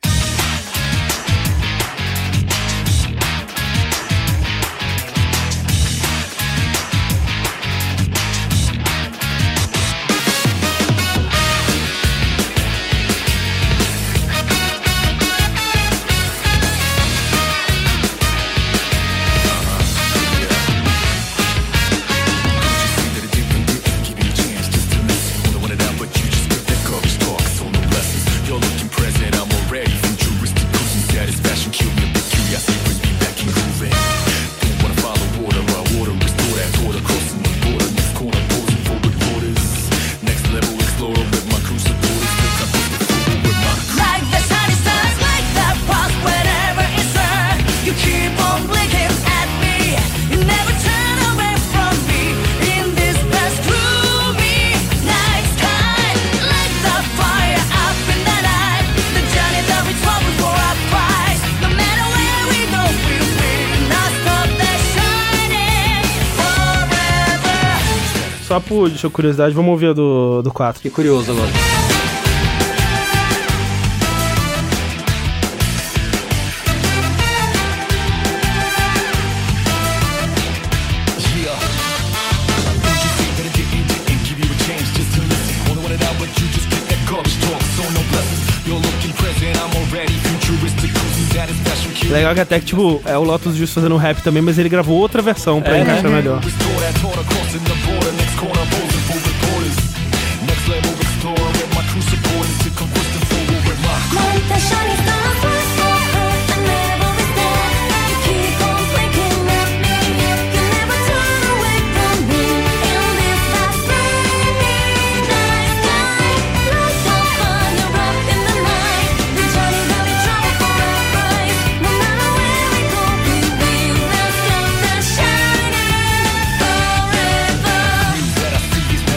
Like the sunny stars, like the pulse whenever it's there. You keep on blinking at me. You never turn away from me. In this past gloomy night sky, like the fire up in the night. The journey that we travel for our prize. No matter where we go, we will not stop the shining forever. Só por deixa eu curiosidade, vamos ouvir a do, do quatro. Fiquei curioso agora. Legal que até que, tipo, é o Lotus Juice fazendo um rap também, mas ele gravou outra versão pra encaixar melhor. Like the shining stars, fly so high, and never is there. You keep on blinking at me. You never turn away from me. In this vast gloomy night sky, like the fire up in the night. The journey that we travel for our prize. No matter where we go, we will not stop the shining forever.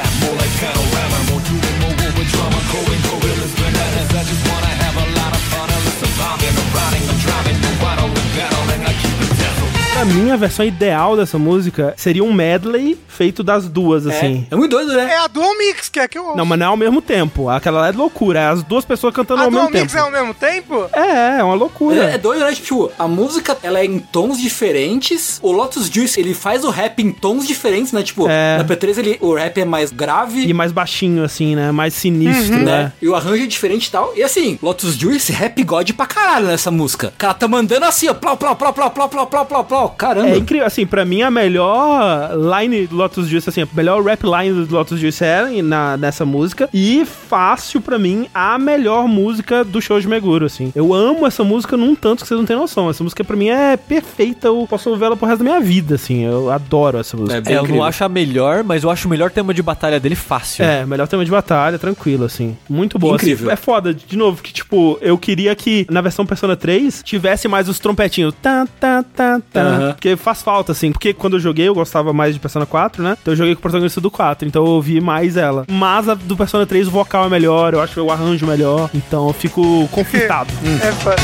Pra mim, a versão ideal dessa música seria um medley feito das duas, assim. É, é muito doido, né? É a Dual Mix, que é a que eu ouço. Não, mas não é ao mesmo tempo. Aquela lá é loucura. É as duas pessoas cantando A ao Dual mesmo Mix tempo. é ao mesmo tempo? É, é uma loucura. É, é doido, né? Tipo, a música, ela é em tons diferentes. O Lotus Juice, ele faz o rap em tons diferentes, né? Tipo, É. na P três ele, o rap é mais grave, E mais baixinho, assim, né? Mais sinistro, né? né? E o arranjo é diferente e tal. E assim, Lotus Juice, rap god pra caralho nessa música. O cara tá mandando assim, ó, plau, plau, plau, plau, plau, plau, plau, plau, plau. Caramba. É incrível, assim, pra mim a melhor line do Lotus Juice, assim, a melhor rap line do Lotus Juice é na, nessa música, e fácil pra mim a melhor música do Shoujo Meguro, assim. Eu amo essa música num tanto que vocês não têm noção. Essa música pra mim é perfeita, eu posso ouvir ela pro resto da minha vida, assim, eu adoro essa música. É bem É, eu incrível. não acho a melhor, mas eu acho o melhor tema de batalha dele fácil. É, melhor tema de batalha, tranquilo, assim. Muito boa. Incrível. Assim, é foda, de novo, que tipo, eu queria que na versão Persona três tivesse mais os trompetinhos. Tá, tá, tá, tá, Aham. Porque faz falta, assim, porque quando eu joguei eu gostava mais de Persona quatro, né? Então eu joguei com o protagonista do quatro, então eu ouvi mais ela. Mas a do Persona três, o vocal é melhor, eu acho o arranjo melhor, então eu fico conflitado. Hum. É foda.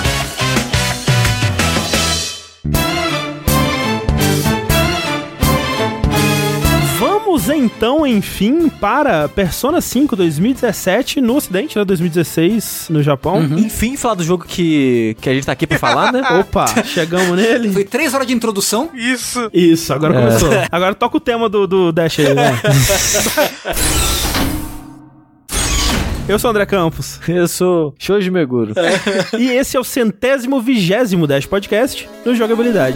Vamos então, enfim, para Persona cinco dois mil e dezessete no ocidente, né? dois mil e dezesseis no Japão. Enfim, falar do jogo que, que a gente tá aqui pra falar, né? Opa, chegamos nele. Foi três horas de introdução. Isso. Isso, agora começou. Agora toca o tema do, do Dash aí, né? Eu sou o André Campos. Eu sou Shoji Meguro. E esse é o centésimo vigésimo Dash Podcast no Jogabilidade.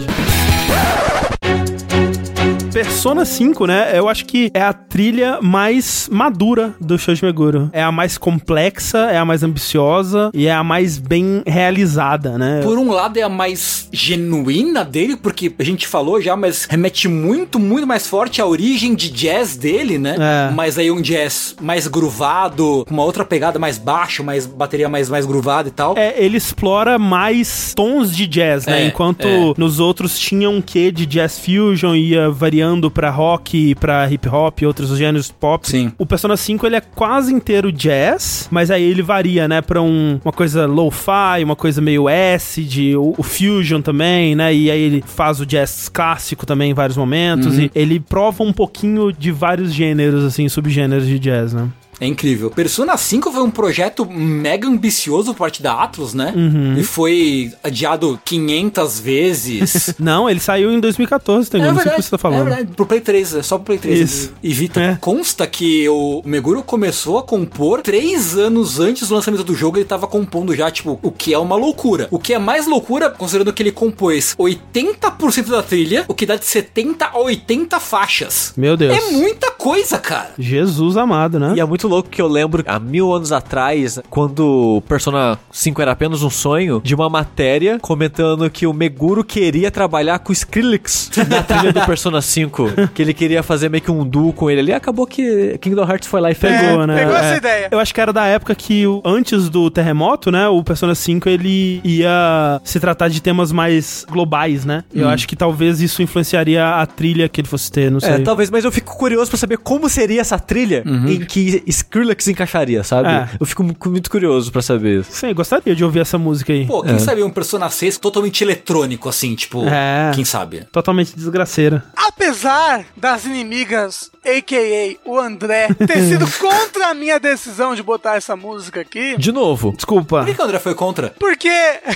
Persona cinco, né? Eu acho que é a trilha mais madura do Shoji Meguro. É a mais complexa, é a mais ambiciosa e é a mais bem realizada, né? Por um lado é a mais genuína dele, porque a gente falou já, mas remete muito, muito mais forte à origem de jazz dele, né? É. Mas aí um jazz mais groovado, com uma outra pegada mais baixa, mais bateria mais, mais groovada e tal. É, ele explora mais tons de jazz, né? É, Enquanto é. nos outros tinha um quê de jazz fusion, ia variando pra rock, pra hip hop e outros gêneros pop. Sim. O Persona cinco, ele é quase inteiro jazz, mas aí ele varia, né? Pra um, uma coisa lo-fi, uma coisa meio acid, o, o fusion também, né? E aí ele faz o jazz clássico também em vários momentos. E ele prova um pouquinho de vários gêneros, assim, subgêneros de jazz, né? É incrível. Persona cinco foi um projeto mega ambicioso por parte da Atlus, né? E foi adiado quinhentas vezes. Não, ele saiu em dois mil e catorze, tem, não sei o que você tá falando. É verdade. Pro Play três, é só pro Play três. Isso. E Vita. É. Consta que o Meguro começou a compor três anos antes do lançamento do jogo, ele tava compondo já, tipo, o que é uma loucura. O que é mais loucura, considerando que ele compôs oitenta por cento da trilha, o que dá de setenta a oitenta faixas. Meu Deus. É muita coisa, cara. Jesus amado, né? E é muito louco que eu lembro, há mil anos atrás, quando Persona cinco era apenas um sonho, de uma matéria comentando que o Meguro queria trabalhar com o Skrillex na trilha do Persona cinco. Que ele queria fazer meio que um duo com ele ali. Acabou que Kingdom Hearts foi lá e Pegou, pegou. É, né? pegou É. essa ideia. Eu acho que era da época que, o- antes do terremoto, né, o Persona cinco, ele ia se tratar de temas mais globais, né? Eu acho que talvez isso influenciaria a trilha que ele fosse ter, não sei. É, talvez, mas eu fico curioso pra saber como seria essa trilha em que Skrillex encaixaria, sabe? É. Eu fico mu- muito curioso pra saber isso. Sim, gostaria de ouvir essa música aí. Pô, quem sabe um Persona seis totalmente eletrônico, assim, tipo, É. quem sabe? Totalmente desgraceira. Apesar das inimigas, a k a o André, ter sido contra a minha decisão de botar essa música aqui, De novo, Desculpa. Por que que o André foi contra? porque...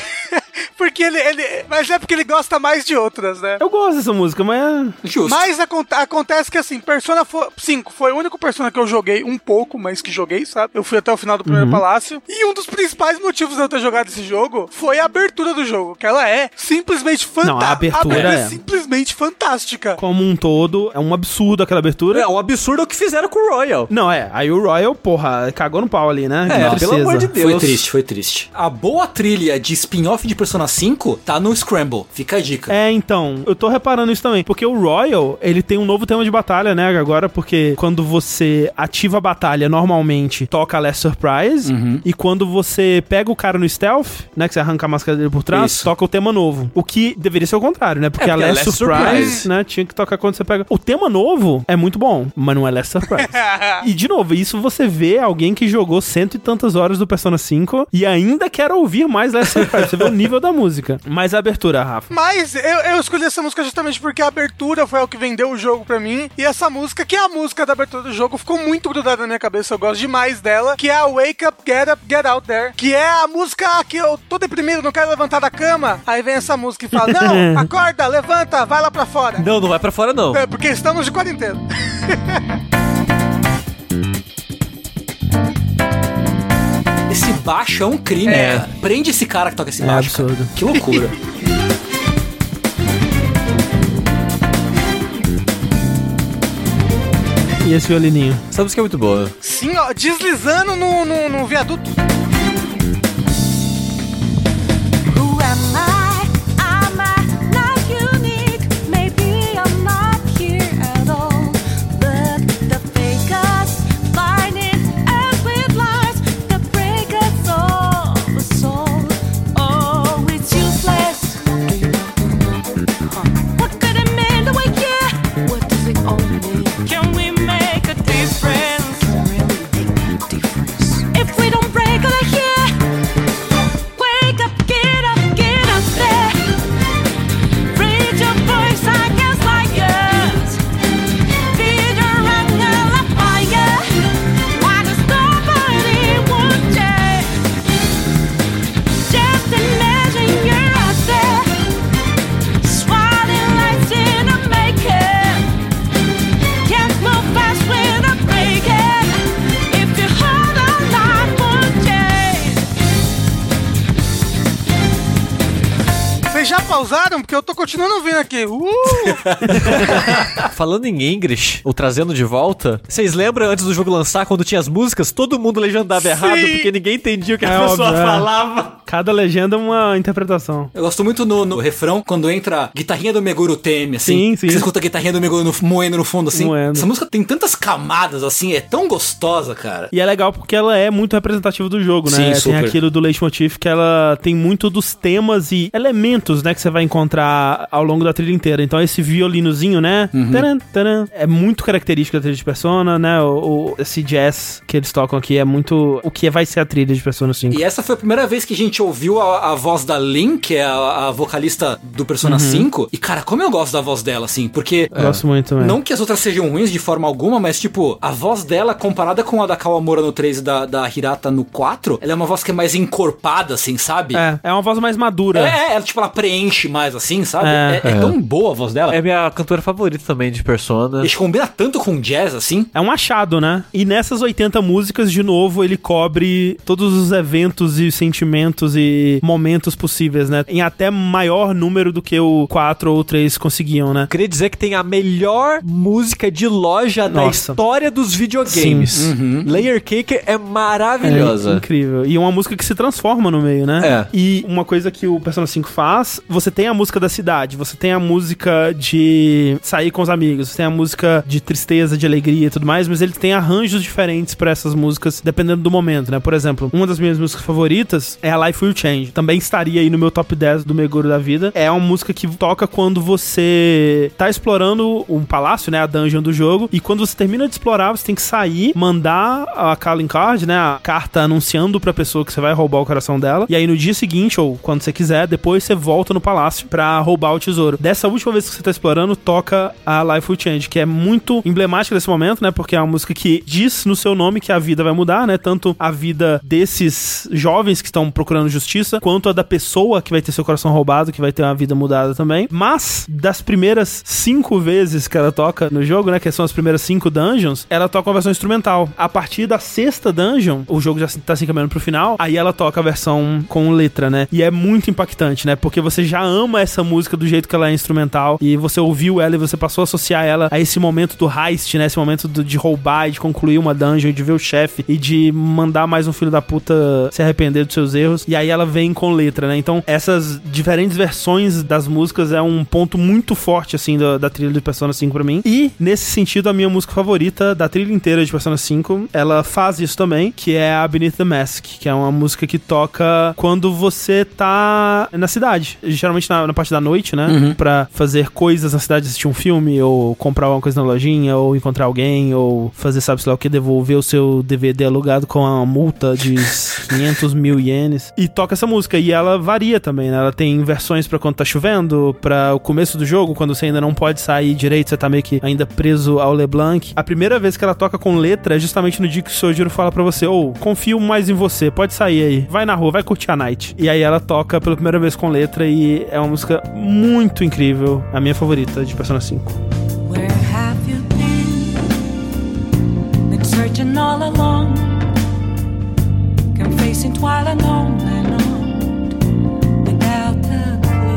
porque ele, ele... Mas é porque ele gosta mais de outras, né? Eu gosto dessa música, mas é... Justo. Mas acon- acontece que assim, Persona cinco foi o único Persona que eu joguei um pouco, mas que joguei, sabe? Eu fui até o final do primeiro palácio. E um dos principais motivos de eu ter jogado esse jogo foi a abertura do jogo, que ela é simplesmente fantástica. Não, a abertura é. simplesmente fantástica. Como um todo, é um absurdo aquela abertura. é um absurdo o que fizeram com o Royal. Não, é. Aí o Royal, porra, cagou no pau ali, né? É, Não pelo precisa. amor de Deus. Foi triste, foi triste. A boa trilha de spin-off de Persona cinco tá no Scramble. Fica a dica. É, então, eu tô reparando isso também, porque o Royal, ele tem um novo tema de batalha, né, agora, porque quando você ativa a batalha, normalmente toca a Last Surprise, e quando você pega o cara no stealth, né, que você arranca a máscara dele por trás, Isso. toca o tema novo. O que deveria ser o contrário, né, porque, É, porque a é Last, Last Surprise, Surprise. né, tinha que tocar quando você pega... O tema novo é muito bom, mas não é Last Surprise. E, de novo, isso você vê alguém que jogou cento e tantas horas do Persona cinco e ainda quer ouvir mais Last Surprise. Você vê o nível da música. Mas a abertura, Rafa. Mas eu, eu escolhi essa música justamente porque a abertura foi o que vendeu o jogo pra mim. E essa música, que é a música da abertura do jogo, ficou muito grudada na minha cabeça. Eu gosto demais dela. Que é a Wake Up, Get Up, Get Out There. Que é a música que eu tô deprimido, não quero levantar da cama. Aí vem essa música e fala: não, acorda, levanta, vai lá pra fora. Não, não vai pra fora, não. É, porque estamos de quarentena. Esse baixo é um crime, É. cara. Prende esse cara que toca esse É baixo, cara. absurdo. Que loucura. E esse violininho. Essa música é muito boa. Sim, ó, deslizando no, no, no viaduto. Who am I? Am I not unique? Maybe I'm not here at all. But the fakers blinded us with lies that break us all the soul. Oh, it's useless. Vocês já pausaram? Porque eu tô continuando ouvindo aqui. Uh! Falando em English, ou trazendo de volta, vocês lembram antes do jogo lançar, quando tinha as músicas, todo mundo legendava errado, porque ninguém entendia o que É a pessoa óbvio, é. falava. Cada legenda é uma interpretação. Eu gosto muito no, no refrão, quando entra guitarrinha do Meguro Teme, assim. Sim, sim. Que você escuta a guitarrinha do Meguro no, moendo no fundo, assim. Moendo. Essa música tem tantas camadas, assim, é tão gostosa, cara. E é legal porque ela é muito representativa do jogo, né? Sim, Tem super. aquilo do leitmotiv que ela tem muito dos temas e elementos, né, que você vai encontrar ao longo da trilha inteira. Então esse violinozinho, né? Uhum. Taran, taran, é muito característico da trilha de Persona, né? O, o- esse jazz que eles tocam aqui é muito o que vai ser a trilha de Persona cinco. E essa foi a primeira vez que a gente ouviu a, a voz da Lin, que é a, a vocalista do Persona cinco. E, cara, como eu gosto da voz dela, assim, porque... Gosto muito também. Não que as outras sejam ruins de forma alguma, mas, tipo, a voz dela, comparada com a da Kawamura no três e da, da Hirata no quatro, ela é uma voz que é mais encorpada, assim, sabe? É, é uma voz mais madura. É, ela, tipo, ela preenche mais, assim, sabe? É. É, é tão boa a voz dela. É minha cantora favorita também de Persona. Eles combina tanto com jazz, assim. É um achado, né? E nessas oitenta músicas, de novo, ele cobre todos os eventos e sentimentos e momentos possíveis, né? Em até maior número do que o quatro ou o três conseguiam, né? Eu queria dizer que tem a melhor música de loja da Nossa. história dos videogames. Sim. Layer Cake é É maravilhosa. incrível. E uma música que se transforma no meio, né? É. E uma coisa que o Persona cinco faz, você tem a música da cidade, você tem a música de sair com os amigos, você tem a música de tristeza, de alegria e tudo mais, mas ele tem arranjos diferentes pra essas músicas, dependendo do momento, né? Por exemplo, uma das minhas músicas favoritas é a Life Will Change. Também estaria aí no meu top dez do Meguro da vida. É uma música que toca quando você tá explorando um palácio, né? A dungeon do jogo. E quando você termina de explorar, você tem que sair, mandar a calling card, né? A carta anunciando pra pessoa que você vai roubar o coração dela. E aí no dia seguinte, ou quando você quiser, depois você volta no palácio pra roubar o tesouro. Dessa última vez que você tá explorando, toca a Life Will Change, que é muito emblemática desse momento, né? Porque é uma música que diz no seu nome que a vida vai mudar, né? Tanto a vida desses jovens que estão procurando justiça, quanto a da pessoa que vai ter seu coração roubado, que vai ter uma vida mudada também. Mas, das primeiras cinco vezes que ela toca no jogo, né? Que são as primeiras cinco dungeons, ela toca uma versão instrumental. A partir da sexta dungeon, o jogo já tá se encaminhando pro final, aí ela toca a versão com letra, né? E é muito impactante, né? Porque você já ama essa música do jeito que ela é instrumental, e você ouviu ela e você passou a associar ela a esse momento do heist, né? Esse momento do, de roubar e de concluir uma dungeon, e de ver o chefe e de mandar mais um filho da puta se arrepender dos seus erros. E aí ela vem com letra, né? Então, essas diferentes versões das músicas é um ponto muito forte, assim, da, da trilha de Persona cinco pra mim. E, nesse sentido, a minha música favorita da trilha inteira de Persona cinco, ela faz isso também, que é a Beneath the Mask, que é uma música que toca quando você tá na cidade. Geralmente na, na parte da noite, né? Uhum. Pra fazer coisas na cidade, assistir um filme, ou comprar alguma coisa na lojinha, ou encontrar alguém, ou fazer sabe-se lá o que, devolver o seu D V D alugado com uma multa de quinhentos mil ienes. E toca essa música, e ela varia também, né? Ela tem versões pra quando tá chovendo, pra o começo do jogo, quando você ainda não pode sair direito, você tá meio que ainda preso ao LeBlanc. A primeira vez que ela toca com letra é justamente no dia que o Sojiro fala pra você, ou, oh, confio mais em você, pode sair aí, vai na rua, vai curtir a night. E aí ela toca pela primeira vez com letra, e é uma música muito incrível, a minha favorita de Persona cinco. Where have you been? Been searching all along, confessing twilight on and on, without a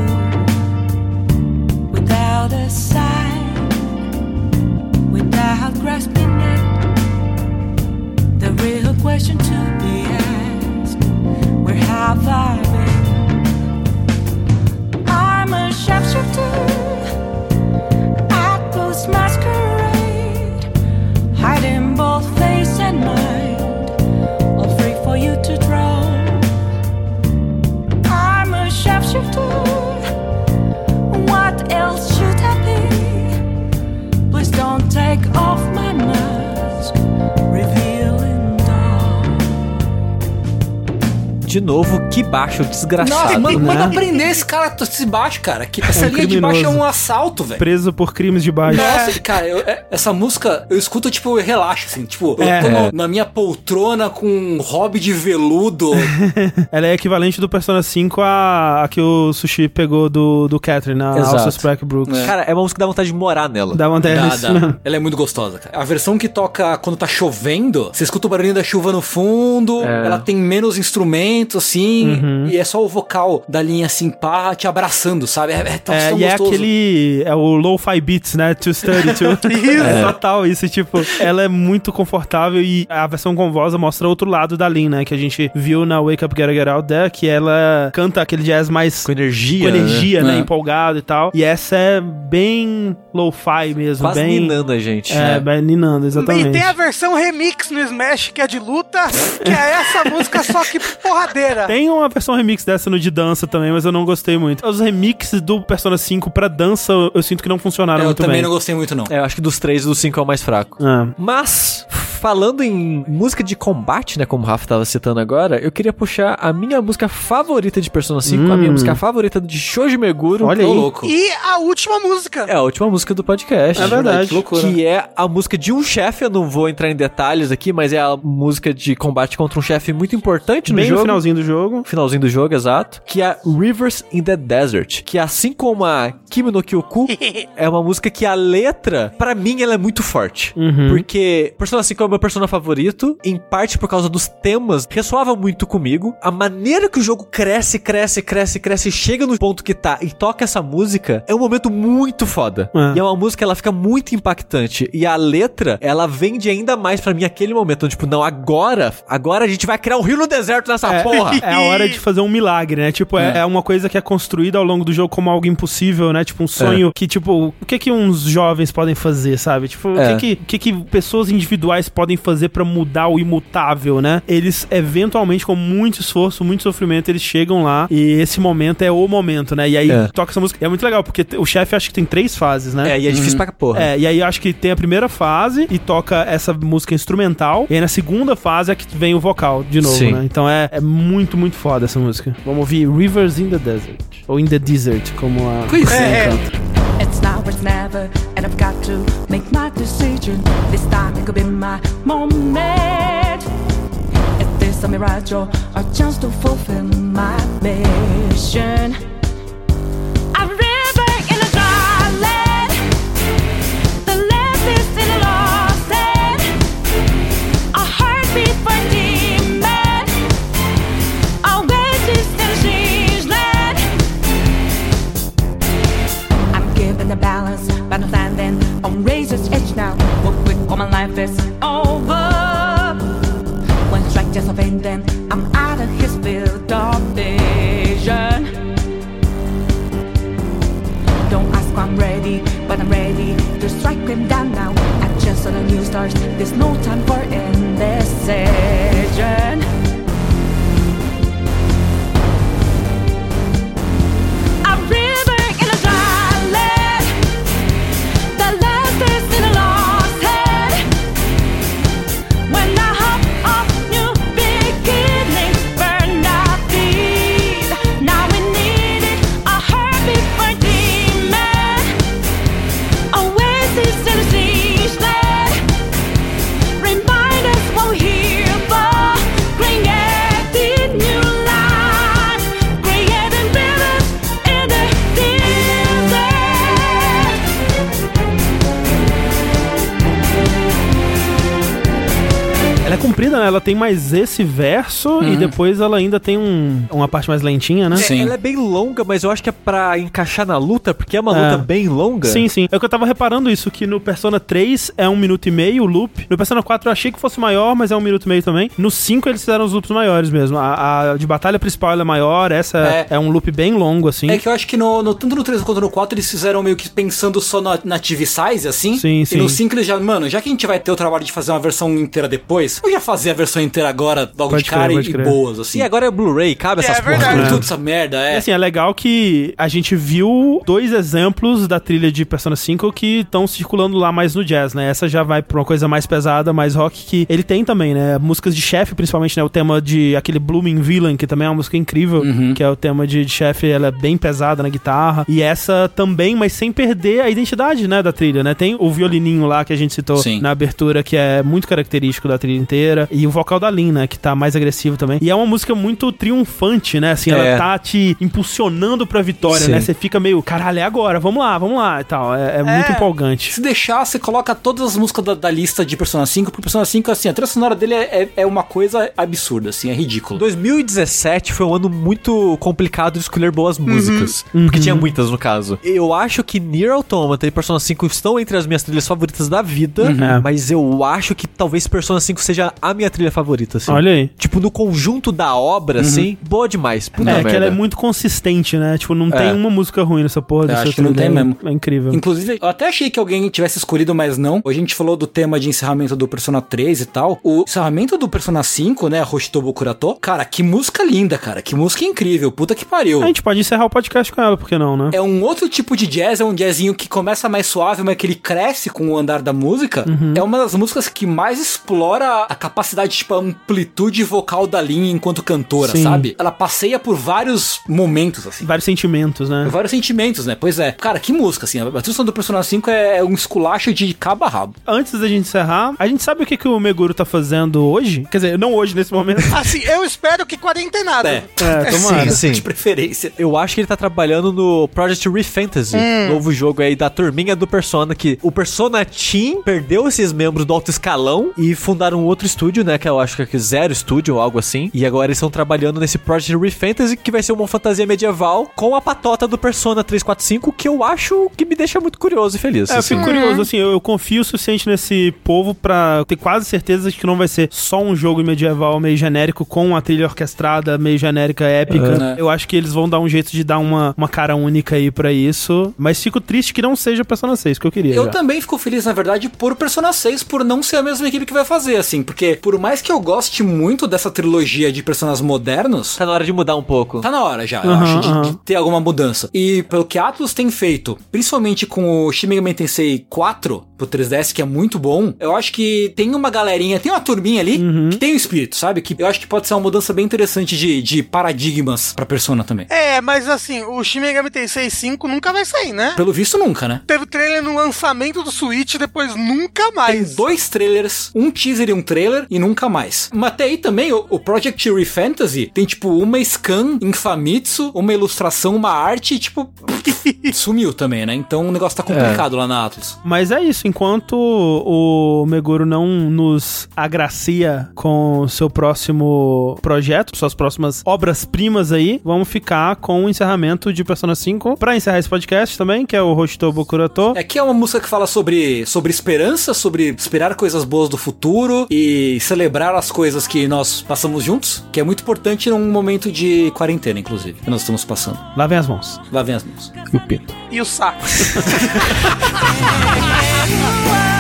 clue, without a sign, without grasping it. The real question to be asked: where have I been? I'm a sharpshooter. Masquerade, hiding both face and mind, all free for you to draw. I'm a sharpshooter. What else should I be? Please don't take off my mask, revealing dawn. De novo, que baixo desgraçado. Nossa, manda, né? manda prender esse cara, esse baixo, cara. Que essa É um linha de baixo é criminoso. um assalto, velho. Preso por crimes de baixo. Nossa, cara, eu- é- essa música eu escuto, tipo, eu relaxo, assim. Tipo, eu É. tô no- na minha poltrona com um hobby de veludo. Ela é equivalente do Persona cinco a, a que o Sushi pegou do, do Catherine, a Exato. Alsa Sprague Brooks. É. Cara, é uma música que dá vontade de morar nela. Dá uma Dá, ideia dá. Ela é muito gostosa, cara. A versão que toca quando tá chovendo, você escuta o barulhinho da chuva no fundo, É. ela tem menos instrumentos, lento, assim, Uhum. e é só o vocal da linha assim, pá, te abraçando, sabe? É, é tão, É, tão e é gostoso. aquele. É o lo-fi beats, né? To study to. É total isso, tipo, ela é muito confortável e a versão com voz mostra outro lado da Lin, né? Que a gente viu na Wake Up, Get Get Out There, que ela canta aquele jazz mais Com energia, com energia, né? É. Empolgado e tal. E essa é bem lo-fi mesmo, Quase bem. ninando a gente. É, bem ninando, exatamente. E tem a versão remix no Smash, que é de luta, que é essa música, só que porradeira. Tem uma versão remix dessa no de dança também, mas eu não gostei muito. Os remixes do Persona cinco pra dança, eu, eu sinto que não funcionaram Eu muito também bem. não gostei muito, não. É, eu acho que dos três, o cinco é o mais fraco. Ah. Mas, falando em música de combate, né, como o Rafa tava citando agora, eu queria puxar a minha música favorita de Persona cinco, a minha música favorita de Shoji Meguro. Olha Tô aí. louco. E a última música. É a última música do podcast. É verdade. Que loucura. Que é a música de um chefe, eu não vou entrar em detalhes aqui, mas é a música de combate contra um chefe muito importante no Bem jogo. no finalzinho do jogo. Finalzinho do jogo, exato. Que é Rivers in the Desert. Que assim como a Kimi no Kyoku, é uma música que a letra, pra mim, ela é muito forte. Porque Persona cinco é o meu Persona favorito, em parte por causa dos temas, ressoava muito comigo. A maneira que o jogo cresce, cresce, cresce, cresce, chega no ponto que tá e toca essa música, é um momento muito foda. É. E é uma música, ela fica muito impactante. E a letra, ela vende ainda mais pra mim aquele momento. Então, tipo, não, agora, agora a gente vai criar um rio no deserto nessa É, porra. é a hora de fazer um milagre, né? Tipo, é, é uma coisa que é construída ao longo do jogo como algo impossível, né? Tipo, um sonho que, tipo, o que que uns jovens podem fazer, sabe? Tipo, É. o que que, o que que pessoas individuais podem fazer pra mudar o imutável, né? Eles, eventualmente, com muito esforço, muito sofrimento, eles chegam lá e esse momento é o momento, né? E aí É. toca essa música. E é muito legal, porque o chefe acho que tem três fases, né? É, e é difícil pra porra. É, e aí eu acho que tem a primeira fase e toca essa música instrumental, e aí na segunda fase é que vem o vocal de novo, Sim. né? Então é, é muito, muito foda essa música. Vamos ouvir Rivers in the Desert, ou In the Desert, como a... Pois é, É, é. canta. It's now or it's never, and I've got to make my decision. This time it could be my moment. Is this a mirage or a chance to fulfill my mission? A river in a dry land, the left is in a lost land. A heartbeat for a demon, a oasis in a strange land. I'm given the balance, but I'm standing on razor's edge now. What quick, all my life is over. One strike just a pain, then I'm out of his field of vision. Don't ask why I'm ready, but I'm ready to strike him down now. I just saw the new stars, there's no time for indecision. A river in a dry land, the last is in a lost head. When I hop off new beginnings, burned out feet. Now we need it, a heartbeat for demon, oasis in a siege land. Remind us what we're here for, creating new life, creating rivers in the desert. Ela é comprida, né? Ela tem mais esse verso e depois ela ainda tem um, uma parte mais lentinha, né? Sim. Ela é bem longa, mas eu acho que é pra encaixar na luta, porque é uma É. luta bem longa. Sim, sim. É que eu tava reparando isso, que no Persona três é um minuto e meio o loop. No Persona quatro eu achei que fosse maior, mas é um minuto e meio também. No cinco eles fizeram os loops maiores mesmo. A, a de batalha principal ela é maior, essa é. É. um loop bem longo, assim. É que eu acho que no, no- tanto no três quanto no quatro eles fizeram meio que pensando só na, na T V size, assim. Sim, sim. E no cinco eles já, mano, já que a gente vai ter o trabalho de fazer uma versão inteira depois, eu já fazer a versão inteira agora, logo Pode de cara crer, e, pode e crer. boas, assim. E agora é Blu-ray, cabe É essas porra. verdade. Tudo É. tudo essa merda, E é. assim, é legal que a gente viu dois exemplos da trilha de Persona cinco que estão circulando lá mais no jazz, né? Essa já vai pra uma coisa mais pesada, mais rock, que ele tem também, né? Músicas de chefe, principalmente, né? O tema de aquele Blooming Villain, que também é uma música incrível, que é o tema de, de chefe, ela é bem pesada na guitarra. E essa também, mas sem perder a identidade, né? Da trilha, né? Tem o violininho lá que a gente citou Sim. na abertura, que é muito característico da trilha inteira. E o vocal da Lin, né, que tá mais agressivo também. E é uma música muito triunfante, né, assim, ela É. tá te impulsionando pra vitória, Sim. né, você fica meio, caralho, é agora, vamos lá, vamos lá e tal. É, é muito empolgante. Se deixar, você coloca todas as músicas da, da lista de Persona cinco, porque Persona cinco, assim, a trilha sonora dele é, é, é uma coisa absurda, assim, é ridículo. dois mil e dezessete foi um ano muito complicado de escolher boas músicas. Porque tinha muitas, no caso. Eu acho que Nier Automata e Persona cinco estão entre as minhas trilhas favoritas da vida, Uhum. mas eu acho que talvez Persona cinco seja a minha trilha favorita, assim. Olha aí. Tipo, no conjunto da obra, assim, boa demais. Puta É, merda. que ela é muito consistente, né? Tipo, não tem É. uma música ruim nessa porra dessa acho que não trilha. tem mesmo. É incrível. Inclusive, eu até achei que alguém tivesse escolhido, mas não. Hoje a gente falou do tema de encerramento do Persona três e tal. O encerramento do Persona cinco, né, Hoshitobu Kurato, cara, que música linda, cara. Que música incrível. Puta que pariu. A gente pode encerrar o podcast com ela, por que não, né? É um outro tipo de jazz, é um jazzinho que começa mais suave, mas que ele cresce com o andar da música. Uhum. É uma das músicas que mais explora a capacidade, tipo, a amplitude vocal da Lin enquanto cantora, Sim. sabe? Ela passeia por vários momentos, assim. Vários sentimentos, né? Vários sentimentos, né? Pois é. Cara, que música, assim. A trilha sonora do Persona cinco é um esculacho de cabo a rabo. Antes da gente encerrar, a gente sabe o que, que o Meguro tá fazendo hoje? Quer dizer, não hoje, nesse momento. Assim, eu espero que quarentenada. É. É, tomara. Sim, sim. De preferência. Eu acho que ele tá trabalhando no Project Refantasy, novo jogo aí da turminha do Persona, que o Persona Team perdeu esses membros do alto escalão e fundaram um outro estúdio, né, que eu acho que é Zero Studio ou algo assim, e agora eles estão trabalhando nesse Project Refantasy, que vai ser uma fantasia medieval com a patota do Persona três quatro cinco, que eu acho que me deixa muito curioso e feliz. É, eu assim. fico curioso, assim, eu, eu confio o suficiente nesse povo pra ter quase certeza de que não vai ser só um jogo medieval meio genérico com uma trilha orquestrada meio genérica, épica. Uhum. Eu acho que eles vão dar um jeito de dar uma, uma cara única aí pra isso, mas fico triste que não seja Persona seis, que eu queria Eu já. também fico feliz, na verdade, por Persona seis, por não ser a mesma equipe que vai fazer, assim, porque por mais que eu goste muito dessa trilogia de personagens modernos, Tá na hora de mudar um pouco. tá na hora já, eu Uhum, acho, de, uhum. de ter alguma mudança. E pelo que a Atlus tem feito, principalmente com o Shin Megami Tensei quatro pro três D S, que é muito bom, eu acho que tem uma galerinha, tem uma turminha ali Uhum. que tem o espírito, sabe? Que eu acho que pode ser uma mudança bem interessante de, de paradigmas pra Persona também. É, mas assim, o Shin Megami Tensei cinco nunca vai sair, né? Pelo visto, nunca, né? Teve trailer no lançamento do Switch, depois nunca Tem mais. dois trailers, um teaser e um trailer, e nunca mais. Mas até aí também, o, o Project Refantasy tem, tipo, uma scan em Famitsu, uma ilustração, uma arte, e, tipo, sumiu também, né? Então o negócio tá complicado lá na Atlus. Mas é isso, enquanto o Meguro não nos agracia com seu próximo projeto, suas próximas obras-primas aí, vamos ficar com o encerramento de Persona cinco pra encerrar esse podcast também, que é o Hoshitobu Kurato. Aqui é uma música que fala sobre, sobre esperança, sobre esperar coisas boas do futuro e celebrar as coisas que nós passamos juntos, que é muito importante num momento de quarentena, inclusive, que nós estamos passando. Lavem as mãos. Lavem as mãos. E o pinto. E o saco. Wow.